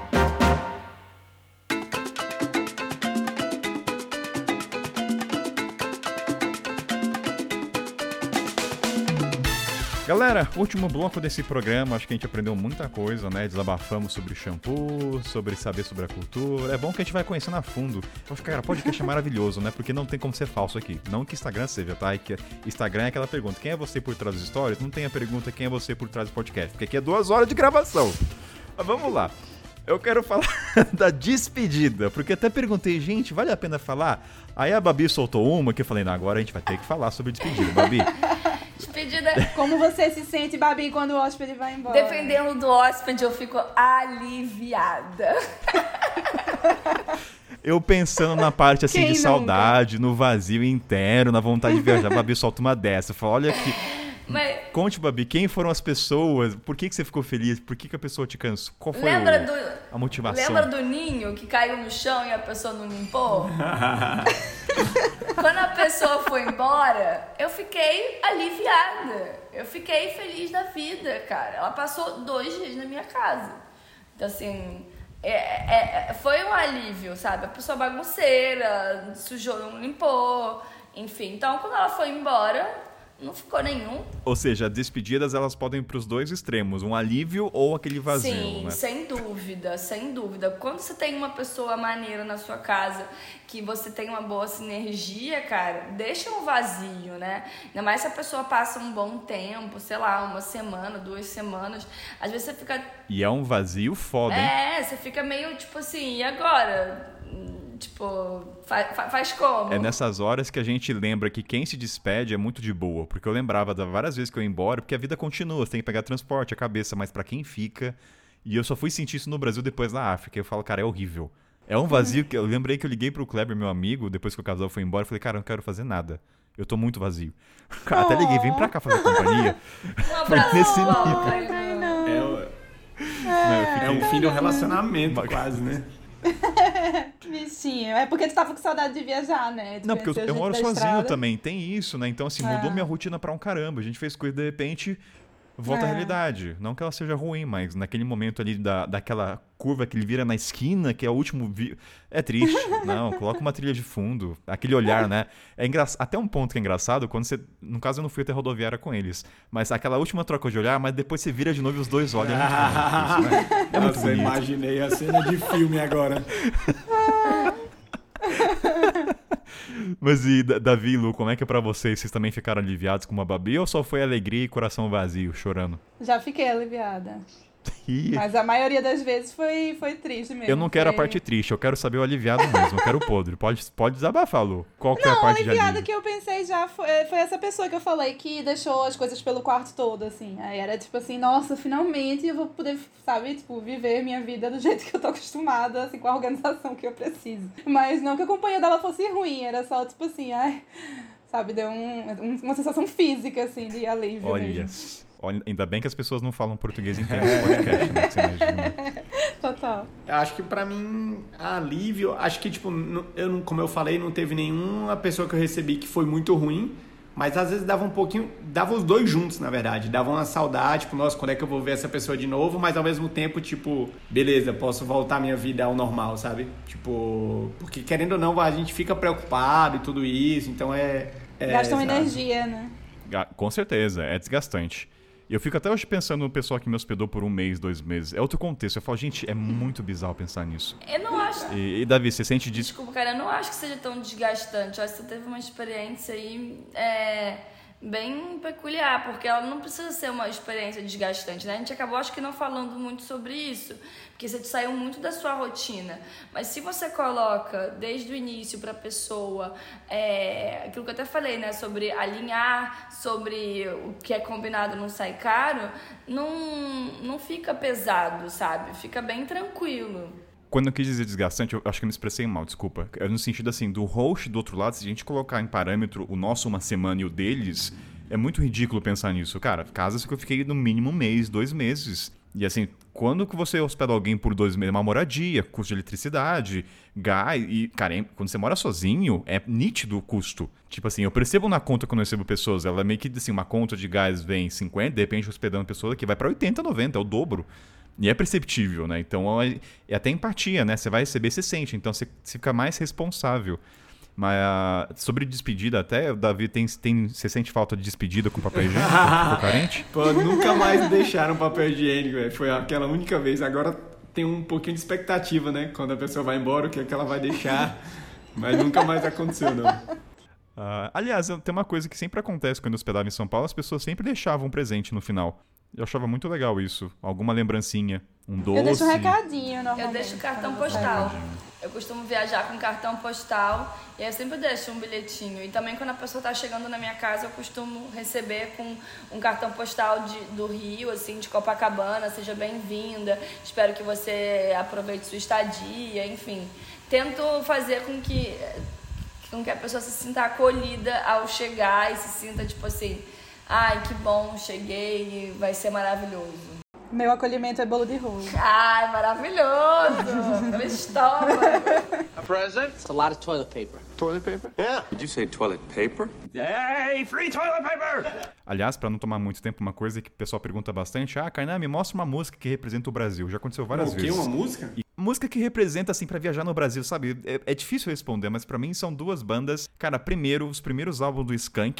E: Galera, último bloco desse programa, acho que a gente aprendeu muita coisa, né? Desabafamos sobre shampoo, sobre saber sobre a cultura. É bom que a gente vai conhecendo a fundo. Eu acho que, cara, podcast é maravilhoso, né? Porque não tem como ser falso aqui. Não que Instagram seja, tá? E que Instagram é aquela pergunta, quem é você por trás dos stories? Não tem a pergunta, quem é você por trás do podcast? Porque aqui é duas horas de gravação. Mas vamos lá. Eu quero falar da despedida, porque até perguntei, gente, vale a pena falar? Aí a Babi soltou uma que eu falei, não, agora a gente vai ter que falar sobre despedida. Babi,
C: Despedida.
B: Como você se sente, Babi, quando o hóspede vai embora?
C: Dependendo do hóspede, eu fico aliviada.
E: eu pensando na parte assim
B: Quem
E: de
B: nunca?
E: saudade, no vazio interno, na vontade de viajar, a Babi solta uma dessa. Eu falo, olha aqui.
C: Mas
E: Conte, Babi, quem foram as pessoas? Por que, que você ficou feliz? Por que, que a pessoa te cansou? Qual foi
C: lembra
E: o-
C: do.
E: a motivação?
C: Lembra do ninho que caiu no chão e a pessoa não limpou? Quando a pessoa foi embora, eu fiquei aliviada. Eu fiquei feliz da vida, cara. Ela passou dois dias na minha casa. Então, assim, é, é- é- foi um alívio, sabe? A pessoa bagunceira, sujou, não limpou, enfim. Então, quando ela foi embora, Não ficou nenhum.
E: Ou seja, despedidas elas podem ir pros dois extremos, um alívio ou aquele vazio,
C: Sim,
E: né?
C: sem dúvida, sem dúvida. Quando você tem uma pessoa maneira na sua casa, que você tem uma boa sinergia, cara, deixa um vazio, né? Ainda mais se a pessoa passa um bom tempo, sei lá, uma semana, duas semanas. Às vezes você fica...
E: E é um vazio foda, hein?
C: É, você fica meio tipo assim, e agora? Tipo, faz, faz como?
E: É nessas horas que a gente lembra que quem se despede é muito de boa. Porque eu lembrava das várias vezes que eu ia embora, porque a vida continua, você tem que pegar transporte, a cabeça, mas pra quem fica... E eu só fui sentir isso no Brasil depois na África. Eu falo, cara, é horrível. É um vazio que... Eu lembrei que eu liguei pro Kleber, meu amigo, depois que o casal foi embora, eu falei, cara, eu não quero fazer nada. Eu tô muito vazio. Cara, até liguei, vem pra cá fazer companhia.
C: Um abraço,
E: nesse nível.
C: Caio.
D: É, o-
E: Não, eu fiquei-
D: é um fim de um relacionamento, quase, né?
B: Bichinho. É porque tu tava com saudade de viajar, né? De
E: Não, porque eu,
B: conhecer
E: eu
B: a
E: moro
B: gente da
E: sozinho
B: estrada.
E: também, tem isso, né? Então, assim, mudou
B: É.
E: minha rotina pra um caramba. A gente fez coisa, de repente, volta à
B: É.
E: realidade. Não que ela seja ruim, mas naquele momento ali da, daquela curva que ele vira na esquina, que é o último... Vi... É triste. Não, coloca uma trilha de fundo. Aquele olhar, né? É engra... Até um ponto que é engraçado, quando você... No caso, eu não fui até rodoviária com eles. Mas aquela última troca de olhar, mas depois você vira de novo e os dois olham. É muito bonito isso, né? É muito
D: Nossa, eu
E: bonito.
D: imaginei a cena de filme agora.
E: Mas e, Da- Davi e Lu, como é que é pra vocês? Vocês também ficaram aliviados com uma Babi ou só foi alegria e coração vazio, chorando?
B: Já fiquei aliviada.
E: Ih,
B: Mas a maioria das vezes foi, foi triste mesmo.
E: eu não quero a
B: Foi-
E: parte triste, eu quero saber o aliviado mesmo, eu quero o podre. Pode, pode desabafar, Lu. Qual que é a
B: Não, a
E: parte de
B: aliviada
E: alívio?
B: que eu pensei já foi, foi essa pessoa que eu falei que deixou as coisas pelo quarto todo, assim. Aí era tipo assim, nossa, finalmente eu vou poder, sabe, tipo, viver minha vida do jeito que eu tô acostumada, assim, com a organização que eu preciso. Mas não que a companhia dela fosse ruim, era só tipo assim, ai, sabe, deu um, um- uma sensação física, assim, de alívio
E: Olha,
B: mesmo.
E: olha, ainda bem que as pessoas não falam português inteiro no podcast, né? Que você imagina.
B: Total.
D: Eu acho que pra mim, alívio, acho que, tipo, não- eu, não- como eu falei, não teve nenhuma pessoa que eu recebi que foi muito ruim, mas às vezes dava um pouquinho, dava os dois juntos, na verdade, dava uma saudade, tipo, nossa, quando é que eu vou ver essa pessoa de novo, mas ao mesmo tempo, tipo, beleza, posso voltar minha vida ao normal, sabe? Tipo, porque querendo ou não, a gente fica preocupado e tudo isso, então é... é
B: Gasta uma
D: exato.
B: energia, né?
E: Ah, com certeza, é desgastante. E eu fico até hoje pensando no pessoal que me hospedou por um mês, dois meses. É outro contexto. Eu falo, gente, é muito bizarro pensar nisso.
C: Eu não acho...
E: E, e Davi, você sente disso?
C: Desculpa, cara, eu não acho que seja tão desgastante. Eu acho que você teve uma experiência aí é, bem peculiar, porque ela não precisa ser uma experiência desgastante, né? A gente acabou, acho que, não falando muito sobre isso, porque você saiu muito da sua rotina. Mas se você coloca desde o início para a pessoa é, aquilo que eu até falei, né? Sobre alinhar, sobre o que é combinado não sai caro, não, não fica pesado, sabe? Fica bem tranquilo.
E: Quando eu quis dizer desgastante, eu acho que eu me expressei mal, desculpa. É no sentido assim, do host do outro lado, se a gente colocar em parâmetro o nosso uma semana e o deles, é muito ridículo pensar nisso. Cara, casas que eu fiquei no mínimo um mês, dois meses. E assim, quando que você hospeda alguém por dois meses? Uma moradia, custo de eletricidade, gás. E, cara, quando você mora sozinho, é nítido o custo. Tipo assim, eu percebo na conta quando eu recebo pessoas, ela é meio que assim, uma conta de gás vem cinquenta, de repente hospedando pessoa que vai pra oitenta, noventa, é o dobro. E é perceptível, né? Então é, é até empatia, né? Você vai receber, você sente. Então você fica mais responsável. Mas uh, sobre despedida até, o Davi, tem, tem, você sente falta de despedida com papel higiênico? Ficou carente?
D: Pô, nunca mais deixaram papel higiênico, velho. Foi aquela única vez. Agora tem um pouquinho de expectativa, né? Quando a pessoa vai embora, o que é que ela vai deixar. Mas nunca mais aconteceu, não.
E: Uh, aliás, tem uma coisa que sempre acontece quando eu hospedava em São Paulo, as pessoas sempre deixavam um presente no final. Eu achava muito legal isso. Alguma lembrancinha, um doce.
B: Eu deixo um recadinho, normalmente.
C: Eu deixo cartão
B: quando eu
C: postal.
B: saio.
C: Eu costumo viajar com cartão postal e aí eu sempre deixo um bilhetinho. E também quando a pessoa tá chegando na minha casa, eu costumo receber com um cartão postal de, do Rio, assim, de Copacabana. Seja bem-vinda. Espero que você aproveite sua estadia, enfim. Tento fazer com que, com que a pessoa se sinta acolhida ao chegar e se sinta, tipo assim, ai, que bom, cheguei, vai ser maravilhoso.
B: Meu acolhimento é bolo de rolo.
C: Ai, maravilhoso! Pelo estômago.
F: A present?
H: It's a lot of toilet paper.
F: Toilet paper? Yeah. Did you say toilet paper?
G: Hey, free toilet paper!
E: Aliás, pra não tomar muito tempo, uma coisa que o pessoal pergunta bastante, ah, Kainan, me mostra uma música que representa o Brasil. Já aconteceu várias
D: O quê?
E: vezes.
D: Uma música?
E: E música que representa, assim, pra viajar no Brasil, sabe? É, é difícil responder, mas pra mim são duas bandas. Cara, primeiro, os primeiros álbuns do Skank,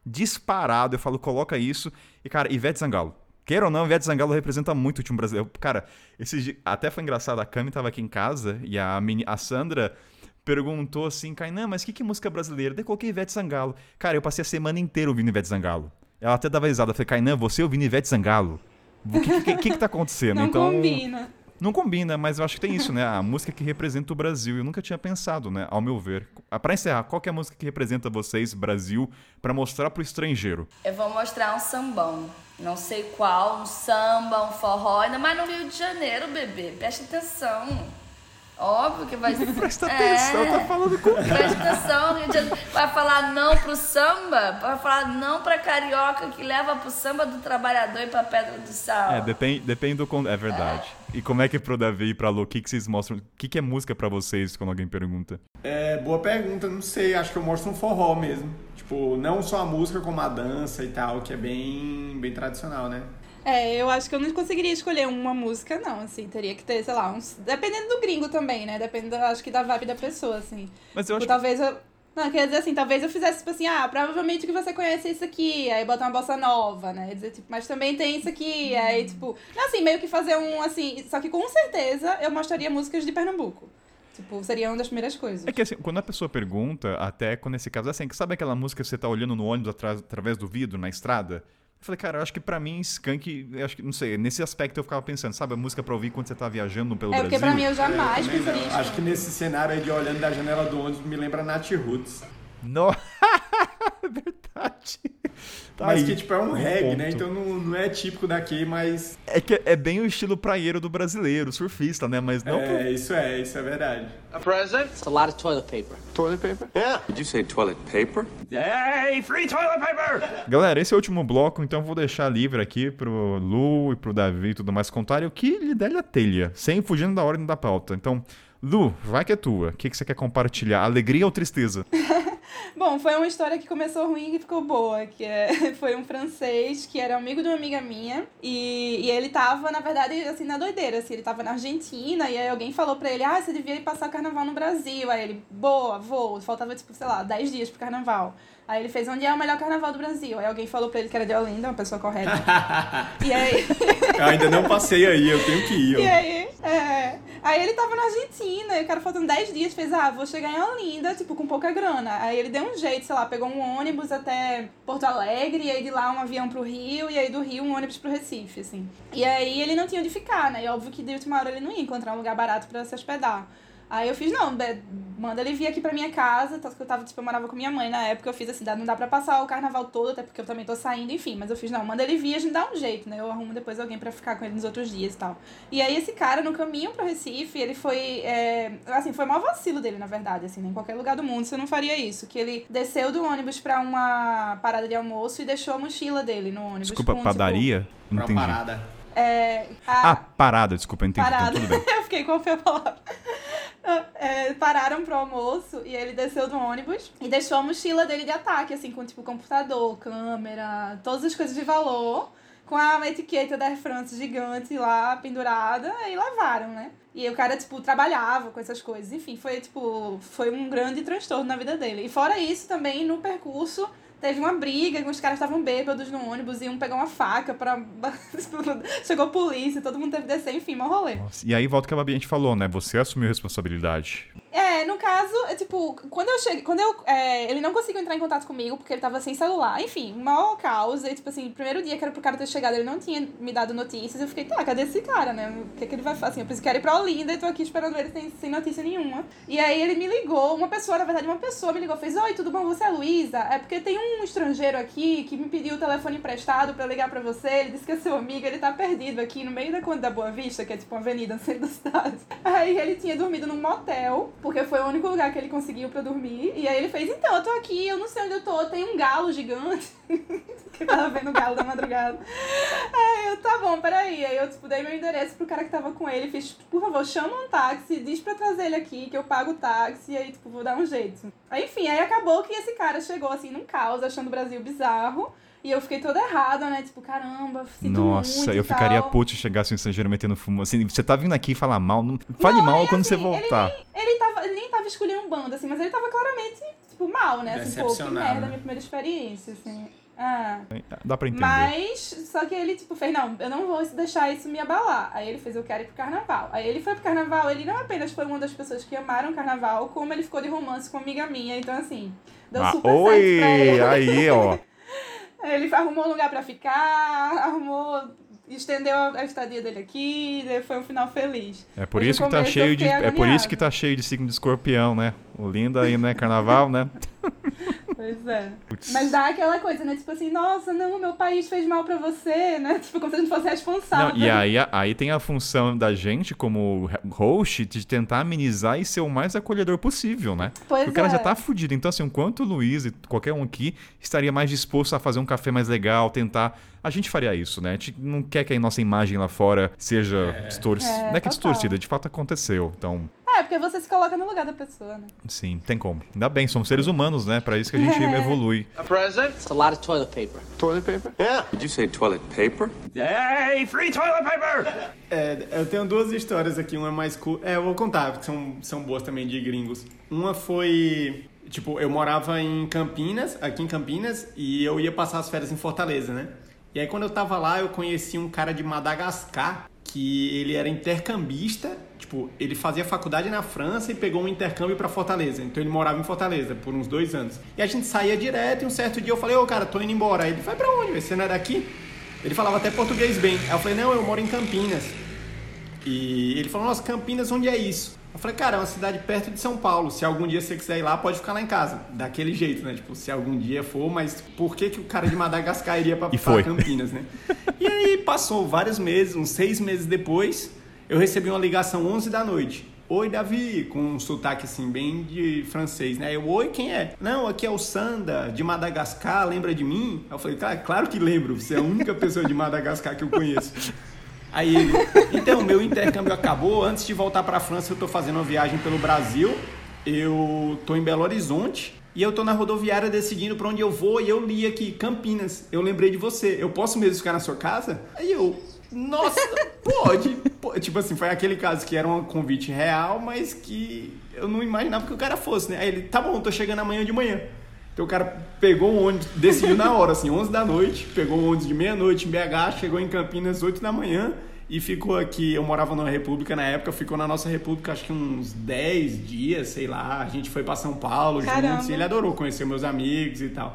E: disparado. Eu falo, coloca isso. E, cara, Ivete Sangalo. Queira ou não, Ivete Sangalo representa muito o time brasileiro. Cara, esse dia, até foi engraçado, a Cami tava aqui em casa e a, mini, a Sandra perguntou assim, Kainan, mas o que, que é música brasileira? Daí eu coloquei Ivete Sangalo. Cara, eu passei a semana inteira ouvindo Ivete Sangalo. Ela até dava risada. Eu falei, Kainan, você ouvindo Ivete Sangalo? O que, que, que, que tá acontecendo?
B: Não
E: então,
B: combina.
E: Não combina, mas eu acho que tem isso, né? A música que representa o Brasil. Eu nunca tinha pensado, né? Ao meu ver. Pra encerrar, qual que é a música que representa vocês, Brasil, pra mostrar pro estrangeiro?
C: Eu vou mostrar um sambão. Não sei qual, um samba, um forró. Ainda mais no Rio de Janeiro, bebê. Preste atenção. Óbvio que vai ser.
E: Presta atenção,
C: é.
E: tá falando com...
C: Presta atenção, Rio de Janeiro. Vai falar não pro samba? Vai falar não pra carioca que leva pro samba do trabalhador e pra Pedra do Sal.
E: É, depende, depende do... Con... É verdade. É. E como é que é pro Davi e pra Lu, o que, que vocês mostram? O que, que é música pra vocês, quando alguém pergunta?
D: É, boa pergunta, não sei. Acho que eu mostro um forró mesmo. Tipo, não só a música, como a dança e tal, que é bem, bem tradicional, né?
B: É, eu acho que eu não conseguiria escolher uma música, não, assim, teria que ter, sei lá, uns... dependendo do gringo também, né, dependendo, acho que da vibe da pessoa, assim.
E: Mas eu acho
B: tipo, talvez eu... Não, quer dizer assim, talvez eu fizesse, tipo assim, ah, provavelmente que você conhece isso aqui, aí botar uma bossa nova, né, dizer, tipo, mas também tem isso aqui, aí, tipo... Não, assim, meio que fazer um, assim, só que com certeza eu mostraria músicas de Pernambuco. Tipo, seria uma das primeiras coisas.
E: É que assim, quando a pessoa pergunta, até quando nesse caso, assim, sabe aquela música que você tá olhando no ônibus atras, através do vidro, na estrada? Eu falei, cara, eu acho que pra mim, Skank, eu acho que, não sei, nesse aspecto eu ficava pensando, sabe, a música pra ouvir quando você tá viajando pelo
B: é,
E: Brasil?
B: É, porque pra mim eu jamais
D: é,
B: pensaria isso.
D: Acho que nesse cenário aí de olhando da janela do ônibus me lembra Nath Roots.
E: Não, verdade. Tá
D: mas
E: aí,
D: que tipo é um,
E: um
D: reggae,
E: ponto.
D: né? Então não, não é típico daqui, mas...
E: É que é bem o estilo praieiro do brasileiro, surfista, né? Mas não...
D: É,
E: pro...
D: isso é, isso é verdade.
F: A present?
H: It's a lot of toilet paper.
F: Toilet paper? Yeah. Did you say toilet paper?
G: Hey, free toilet paper!
E: Galera, esse é o último bloco, então eu vou deixar livre aqui pro Lu e pro Davi e tudo mais contarem o que lhe der a telha, sem fugindo da ordem da pauta. Então, Lu, vai que é tua. O que, que você quer compartilhar? Alegria ou tristeza?
B: Bom, foi uma história que começou ruim e ficou boa, que é, foi um francês que era amigo de uma amiga minha e, e ele tava, na verdade, assim, na doideira, assim, ele tava na Argentina e aí alguém falou pra ele, ah, você devia ir passar o carnaval no Brasil, aí ele, boa, vou, faltava, tipo, sei lá, dez dias pro carnaval. Aí ele fez, onde é o melhor carnaval do Brasil? Aí alguém falou pra ele que era de Olinda, uma pessoa correta. E aí...
D: Eu ainda não passei aí, eu tenho que ir. Ó.
B: E aí, é... Aí ele tava na Argentina, e o cara faltando dez dias, fez, ah, vou chegar em Olinda, tipo, com pouca grana. Aí ele deu um jeito, sei lá, pegou um ônibus até Porto Alegre, e aí de lá um avião pro Rio, e aí do Rio um ônibus pro Recife, assim. E aí ele não tinha onde ficar, né? E óbvio que de última hora ele não ia encontrar um lugar barato pra se hospedar. Aí eu fiz, não, manda ele vir aqui pra minha casa, tanto que eu tava, tipo, eu morava com minha mãe na época, eu fiz assim, não dá pra passar o carnaval todo, até porque eu também tô saindo, enfim, mas eu fiz, não, manda ele vir, a gente dá um jeito, né, eu arrumo depois alguém pra ficar com ele nos outros dias e tal. E aí esse cara, no caminho pro Recife, ele foi, é, assim, foi o maior vacilo dele, na verdade, assim, né, em qualquer lugar do mundo você não faria isso, que ele desceu do ônibus pra uma parada de almoço e deixou a mochila dele no ônibus.
E: Desculpa,
B: com,
E: padaria?
B: Tipo,
E: não
D: Pra
E: entendi.
D: uma parada.
B: É, a...
E: Ah, parada, desculpa, entendi,
B: Parada.
E: então tudo bem.
B: Eu fiquei, qual foi a palavra? É, pararam pro almoço e ele desceu do ônibus e deixou a mochila dele de ataque, assim, com tipo computador, câmera, todas as coisas de valor, com a etiqueta da Air France gigante lá pendurada, e levaram, né? E aí o cara, tipo, trabalhava com essas coisas, enfim, foi, tipo, foi um grande transtorno na vida dele. E fora isso, também, no percurso, teve uma briga, os caras estavam bêbados no ônibus, iam pegar uma faca pra... Chegou a polícia, todo mundo teve que descer, enfim, mó rolê.
E: Nossa, e aí volta o que a Babi a gente falou, né? Você assumiu a responsabilidade.
B: É, no caso, é, tipo, quando eu cheguei, quando eu, é, ele não conseguiu entrar em contato comigo porque ele tava sem celular, enfim, maior causa, e tipo assim, primeiro dia que era pro cara ter chegado, ele não tinha me dado notícias, eu fiquei, tá, cadê esse cara, né, o que é que ele vai fazer, assim, eu preciso, quero ir pra Olinda e tô aqui esperando ele sem, sem notícia nenhuma, e aí ele me ligou, uma pessoa, na verdade, uma pessoa me ligou, fez, oi, tudo bom, você é a Luísa? É porque tem um estrangeiro aqui que me pediu o telefone emprestado pra ligar pra você, ele disse que é seu amigo, ele tá perdido aqui no meio da Conde da Boa Vista, que é tipo uma avenida no centro da cidade, aí ele tinha dormido num motel, porque foi o único lugar que ele conseguiu pra dormir. E aí ele fez, então, eu tô aqui, eu não sei onde eu tô, tem um galo gigante. Que eu tava vendo o galo da madrugada. Aí eu, tá bom, peraí. Aí eu, tipo, dei meu endereço pro cara que tava com ele, fiz, por favor, chama um táxi, diz pra trazer ele aqui, que eu pago o táxi, e aí, tipo, vou dar um jeito. Aí, enfim, aí acabou que esse cara chegou, assim, num caos, achando o Brasil bizarro. E eu fiquei toda errada, né? Tipo, caramba, sinto
E: Nossa,
B: muito
E: eu
B: e
E: ficaria
B: tal.
E: puto se chegasse um estrangeiro metendo fumo. Assim, você tá vindo aqui falar mal, não... fale
B: Não,
E: mal
B: e
E: quando
B: assim,
E: você voltar.
B: Ele, nem, ele, tava, ele nem tava escolhendo banda, assim, mas ele tava claramente, tipo, tipo, mal, né? Assim, pô, que
D: Decepcionado,
B: merda,
D: né?
B: minha primeira experiência, assim. Ah.
E: Dá pra entender.
B: Mas, só que ele, tipo, fez, não, eu não vou deixar isso me abalar. Aí ele fez, eu quero ir pro carnaval. Aí ele foi pro carnaval, ele não apenas foi uma das pessoas que amaram o carnaval, como ele ficou de romance com uma amiga minha. Então, assim, deu
E: Ah,
B: super
E: oi!
B: certo pra ele.
E: Aí, ó.
B: Ele arrumou um lugar pra ficar, arrumou, estendeu a estadia dele aqui, daí foi um final feliz.
E: É por
B: Mas
E: isso
B: no
E: que tá
B: começo
E: cheio
B: eu
E: de.
B: fiquei
E: É por isso que
B: agoniada.
E: tá cheio de signo de escorpião, né? O lindo aí, né? Carnaval, né?
B: Pois é.
E: Putz.
B: Mas dá aquela coisa, né? Tipo assim, nossa, não, meu país fez mal pra você, né? Tipo, como se a gente fosse responsável.
E: Não, e aí, aí tem a função da gente, como host, de tentar amenizar e ser o mais acolhedor possível, né?
B: Pois
E: Porque o cara
B: é.
E: já tá fudido. Então, assim, enquanto o Luiz e qualquer um aqui estaria mais disposto a fazer um café mais legal, tentar... A gente faria isso, né? A gente não quer que a nossa imagem lá fora seja distorcida.
B: É,
E: não é que é
B: total.
E: distorcida, de fato aconteceu. Então,
B: É, porque você se coloca no lugar da pessoa, né?
E: sim, tem como. Ainda bem, somos seres humanos, né? Pra isso que a gente evolui.
F: A present?
H: It's a lot of toilet paper.
F: Toilet paper? Yeah. Did you say toilet paper?
G: Hey, free toilet paper!
D: É, eu tenho duas histórias aqui, uma é mais curta. É, eu vou contar, porque são, são boas também de gringos. Uma foi, tipo, eu morava em Campinas, aqui em Campinas, e eu ia passar as férias em Fortaleza, né? E aí quando eu tava lá, eu conheci um cara de Madagascar, que ele era intercambista, tipo, ele fazia faculdade na França e pegou um intercâmbio pra Fortaleza. Então ele morava em Fortaleza por uns dois anos. E a gente saía direto e um certo dia eu falei, ô cara, tô indo embora. Aí ele, vai pra onde? Você não é daqui? Ele falava até português bem. Aí eu falei, não, eu moro em Campinas. E ele falou, nossa, Campinas, onde é isso? Eu falei, cara, é uma cidade perto de São Paulo. Se algum dia você quiser ir lá, pode ficar lá em casa. Daquele jeito, né? Tipo, se algum dia for, mas por que que o cara de Madagascar iria pra,
E: E
D: pra
E: foi.
D: Campinas, né? E aí passou vários meses, uns seis meses depois, eu recebi uma ligação onze da noite. Oi, Davi, com um sotaque assim, bem de francês, né? Eu, oi, quem é? Não, aqui é o Sanda, de Madagascar, lembra de mim? Eu falei, cara, claro que lembro, você é a única pessoa de Madagascar que eu conheço. Aí ele, então, meu intercâmbio acabou, antes de voltar pra França eu tô fazendo uma viagem pelo Brasil, eu tô em Belo Horizonte e eu tô na rodoviária decidindo pra onde eu vou e eu li aqui, Campinas, eu lembrei de você, eu posso mesmo ficar na sua casa? Aí eu, nossa, pode, pode. Tipo assim, foi aquele caso que era um convite real, mas que eu não imaginava que o cara fosse, né? Aí ele, tá bom, tô chegando amanhã de manhã. Então o cara pegou o ônibus, decidiu na hora, assim, onze da noite, pegou o ônibus de meia-noite em B H, chegou em Campinas oito da manhã e ficou aqui. Eu morava numa república na época, ficou na nossa república acho que uns dez dias, sei lá. A gente foi pra São Paulo
B: Caramba.
D: juntos e ele adorou conhecer meus amigos e tal.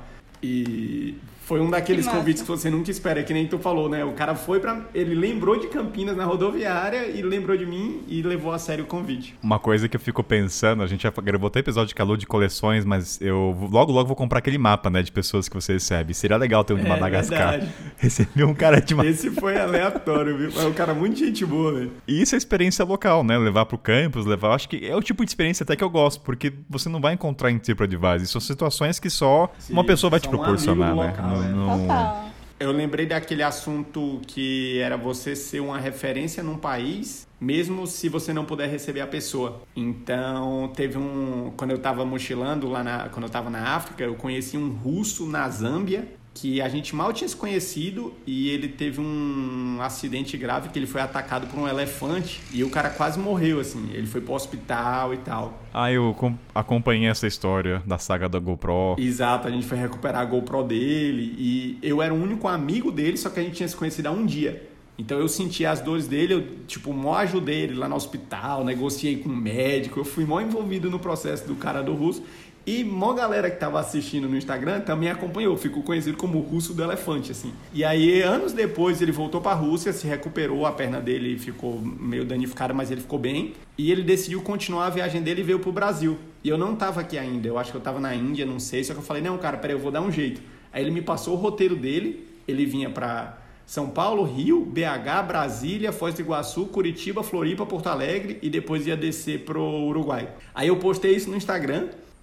D: E foi um daqueles
B: Que massa.
D: convites que você nunca espera, que nem tu falou, né? O cara foi pra... Ele lembrou de Campinas na rodoviária e lembrou de mim e levou a sério o convite.
E: Uma coisa que eu fico pensando, a gente já gravou até episódio de calor de coleções, mas eu logo, logo vou comprar aquele mapa, né, de pessoas que você recebe. Seria legal ter um de
D: É,
E: Madagascar.
D: verdade.
E: Receber um cara de Madagascar.
D: Esse foi aleatório, viu? É um cara muito gente boa, velho.
E: E isso é experiência local, né? Levar pro campus, levar... Acho que é o tipo de experiência até que eu gosto, porque você não vai encontrar em TripAdvisor. São situações que só
D: Sim,
E: uma pessoa vai te
D: só um
E: proporcionar,
D: amigo
E: né?
D: local,
E: Não-
D: né?
E: não-
B: Total.
D: Eu lembrei daquele assunto que era você ser uma referência num país, mesmo se você não puder receber a pessoa. Então, teve um... Quando eu tava mochilando lá na... Quando eu tava na África, eu conheci um russo na Zâmbia, que a gente mal tinha se conhecido, e ele teve um acidente grave, que ele foi atacado por um elefante, e o cara quase morreu, assim. Ele foi pro hospital e tal.
E: Ah, eu com- acompanhei essa história da saga da GoPro.
D: Exato, a gente foi recuperar a GoPro dele e eu era o único amigo dele, só que a gente tinha se conhecido há um dia. Então eu senti as dores dele, eu tipo, mó ajudei ele lá no hospital, negociei com o médico, eu fui mó envolvido no processo do cara do russo. E mó galera que tava assistindo no Instagram também acompanhou, ficou conhecido como o russo do elefante, assim. E aí, anos depois, ele voltou pra Rússia, se recuperou, a perna dele ficou meio danificada, mas ele ficou bem. E ele decidiu continuar a viagem dele e veio pro Brasil. E eu não tava aqui ainda, eu acho que eu tava na Índia, não sei, só que eu falei, não, cara, peraí, eu vou dar um jeito. Aí ele me passou o roteiro dele, ele vinha pra São Paulo, Rio, B H, Brasília, Foz do Iguaçu, Curitiba, Floripa, Porto Alegre e depois ia descer pro Uruguai. Aí eu postei isso no Instagram.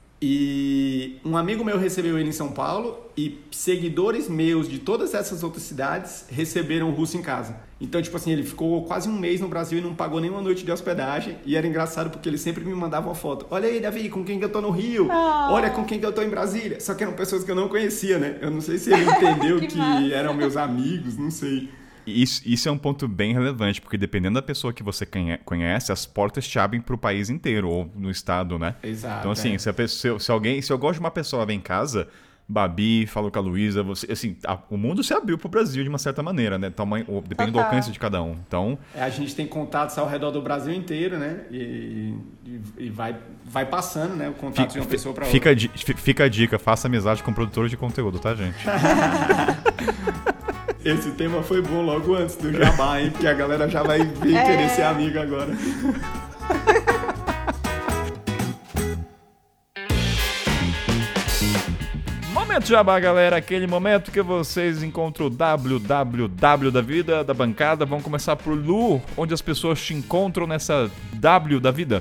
D: E um amigo meu recebeu ele em São Paulo e seguidores meus de todas essas outras cidades receberam o russo em casa. Então, tipo assim, ele ficou quase um mês no Brasil e não pagou nenhuma noite de hospedagem. E era engraçado porque ele sempre me mandava uma foto. Olha aí, Davi, com quem que eu tô no Rio.
B: Oh.
D: Olha com quem que eu tô em Brasília. Só que eram pessoas que eu não conhecia, né? Eu não sei se ele entendeu
B: Que
D: que
B: massa.
D: eram meus amigos, não sei.
E: Isso, isso é um ponto bem relevante, porque dependendo da pessoa que você conhece, as portas te abrem pro país inteiro, ou no estado, né?
D: Exato.
E: Então, assim,
D: é.
E: se, a pessoa, se alguém, se eu gosto de uma pessoa vem em casa, Babi, falou com a Luísa, você, assim, a, o mundo se abriu pro Brasil de uma certa maneira, né? Tamanho, depende do alcance de cada um. Então,
D: É, a gente tem contatos ao redor do Brasil inteiro, né? E, e, e vai, vai passando, né? O contato de uma pessoa para outra.
E: fica, a di- fi- fica a dica, faça amizade com produtores de conteúdo, tá, gente?
D: Esse tema foi bom logo antes do jabá, hein? Porque a galera já vai vir
B: É.
D: querer ser amiga agora.
E: Momento Jabá, galera, aquele momento que vocês encontram o W W W da vida, da bancada. Vamos começar por Lu, onde as pessoas te encontram nessa W da vida.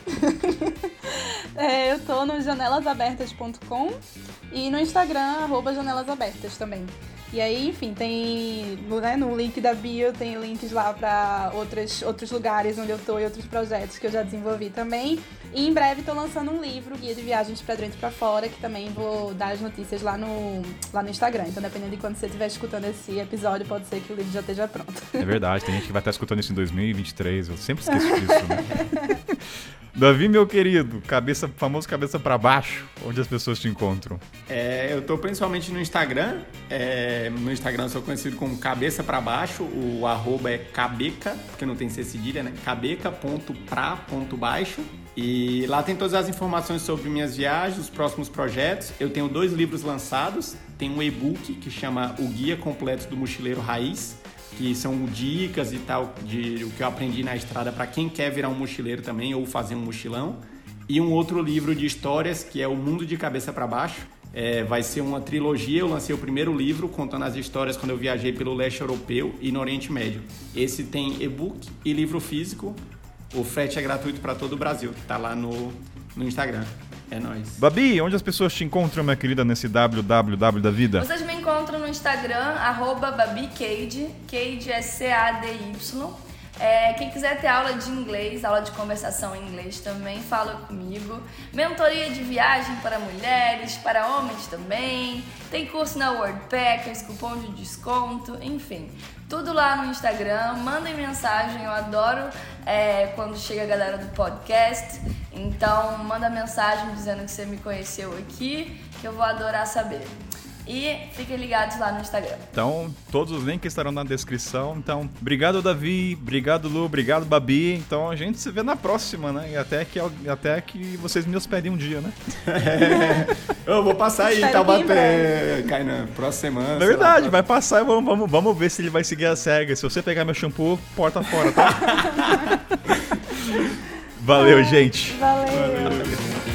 B: É, eu tô no janelas abertas ponto com e no Instagram, arroba janelasabertas também. E aí, enfim, tem no, né, no link da bio, tem links lá pra outros, outros lugares onde eu tô e outros projetos que eu já desenvolvi também. E em breve tô lançando um livro, Guia de Viagens pra Dentro e pra Fora, que também vou dar as notícias lá no, lá no Instagram. Então, dependendo de quando você estiver escutando esse episódio, pode ser que o livro já esteja pronto.
E: É verdade, tem gente que vai estar escutando isso em dois mil e vinte e três, eu sempre esqueço disso, né? Davi, meu querido, cabeça, famoso cabeça pra baixo, onde as pessoas te encontram?
D: É, eu tô principalmente no Instagram. É, no Instagram eu sou conhecido como Cabeça Pra Baixo. O arroba é cabeca, porque não tem C cedilha, né? cabeca ponto pra ponto baixo. E lá tem todas as informações sobre minhas viagens, os próximos projetos. Eu tenho dois livros lançados. Tem um e-book que chama O Guia Completo do Mochileiro Raiz, que são dicas e tal de o que eu aprendi na estrada para quem quer virar um mochileiro também ou fazer um mochilão. E um outro livro de histórias que é O Mundo de Cabeça para Baixo. É, vai ser uma trilogia. Eu lancei o primeiro livro contando as histórias quando eu viajei pelo leste europeu e no Oriente Médio. Esse tem e-book e livro físico. O frete é gratuito para todo o Brasil. Tá lá no, no Instagram. É nóis.
E: Babi, onde as pessoas te encontram, minha querida, nesse W W W da vida?
C: Vocês me encontram no Instagram, arroba BabiCade, Cade é C A D Y. É, quem quiser ter aula de inglês, aula de conversação em inglês também, fala comigo. Mentoria de viagem para mulheres, para homens também. Tem curso na Worldpackers, cupom de desconto, enfim. Tudo lá no Instagram, mandem mensagem, eu adoro é, quando chega a galera do podcast. Então manda mensagem dizendo que você me conheceu aqui, que eu vou adorar saber. E fiquem ligados lá no Instagram.
E: Então, todos os links estarão na descrição. Então, obrigado, Davi. Obrigado, Lu. Obrigado, Babi. Então, a gente se vê na próxima, né? E até que, até que vocês me hospedem um dia, né?
D: É. Eu vou passar aí, Taubaté, Kainan, próxima semana.
E: Na verdade,
D: lá,
E: vai passar e vamos, vamos, vamos ver se ele vai seguir a regra. Se você pegar meu shampoo, porta fora, tá? Valeu, gente.
B: Valeu.
D: Valeu.